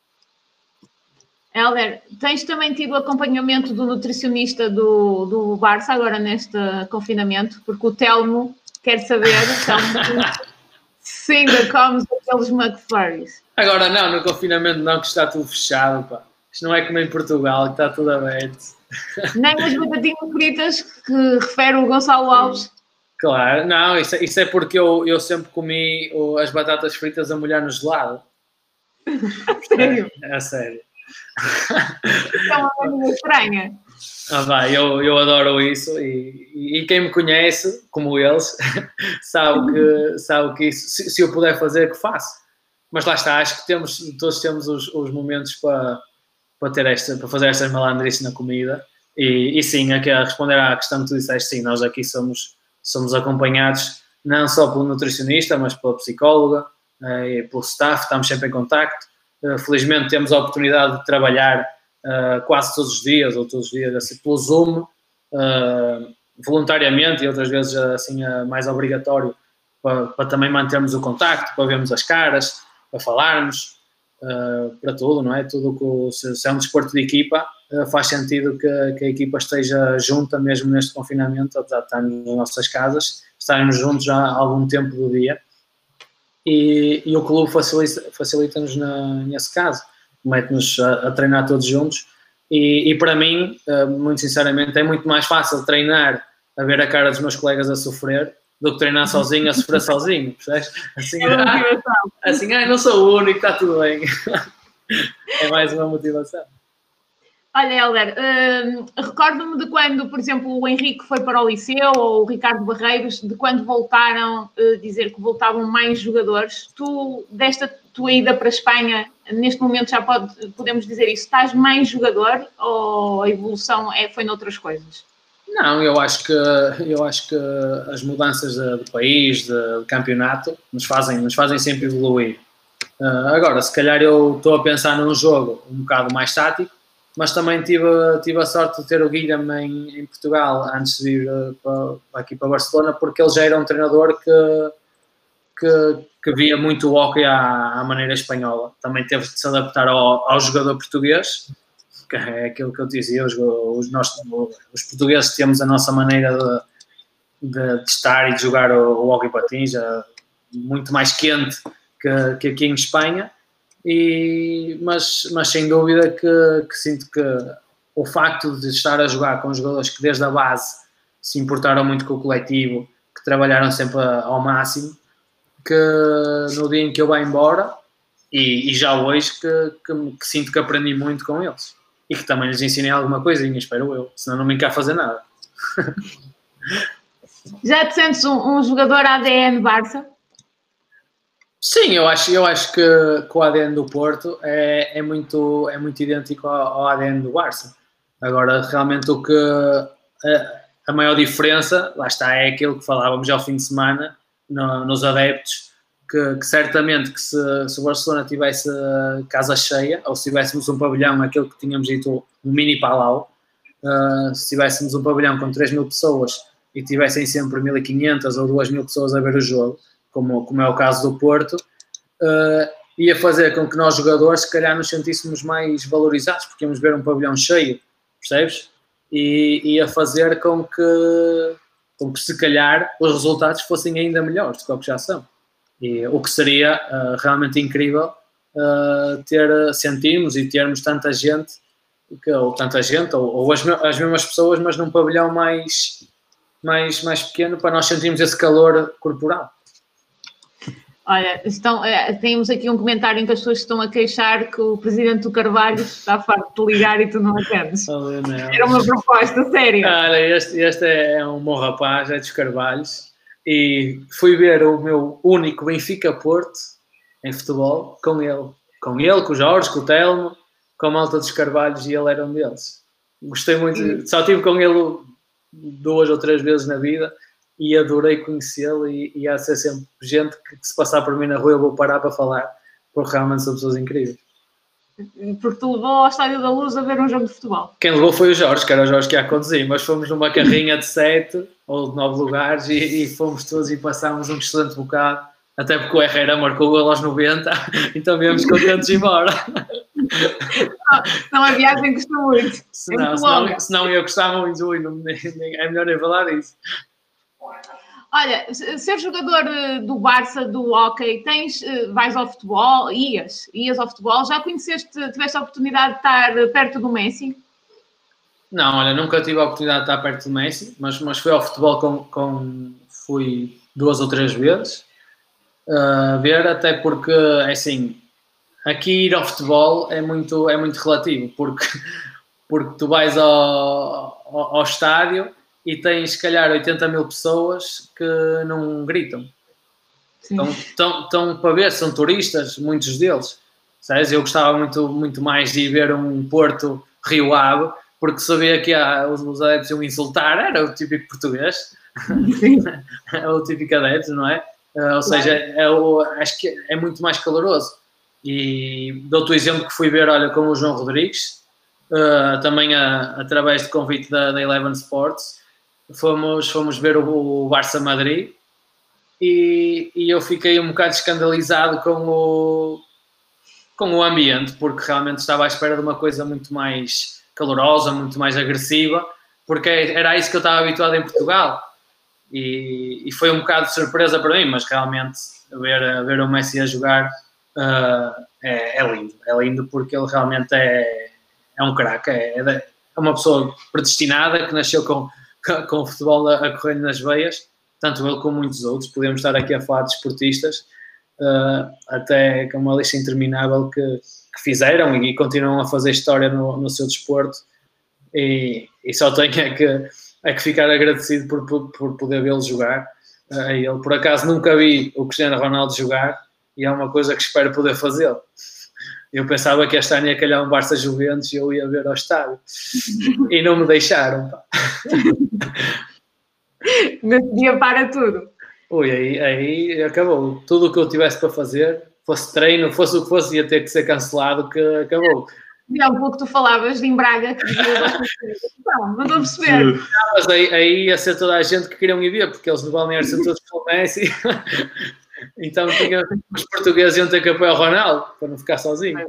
Hélder, tens também tido acompanhamento do nutricionista do, do Barça agora neste confinamento, porque o Telmo quer saber Telmo, se ainda comes aqueles McFlurries. Agora não, no confinamento não, que está tudo fechado, pá. Isto não é como em Portugal, que está tudo aberto. Nem as batatinhas fritas que refere o Gonçalo Alves. Claro, não, isso, isso é porque eu, eu sempre comi as batatas fritas a molhar no gelado. A sério? É, é sério. É uma coisa estranha. Ah, vai, eu, eu adoro isso e, e quem me conhece, como eles, sabe que, sabe que isso, se, se eu puder fazer, que faço. Mas lá está, acho que temos, todos temos os, os momentos para, para, ter esta, para fazer estas malandrices na comida. E, e sim, aqui a responder à questão que tu disseste, sim, nós aqui somos, somos acompanhados não só pelo nutricionista, mas pela psicóloga e pelo staff, estamos sempre em contacto. Felizmente temos a oportunidade de trabalhar uh, quase todos os dias, ou todos os dias, assim, pelo Zoom, uh, voluntariamente, e outras vezes assim, uh, mais obrigatório, para, para também mantermos o contacto, para vermos as caras, para falarmos, uh, para tudo, não é? Tudo que, se, se é um desporto de equipa, uh, faz sentido que, que a equipa esteja junta mesmo neste confinamento, apesar de estarmos nas nossas casas, estarmos juntos já há algum tempo do dia. E, e o clube facilita, facilita-nos na, nesse caso, mete-nos a, a treinar todos juntos e, e para mim, muito sinceramente, é muito mais fácil treinar a ver a cara dos meus colegas a sofrer do que treinar sozinho a sofrer sozinho, percebes? Assim, ah, assim, ah, não sou o único, está tudo bem. É mais uma motivação. Olha, Hélder, uh, recordo-me de quando, por exemplo, o Henrique foi para o Liceu, ou o Ricardo Barreiros, de quando voltaram, uh, dizer que voltavam mais jogadores. Tu, desta tua ida para a Espanha, neste momento já pode, podemos dizer isso, estás mais jogador ou a evolução é, foi noutras coisas? Não, eu acho que, eu acho que as mudanças de, de país, de, de campeonato, nos fazem, nos fazem sempre evoluir. Uh, agora, se calhar eu estou a pensar num jogo um bocado mais tático, mas também tive, tive a sorte de ter o Guilherme em, em Portugal antes de ir uh, para, aqui para Barcelona, porque ele já era um treinador que, que, que via muito o hóquei à, à maneira espanhola. Também teve de se adaptar ao, ao jogador português, que é aquilo que eu dizia, os, os, nós, os portugueses temos a nossa maneira de, de, de estar e de jogar o, o hóquei patins, muito mais quente que, que aqui em Espanha. E, mas, mas sem dúvida que, que sinto que o facto de estar a jogar com jogadores que desde a base se importaram muito com o coletivo, que trabalharam sempre ao máximo, que no dia em que eu vá embora, e, e já hoje, que, que, que sinto que aprendi muito com eles. E que também lhes ensinei alguma coisinha, espero eu, senão não me quero fazer nada. Já te sentes um, um jogador A D N Barça? Sim, eu acho, eu acho que, que o A D N do Porto é, é, muito, é muito idêntico ao, ao A D N do Barça. Agora, realmente o que a, a maior diferença, lá está, é aquilo que falávamos ao fim de semana no, nos adeptos, que, que certamente que se, se o Barcelona tivesse casa cheia, ou se tivéssemos um pavilhão, aquilo que tínhamos dito, um mini Palau, uh, se tivéssemos um pavilhão com três mil pessoas e tivessem sempre mil e quinhentas ou duas mil pessoas a ver o jogo, Como, como é o caso do Porto, uh, ia fazer com que nós jogadores, se calhar, nos sentíssemos mais valorizados, porque íamos ver um pavilhão cheio, percebes? E ia fazer com que, porque se calhar os resultados fossem ainda melhores do que já são. E, o que seria uh, realmente incrível uh, ter, sentirmos e termos tanta gente, que, ou tanta gente, ou, ou as, as mesmas pessoas, mas num pavilhão mais, mais, mais pequeno, para nós sentirmos esse calor corporal. Olha, estão, é, temos aqui um comentário em que as pessoas estão a queixar que o presidente do Carvalho está farto de ligar e tu não atendes. Oh, não. Era uma proposta séria. Olha, este, este é um bom rapaz, é dos Carvalhos, e fui ver o meu único Benfica Porto em futebol com ele. Com ele, com o Jorge, com o Telmo, com a malta dos Carvalhos, e ele era um deles. Gostei muito, só estive com ele duas ou três vezes na vida, e adorei conhecê-lo, e, e há de ser sempre gente que, que se passar por mim na rua eu vou parar para falar, porque realmente são pessoas incríveis. Porque tu levou ao Estádio da Luz a ver um jogo de futebol. Quem levou foi o Jorge, que era o Jorge que ia conduzir, mas fomos numa carrinha de sete ou de nove lugares e, e fomos todos e passámos um excelente bocado, até porque o Herrera marcou o gol aos noventa, então viemos contentes embora. Não, a viagem custa muito. Se não, se não, se não eu gostava muito, ui, não, nem, nem, é melhor nem falar disso. Olha, ser jogador do Barça, do hóquei, tens, vais ao futebol, ias, ias ao futebol, já conheceste, tiveste a oportunidade de estar perto do Messi? Não, olha, nunca tive a oportunidade de estar perto do Messi, mas, mas fui ao futebol com, com fui duas ou três vezes a uh, ver, até porque, assim, aqui ir ao futebol é muito, é muito relativo, porque, porque tu vais ao, ao, ao estádio e tens, se calhar, oitenta mil pessoas que não gritam. Estão, estão, estão para ver, são turistas, muitos deles. Sabes? Eu gostava muito, muito mais de ir ver um Porto Rio Ave, porque sabia que ah, os, os adeptos iam insultar, era o típico português. É o típico adepto, não é? Uh, ou seja, é o, acho que é muito mais caloroso. E dou-te o exemplo que fui ver, olha, com o João Rodrigues, uh, também a, através de convite da, da Eleven Sports. Fomos, fomos ver o, o Barça Madrid e, e eu fiquei um bocado escandalizado com o, com o ambiente, porque realmente estava à espera de uma coisa muito mais calorosa, muito mais agressiva, porque era isso que eu estava habituado em Portugal. E, e foi um bocado de surpresa para mim, mas realmente ver, ver o Messi a jogar uh, é, é lindo. É lindo porque ele realmente é, é um craque, é, é uma pessoa predestinada que nasceu com com o futebol a, a correr nas veias, tanto ele como muitos outros. Podemos estar aqui a falar de esportistas, uh, até com uma lista interminável que, que fizeram e, e continuam a fazer história no, no seu desporto, e, e só tenho é que, é que ficar agradecido por, por, por poder vê-lo jogar. Uh, ele, por acaso, nunca vi o Cristiano Ronaldo jogar, e é uma coisa que espero poder fazê-lo. Eu pensava que este ano ia calhar um Barça Juventus e eu ia ver ao estádio. E não me deixaram, pá. Nesse dia para tudo. Ui, aí, aí acabou. Tudo o que eu tivesse para fazer, fosse treino, fosse o que fosse, ia ter que ser cancelado, que acabou. E há um pouco tu falavas de em Braga, que não, não estou a perceber. Não, mas aí, aí ia ser toda a gente que queriam ir ver, porque eles no balneário são todos pelo Messi. Então tinha, os portugueses iam ter que apoiar o Ronaldo, para não ficar sozinho.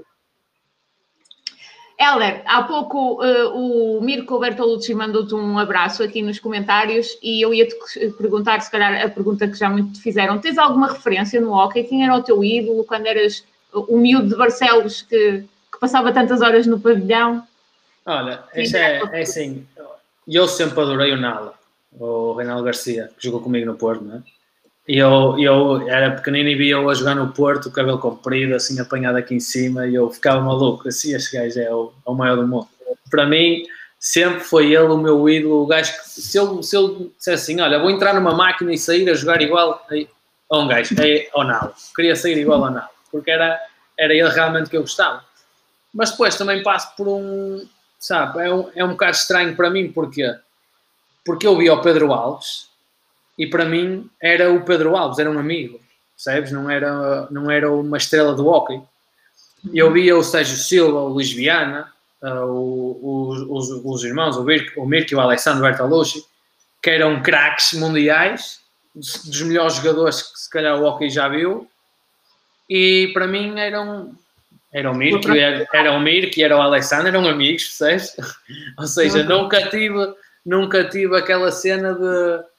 Helder, há pouco uh, o Mirko Bertolucci mandou-te um abraço aqui nos comentários e eu ia-te perguntar, se calhar, a pergunta que já muito te fizeram. Tens alguma referência no hóquei? Quem era o teu ídolo quando eras o miúdo de Barcelos que, que passava tantas horas no pavilhão? Olha, isso é, é assim, eu sempre adorei o Nala, o Reinaldo Garcia, que jogou comigo no Porto, não é? E eu, eu era pequenino e via-o a jogar no Porto, o cabelo comprido, assim apanhado aqui em cima, e eu ficava maluco, assim, este gajo é o, é o maior do mundo. Para mim, sempre foi ele o meu ídolo, o gajo que, se eu, se eu dissesse assim, olha, vou entrar numa máquina e sair a jogar igual a um gajo, é ao Nalo, queria sair igual ao Nalo, porque era, era ele realmente que eu gostava. Mas depois também passo por um, sabe, é um, é um bocado estranho para mim, porque porque eu vi o Pedro Alves, e para mim era o Pedro Alves, era um amigo, percebes? Não era, não era uma estrela do hóquei. Eu via o Sérgio Silva, o Luís Viana, uh, o, os, os, os irmãos, o Mirko, o Mirko e o Alessandro Bertolucci, que eram craques mundiais, dos, dos melhores jogadores que se calhar o hóquei já viu, e para mim eram, era o Mirko, era, era o Mirko e era o Alessandro, eram amigos, percebes? Ou seja, nunca tive, nunca tive aquela cena de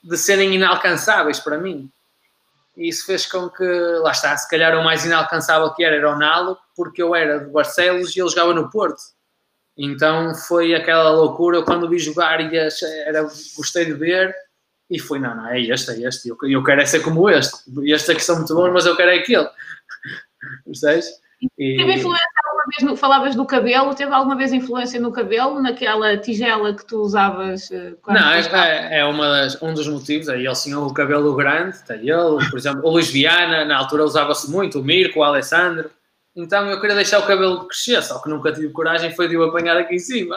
de serem inalcançáveis para mim. E isso fez com que, lá está, se calhar o mais inalcançável que era era o Nalo, porque eu era de Barcelos e ele jogava no Porto. Então foi aquela loucura, eu quando vi jogar e era, gostei de ver, e fui, não, não, é este, é este, eu, eu quero é ser como este. Estes aqui são muito bons, mas eu quero é aquele. Percebes? E... Teve influência alguma vez, no, falavas do cabelo, teve alguma vez influência no cabelo, naquela tigela que tu usavas? Quando não, é, é uma das, um dos motivos, é ele sim, o cabelo grande, tem ele, por exemplo, o Luís Viana, na altura usava-se muito, o Mirko, o Alessandro, então eu queria deixar o cabelo crescer, só que nunca tive coragem, foi de o apanhar aqui em cima.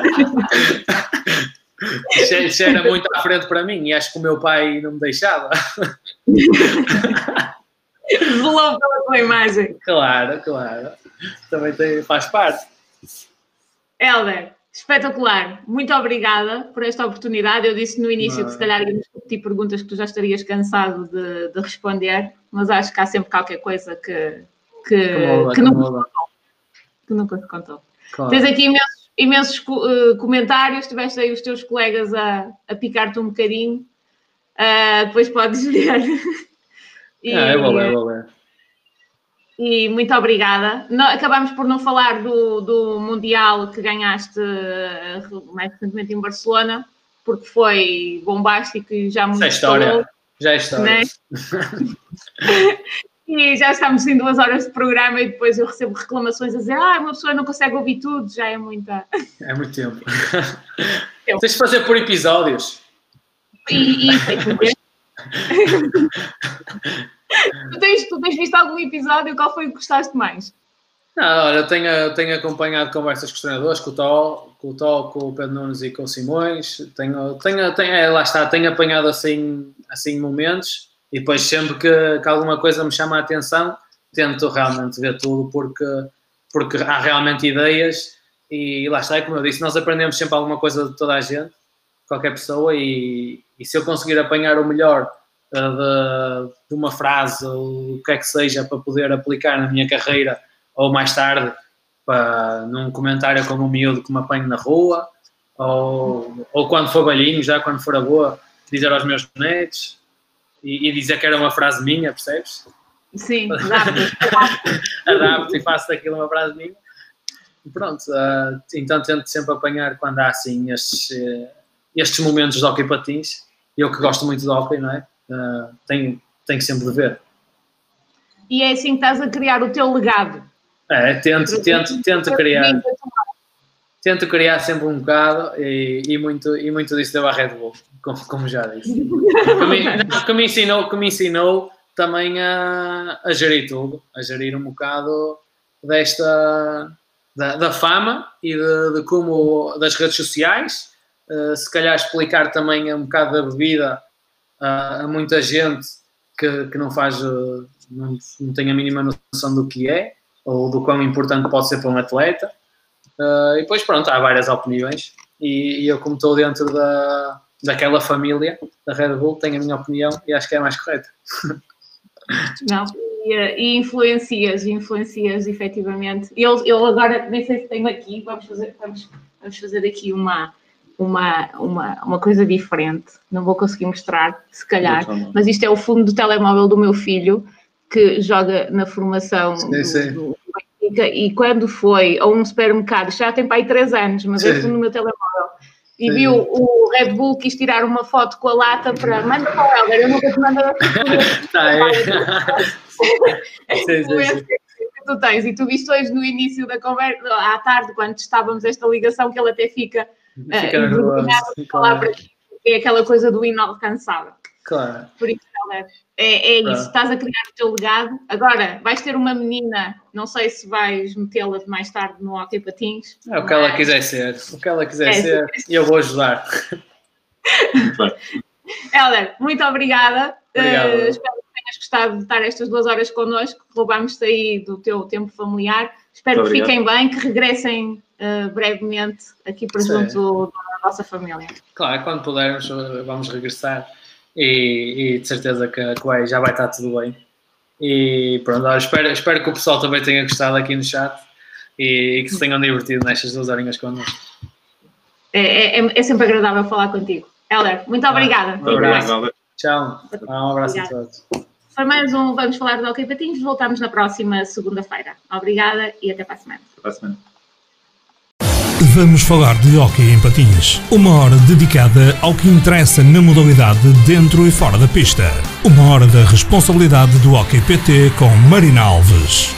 Isso era muito à frente para mim e acho que o meu pai não me deixava. Zelou pela tua imagem. Claro, claro. Também tem, faz parte. Hélder, espetacular. Muito obrigada por esta oportunidade. Eu disse no início Não. que se calhar íamos repetir perguntas que tu já estarias cansado de, de responder, mas acho que há sempre qualquer coisa que, que, que, mola, que, nunca, se contou, que nunca se contou. Claro. Tens aqui imensos, imensos uh, comentários, tiveste aí os teus colegas a, a picar-te um bocadinho. Uh, depois podes ver. E, ah, eu vou ler, eu vou ler. E muito obrigada. Não, acabamos por não falar do, do Mundial que ganhaste mais recentemente em Barcelona, porque foi bombástico e já muito. Já é história. Falou, já é história. Né? E já estamos em duas horas de programa e depois eu recebo reclamações a dizer ah, uma pessoa não consegue ouvir tudo, já é muita. É muito tempo. Eu. Tens de fazer por episódios. E. e tu, tens, tu tens visto algum episódio? Qual foi o que gostaste mais? Não, olha, eu tenho, tenho acompanhado conversas com os treinadores, com o Tó, com o, Tó, com o Pedro Nunes e com o Simões. Tenho, tenho, tenho, é, lá está, tenho apanhado assim, assim momentos e depois sempre que, que alguma coisa me chama a atenção, tento realmente ver tudo porque, porque há realmente ideias e lá está, é como eu disse, nós aprendemos sempre alguma coisa de toda a gente, qualquer pessoa e, e se eu conseguir apanhar o melhor De, de uma frase ou o que é que seja para poder aplicar na minha carreira ou mais tarde para, num comentário como um miúdo que me apanho na rua ou, ou quando for velhinho, já quando for a boa, dizer aos meus netos e, e dizer que era uma frase minha, percebes? Sim, adapto. Adapto e faço daquilo uma frase minha e pronto, uh, então tento sempre apanhar quando há assim estes, uh, estes momentos de hóquei patins, eu que gosto muito de hóquei, não é? Uh, tenho, tenho sempre de ver. E é assim que estás a criar o teu legado. É, tento, tento, tento criar. Tento criar sempre um bocado e, e, muito, e muito disso deu à Red Bull, como, como já disse. que, me, que, me ensinou, que me ensinou também a, a gerir tudo, a gerir um bocado desta da, da fama e de, de como das redes sociais, uh, se calhar explicar também um bocado da bebida a muita gente que, que não faz, não, não tem a mínima noção do que é, ou do quão importante pode ser para um atleta. Uh, e depois, pronto, há várias opiniões. E, e eu, como estou dentro da, daquela família, da Red Bull, tenho a minha opinião e acho que é a mais correta. Não, e, e influencias, influencias efetivamente. Eu, eu agora, nem sei se tenho aqui, vamos fazer, vamos, vamos fazer aqui uma... Uma, uma, uma coisa diferente, não vou conseguir mostrar, se calhar, mas isto é o fundo do telemóvel do meu filho, que joga na formação sim, sim. do, do Benfica, e quando foi a um supermercado, já tem para aí três anos, mas sim. é o fundo do meu telemóvel, e sim. viu o Red Bull, quis tirar uma foto com a lata para, manda para o Hélder, eu nunca te mando a tá, é. sim, sim, sim. que tu tens, e tu viste hoje no início da conversa, à tarde, quando estávamos esta ligação, que ele até fica Fica uh, de falar para ti, é aquela coisa do inalcançável. Claro. Por isso, é, é claro. Isso, estás a criar o teu legado. Agora, vais ter uma menina, não sei se vais metê-la mais tarde no hóquei patins. É o que ela quiser ser, o que ela quiser é, ser, e eu vou ajudar. Hélder, muito obrigada. Obrigado. Uh, espero que tenhas gostado de estar estas duas horas connosco, roubámos-te aí do teu tempo familiar. Espero muito que obrigado. Fiquem bem, que regressem Uh, brevemente aqui para Sim. junto da nossa família. Claro, quando pudermos vamos regressar e, e de certeza que, que vai, já vai estar tudo bem. E pronto, olha, espero, espero que o pessoal também tenha gostado aqui no chat e, e que se tenham divertido nestas duas horinhas connosco. É, é, é sempre agradável falar contigo. Helder, muito obrigada. Um abraço. Obrigado. Tchau. Um abraço a todos. Foi mais um Vamos Falar do Hockey Patins. Voltamos na próxima segunda-feira. Obrigada e até para a semana. Até para a semana. Vamos falar de hóquei em patins. Uma hora dedicada ao que interessa na modalidade dentro e fora da pista. Uma hora da responsabilidade do Hockey P T com Marina Alves.